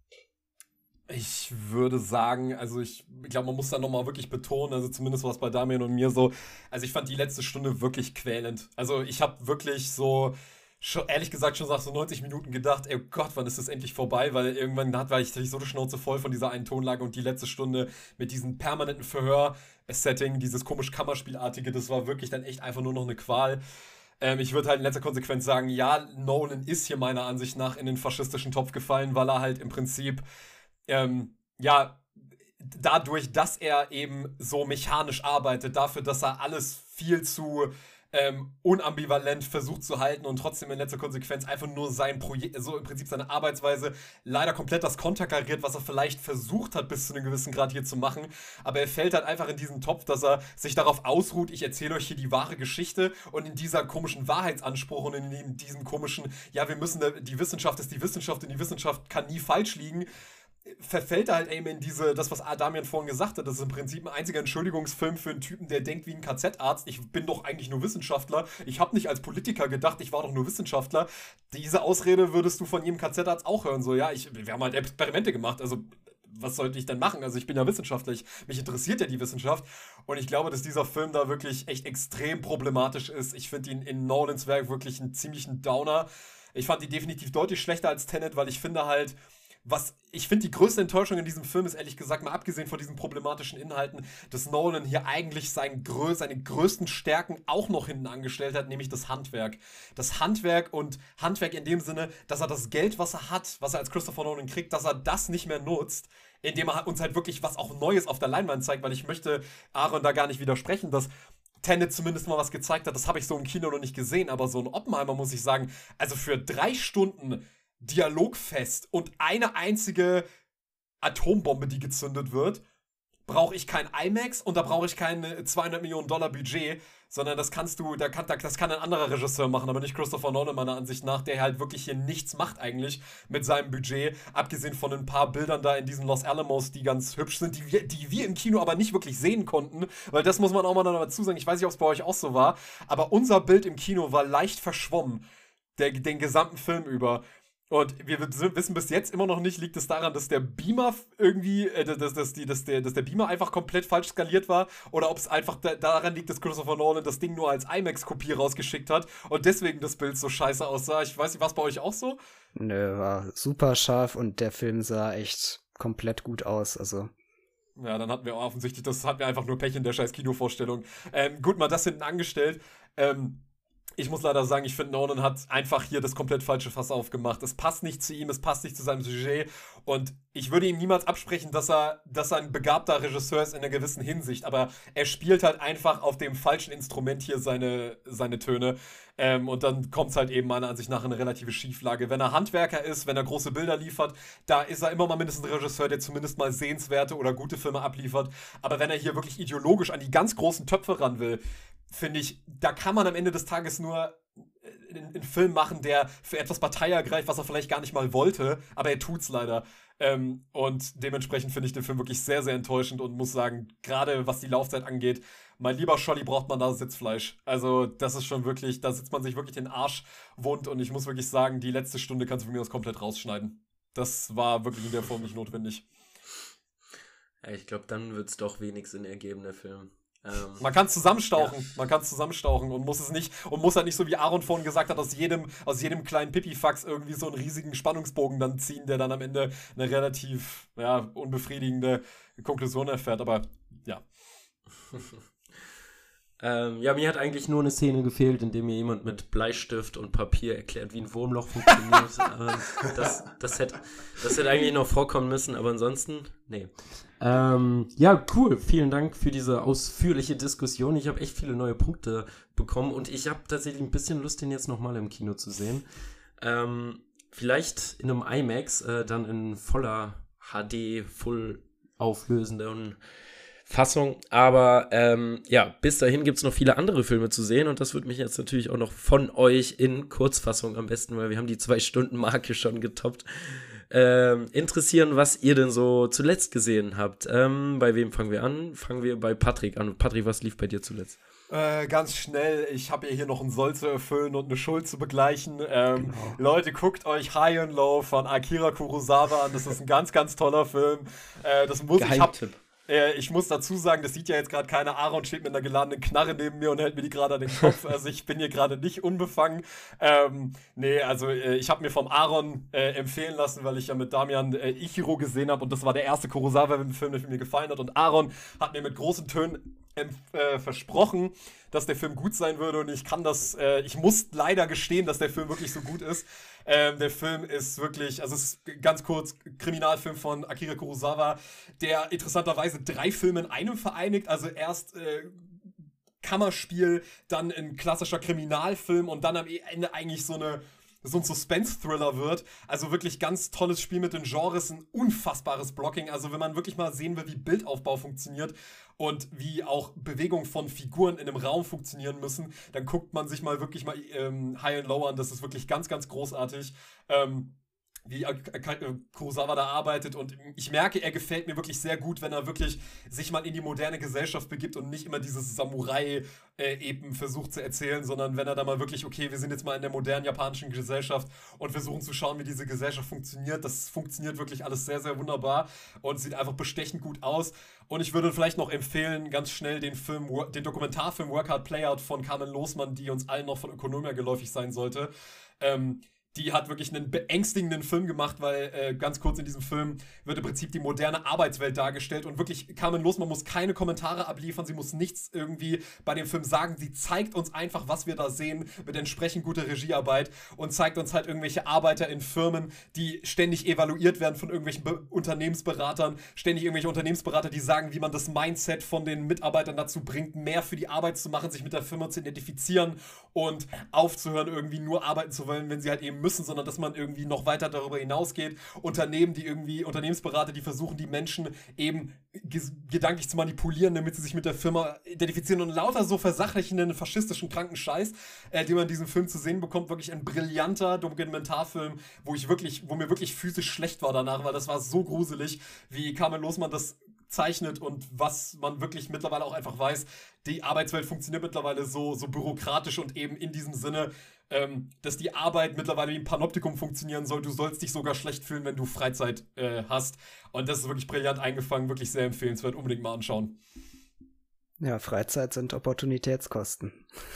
Ich würde sagen, also ich, ich glaube, man muss da nochmal wirklich betonen, also zumindest war es bei Damian und mir so, also ich fand die letzte Stunde wirklich quälend. Also ich habe wirklich so, schon, ehrlich gesagt, schon nach so neunzig Minuten gedacht, ey Gott, wann ist das endlich vorbei? Weil irgendwann hat, war ich so die Schnauze voll von dieser einen Tonlage und die letzte Stunde mit diesem permanenten Verhör-Setting, dieses komisch Kammerspielartige, das war wirklich dann echt einfach nur noch eine Qual. Ähm, ich würde halt in letzter Konsequenz sagen, ja, Nolan ist hier meiner Ansicht nach in den faschistischen Topf gefallen, weil er halt im Prinzip Ähm, ja, dadurch, dass er eben so mechanisch arbeitet, dafür, dass er alles viel zu ähm, unambivalent versucht zu halten und trotzdem in letzter Konsequenz einfach nur sein Projekt, so im Prinzip seine Arbeitsweise leider komplett das konterkariert, was er vielleicht versucht hat, bis zu einem gewissen Grad hier zu machen. Aber er fällt halt einfach in diesen Topf, dass er sich darauf ausruht, ich erzähle euch hier die wahre Geschichte und in dieser komischen Wahrheitsanspruch und in diesem komischen, ja, wir müssen, die Wissenschaft ist die Wissenschaft und die Wissenschaft kann nie falsch liegen, verfällt er halt eben in diese, das, was Damian vorhin gesagt hat, das ist im Prinzip ein einziger Entschuldigungsfilm für einen Typen, der denkt wie ein K Z-Arzt, ich bin doch eigentlich nur Wissenschaftler, ich habe nicht als Politiker gedacht, ich war doch nur Wissenschaftler. Diese Ausrede würdest du von jedem K Z-Arzt auch hören, so, ja, ich, wir haben halt Experimente gemacht, also was sollte ich denn machen? Also ich bin ja Wissenschaftler, ich, mich interessiert ja die Wissenschaft und ich glaube, dass dieser Film da wirklich echt extrem problematisch ist. Ich finde ihn in Nolans Werk wirklich einen ziemlichen Downer. Ich fand ihn definitiv deutlich schlechter als Tenet, weil ich finde halt, Was, ich finde, die größte Enttäuschung in diesem Film ist, ehrlich gesagt, mal abgesehen von diesen problematischen Inhalten, dass Nolan hier eigentlich sein, seine größten Stärken auch noch hinten angestellt hat, nämlich das Handwerk. Das Handwerk und Handwerk in dem Sinne, dass er das Geld, was er hat, was er als Christopher Nolan kriegt, dass er das nicht mehr nutzt, indem er uns halt wirklich was auch Neues auf der Leinwand zeigt, weil ich möchte Aaron da gar nicht widersprechen, dass Tenet zumindest mal was gezeigt hat, das habe ich so im Kino noch nicht gesehen, aber so ein Oppenheimer, muss ich sagen, also für drei Stunden dialogfest und eine einzige Atombombe, die gezündet wird, brauche ich kein IMAX und da brauche ich kein zweihundert Millionen Dollar Budget, sondern das kannst du, da kann, das kann ein anderer Regisseur machen, aber nicht Christopher Nolan meiner Ansicht nach, der halt wirklich hier nichts macht eigentlich mit seinem Budget, abgesehen von ein paar Bildern da in diesen Los Alamos, die ganz hübsch sind, die wir, die wir im Kino aber nicht wirklich sehen konnten, weil das muss man auch mal dazu sagen, ich weiß nicht, ob es bei euch auch so war, aber unser Bild im Kino war leicht verschwommen, der, den gesamten Film über. Und wir wissen bis jetzt immer noch nicht, liegt es daran, dass der Beamer irgendwie, äh, dass, dass, die, dass, der, dass der Beamer einfach komplett falsch skaliert war oder ob es einfach da, daran liegt, dass Christopher Nolan das Ding nur als IMAX-Kopie rausgeschickt hat und deswegen das Bild so scheiße aussah. Ich weiß nicht, war es bei euch auch so? Nö, war super scharf und der Film sah echt komplett gut aus, also. Ja, dann hatten wir offensichtlich, das hatten wir einfach nur Pech in der scheiß Kinovorstellung. Ähm, gut, mal das hinten angestellt. Ähm, ich muss leider sagen, ich finde, Nolan hat einfach hier das komplett falsche Fass aufgemacht. Es passt nicht zu ihm, es passt nicht zu seinem Sujet. Und ich würde ihm niemals absprechen, dass er, dass er ein begabter Regisseur ist in einer gewissen Hinsicht. Aber er spielt halt einfach auf dem falschen Instrument hier seine, seine Töne. Ähm, und dann kommt es halt eben meiner Ansicht nach in eine relative Schieflage. Wenn er Handwerker ist, wenn er große Bilder liefert, da ist er immer mal mindestens ein Regisseur, der zumindest mal sehenswerte oder gute Filme abliefert. Aber wenn er hier wirklich ideologisch an die ganz großen Töpfe ran will, finde ich, da kann man am Ende des Tages nur einen Film machen, der für etwas Partei ergreift, was er vielleicht gar nicht mal wollte, aber er tut's leider. Ähm, und dementsprechend finde ich den Film wirklich sehr, sehr enttäuschend und muss sagen, gerade was die Laufzeit angeht, mein lieber Scholli, braucht man da Sitzfleisch. Also das ist schon wirklich, da sitzt man sich wirklich den Arsch wund und ich muss wirklich sagen, die letzte Stunde kannst du von mir aus komplett rausschneiden. Das war wirklich in der Form nicht notwendig. Ja, ich glaube, dann wird es doch wenig Sinn ergeben, der Film. Ähm, man kann es zusammenstauchen, ja. man kann es zusammenstauchen und muss es nicht, und muss halt nicht so wie Aaron vorhin gesagt hat, aus jedem, aus jedem kleinen Pipifax irgendwie so einen riesigen Spannungsbogen dann ziehen, der dann am Ende eine relativ, ja, unbefriedigende Konklusion erfährt, aber ja. ähm, ja, mir hat eigentlich nur eine Szene gefehlt, in der mir jemand mit Bleistift und Papier erklärt, wie ein Wurmloch funktioniert. ähm, das, das, hätte, das hätte eigentlich noch vorkommen müssen, aber ansonsten, nee. Ähm, ja, cool. Vielen Dank für diese ausführliche Diskussion. Ich habe echt viele neue Punkte bekommen und ich habe tatsächlich ein bisschen Lust, den jetzt nochmal im Kino zu sehen. Ähm, vielleicht in einem IMAX, äh, dann in voller H D, voll auflösenden Fassung. Aber ähm, ja, bis dahin gibt es noch viele andere Filme zu sehen und das würde mich jetzt natürlich auch noch von euch in Kurzfassung am besten, weil wir haben die Zwei-Stunden-Marke schon getoppt, Ähm, interessieren, was ihr denn so zuletzt gesehen habt. Ähm, bei wem fangen wir an? Fangen wir bei Patrick an. Patrick, was lief bei dir zuletzt? Äh, ganz schnell, ich habe ja hier noch einen Soll zu erfüllen und eine Schuld zu begleichen. Ähm, genau. Leute, guckt euch High and Low von Akira Kurosawa an. Das ist ein ganz, ganz toller Film. Äh, das muss ich hab, äh, Ich muss dazu sagen, das sieht ja jetzt gerade keiner. Aaron steht mit einer geladenen Knarre neben mir und hält mir die gerade an den Kopf. Also ich bin hier gerade nicht unbefangen. Ähm, nee, also äh, ich habe mir vom Aaron äh, empfehlen lassen, weil ich ja mit Damian äh, Ichiro gesehen habe und das war der erste Kurosawa-Film, der mir gefallen hat. Und Aaron hat mir mit großen Tönen äh, versprochen, dass der Film gut sein würde und ich kann das, äh, ich muss leider gestehen, dass der Film wirklich so gut ist. Ähm, der Film ist wirklich, also es ist ganz kurz, Kriminalfilm von Akira Kurosawa, der interessanterweise drei Filme in einem vereinigt, also erst äh, Kammerspiel, dann ein klassischer Kriminalfilm und dann am Ende eigentlich so eine so ein Suspense-Thriller wird. Also wirklich ganz tolles Spiel mit den Genres, ein unfassbares Blocking. Also wenn man wirklich mal sehen will, wie Bildaufbau funktioniert und wie auch Bewegungen von Figuren in einem Raum funktionieren müssen, dann guckt man sich mal wirklich mal ähm, High and Low an. Das ist wirklich ganz, ganz großartig. Ähm, wie Kurosawa da arbeitet und ich merke, er gefällt mir wirklich sehr gut, wenn er wirklich sich mal in die moderne Gesellschaft begibt und nicht immer dieses Samurai äh, eben versucht zu erzählen, sondern wenn er da mal wirklich, okay, wir sind jetzt mal in der modernen japanischen Gesellschaft und versuchen zu schauen, wie diese Gesellschaft funktioniert. Das funktioniert wirklich alles sehr, sehr wunderbar und sieht einfach bestechend gut aus. Und ich würde vielleicht noch empfehlen, ganz schnell den Film, den Dokumentarfilm Work Hard, Play Hard von Carmen Losmann, die uns allen noch von Ökonomia geläufig sein sollte. Ähm, Die hat wirklich einen beängstigenden Film gemacht, weil äh, ganz kurz in diesem Film wird im Prinzip die moderne Arbeitswelt dargestellt und wirklich Carmen Losmann muss keine Kommentare abliefern, sie muss nichts irgendwie bei dem Film sagen, sie zeigt uns einfach, was wir da sehen, mit entsprechend guter Regiearbeit und zeigt uns halt irgendwelche Arbeiter in Firmen, die ständig evaluiert werden von irgendwelchen Be- Unternehmensberatern, ständig irgendwelche Unternehmensberater, die sagen, wie man das Mindset von den Mitarbeitern dazu bringt, mehr für die Arbeit zu machen, sich mit der Firma zu identifizieren und aufzuhören, irgendwie nur arbeiten zu wollen, wenn sie halt eben müssen, sondern dass man irgendwie noch weiter darüber hinausgeht. Unternehmen, die irgendwie, Unternehmensberater, die versuchen, die Menschen eben ges- gedanklich zu manipulieren, damit sie sich mit der Firma identifizieren und lauter so versachlichenden, faschistischen, kranken Scheiß, äh, den man in diesem Film zu sehen bekommt. Wirklich ein brillanter Dokumentarfilm, wo ich wirklich, wo mir wirklich physisch schlecht war danach, weil das war so gruselig, wie Carmen Losmann das zeichnet und was man wirklich mittlerweile auch einfach weiß, die Arbeitswelt funktioniert mittlerweile so, so bürokratisch und eben in diesem Sinne, ähm, dass die Arbeit mittlerweile wie ein Panoptikum funktionieren soll. Du sollst dich sogar schlecht fühlen, wenn du Freizeit äh, hast. Und das ist wirklich brillant eingefangen, wirklich sehr empfehlenswert, unbedingt mal anschauen. Ja, Freizeit sind Opportunitätskosten.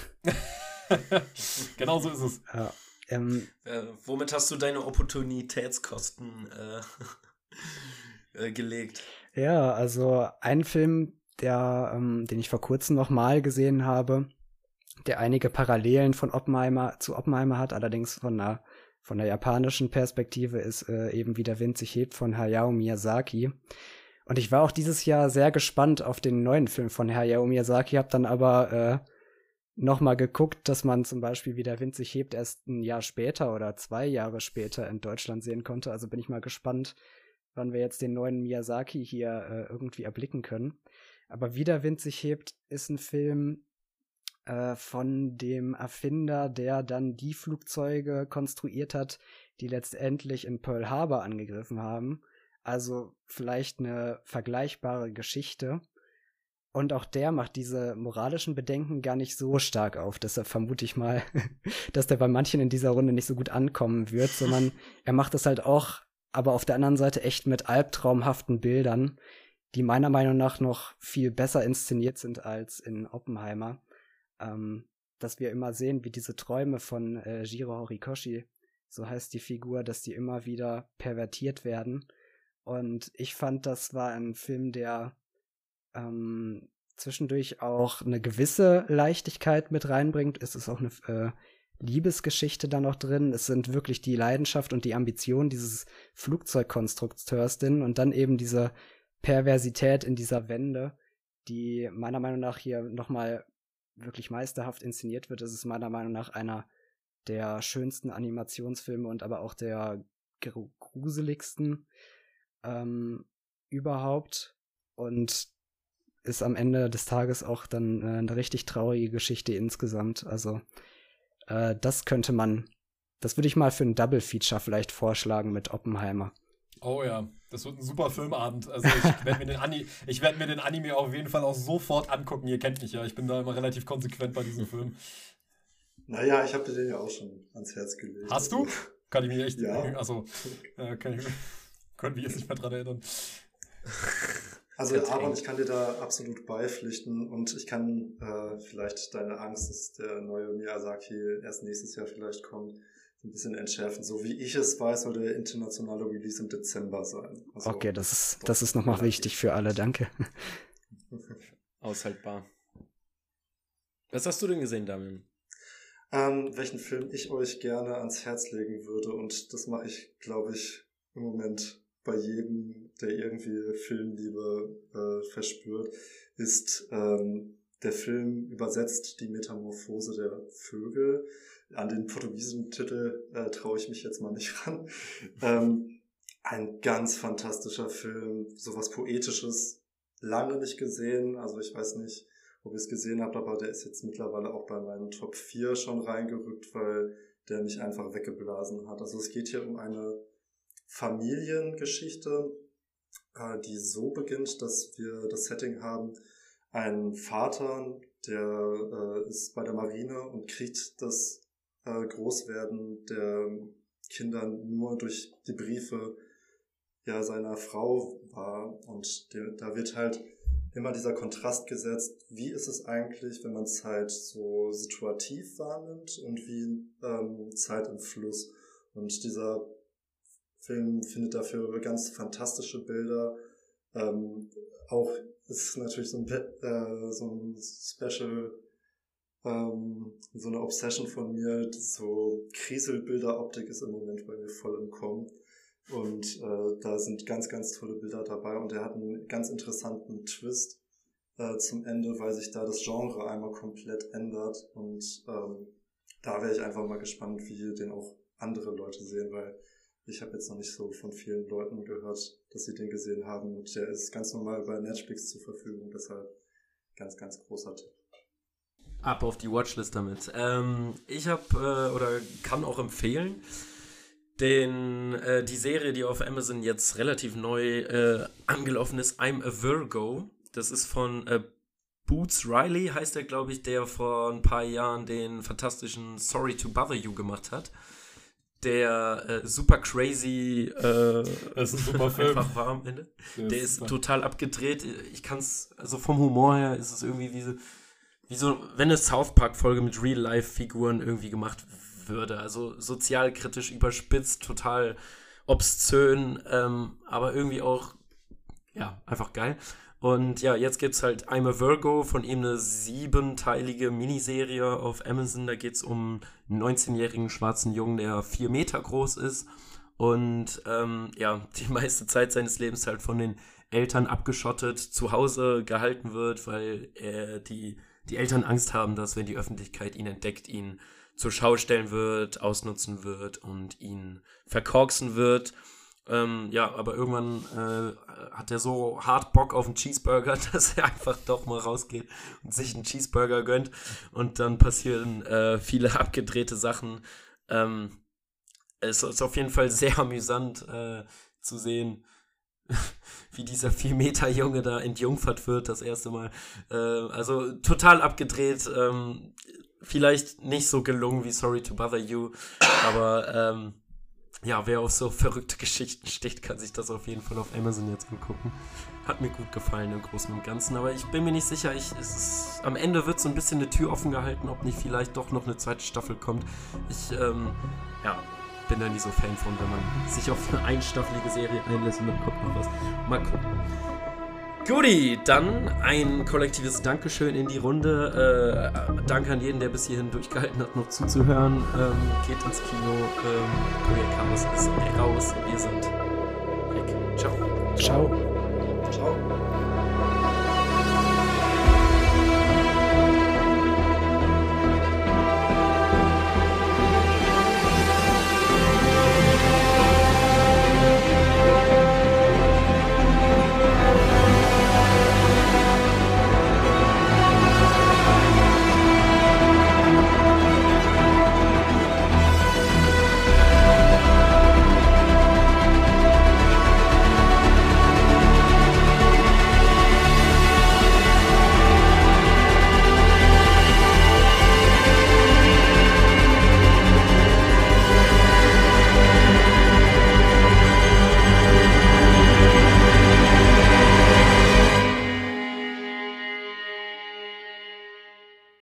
Genau so ist es. Ja, ähm, äh, womit hast du deine Opportunitätskosten äh, äh, gelegt? Ja, also ein Film, der, ähm, den ich vor kurzem noch mal gesehen habe, der einige Parallelen von Oppenheimer zu Oppenheimer hat, allerdings von einer, von der japanischen Perspektive ist äh, eben Wie der Wind sich hebt von Hayao Miyazaki. Und ich war auch dieses Jahr sehr gespannt auf den neuen Film von Hayao Miyazaki, hab dann aber äh, nochmal geguckt, dass man zum Beispiel Wie der Wind sich hebt erst ein Jahr später oder zwei Jahre später in Deutschland sehen konnte. Also bin ich mal gespannt, wann wir jetzt den neuen Miyazaki hier äh, irgendwie erblicken können. Aber Wie der Wind sich hebt ist ein Film äh, von dem Erfinder, der dann die Flugzeuge konstruiert hat, die letztendlich in Pearl Harbor angegriffen haben. Also vielleicht eine vergleichbare Geschichte. Und auch der macht diese moralischen Bedenken gar nicht so stark auf. Deshalb vermute ich mal, dass der bei manchen in dieser Runde nicht so gut ankommen wird, sondern er macht das halt auch, aber auf der anderen Seite echt mit albtraumhaften Bildern, die meiner Meinung nach noch viel besser inszeniert sind als in Oppenheimer. Ähm, dass wir immer sehen, wie diese Träume von äh, Jiro Horikoshi, so heißt die Figur, dass die immer wieder pervertiert werden. Und ich fand, das war ein Film, der ähm, zwischendurch auch eine gewisse Leichtigkeit mit reinbringt. Es ist auch eine äh, Liebesgeschichte da noch drin. Es sind wirklich die Leidenschaft und die Ambition dieses Flugzeugkonstrukteurs drin und dann eben diese Perversität in dieser Wende, die meiner Meinung nach hier nochmal wirklich meisterhaft inszeniert wird. Es ist meiner Meinung nach einer der schönsten Animationsfilme und aber auch der gru- gruseligsten ähm, überhaupt und ist am Ende des Tages auch dann äh, eine richtig traurige Geschichte insgesamt. Also äh, das könnte man, das würde ich mal für ein Double-Feature vielleicht vorschlagen mit Oppenheimer. Oh ja, das wird ein super Filmabend. Also ich werde mir, den Ani- ich werd mir den Anime auf jeden Fall auch sofort angucken. Ihr kennt mich ja, ich bin da immer relativ konsequent bei diesem Film. Naja, ich habe dir den ja auch schon ans Herz gelegt. Hast du? Also. Kann ich mich echt... Ja. Also, äh, kann ich, konnte mich jetzt nicht mehr dran erinnern. Also Aaron, ich kann dir da absolut beipflichten und ich kann äh, vielleicht deine Angst, dass der neue Miyazaki erst nächstes Jahr vielleicht kommt, ein bisschen entschärfen. So wie ich es weiß, soll der internationale Release im Dezember sein. Also, okay, das ist, das ist nochmal wichtig für alle, danke. Aushaltbar. Was hast du denn gesehen, Damian? Ähm, welchen Film ich euch gerne ans Herz legen würde, und das mache ich, glaube ich, im Moment bei jedem, der irgendwie Filmliebe äh, verspürt, ist ähm, der Film übersetzt Die Metamorphose der Vögel. An den portugiesischen Titel äh, traue ich mich jetzt mal nicht ran. Ähm, ein ganz fantastischer Film, sowas Poetisches, lange nicht gesehen, also ich weiß nicht, ob ihr es gesehen habt, aber der ist jetzt mittlerweile auch bei meinen Top vier schon reingerückt, weil der mich einfach weggeblasen hat. Also es geht hier um eine Familiengeschichte, äh, die so beginnt, dass wir das Setting haben, ein Vater, der äh, ist bei der Marine und kriegt das äh, Großwerden der Kinder nur durch die Briefe ja seiner Frau wahr, und der, da wird halt immer dieser Kontrast gesetzt, wie ist es eigentlich, wenn man Zeit so situativ wahrnimmt und wie ähm, Zeit im Fluss. Und dieser Film findet dafür ganz fantastische Bilder. Ähm, auch ist natürlich so ein, äh, so ein Special, ähm, so eine Obsession von mir. So Kriselbilder-Optik ist im Moment bei mir voll im Kommen. Und äh, da sind ganz, ganz tolle Bilder dabei. Und er hat einen ganz interessanten Twist äh, zum Ende, weil sich da das Genre einmal komplett ändert. Und ähm, da wäre ich einfach mal gespannt, wie den auch andere Leute sehen, weil ich habe jetzt noch nicht so von vielen Leuten gehört, dass sie den gesehen haben. Und der ist ganz normal bei Netflix zur Verfügung. Deshalb ganz, ganz großer Tipp. Ab auf die Watchlist damit. Ähm, ich habe äh, oder kann auch empfehlen, den, äh, die Serie, die auf Amazon jetzt relativ neu äh, angelaufen ist, I'm a Virgo. Das ist von äh, Boots Riley, heißt er, glaube ich, der vor ein paar Jahren den fantastischen Sorry to Bother You gemacht hat. Der äh, super crazy äh, das ist ein super Film. einfach war am Ende. Der, der ist, ist super. total abgedreht. Ich kann es, also vom Humor her ist es irgendwie wie so, wie so wenn eine South Park-Folge mit Real-Life-Figuren irgendwie gemacht würde. Also sozialkritisch überspitzt, total obszön, ähm, aber irgendwie auch, ja, einfach geil. Und ja, jetzt gibt's halt I'm a Virgo, von ihm eine siebenteilige Miniserie auf Amazon. Da geht's um einen neunzehnjährigen schwarzen Jungen, der vier Meter groß ist und ähm, ja, die meiste Zeit seines Lebens halt von den Eltern abgeschottet zu Hause gehalten wird, weil er die, die Eltern Angst haben, dass, wenn die Öffentlichkeit ihn entdeckt, ihn zur Schau stellen wird, ausnutzen wird und ihn verkorksen wird. Ähm, ja, aber irgendwann äh, hat er so hart Bock auf einen Cheeseburger, dass er einfach doch mal rausgeht und sich einen Cheeseburger gönnt. Und dann passieren äh, viele abgedrehte Sachen. Ähm, es ist auf jeden Fall sehr amüsant äh, zu sehen, wie dieser vier Meter Junge da entjungfert wird, das erste Mal. Äh, also total abgedreht. Ähm, vielleicht nicht so gelungen wie Sorry to Bother You, aber ähm, ja, wer auf so verrückte Geschichten steht, kann sich das auf jeden Fall auf Amazon jetzt angucken. Hat mir gut gefallen im Großen und Ganzen, aber ich bin mir nicht sicher, ich, es ist, am Ende wird so ein bisschen eine Tür offen gehalten, ob nicht vielleicht doch noch eine zweite Staffel kommt. Ich, ähm, ja, bin da nie so Fan von, wenn man sich auf eine einstaffelige Serie einlässt und dann kommt noch was. Mal gucken. Guti, dann ein kollektives Dankeschön in die Runde. Äh, danke an jeden, der bis hierhin durchgehalten hat, noch zuzuhören. Ähm, geht ins Kino. Ähm, Projekt Chaos ist raus. Wir sind weg. Ciao. Ciao. Ciao.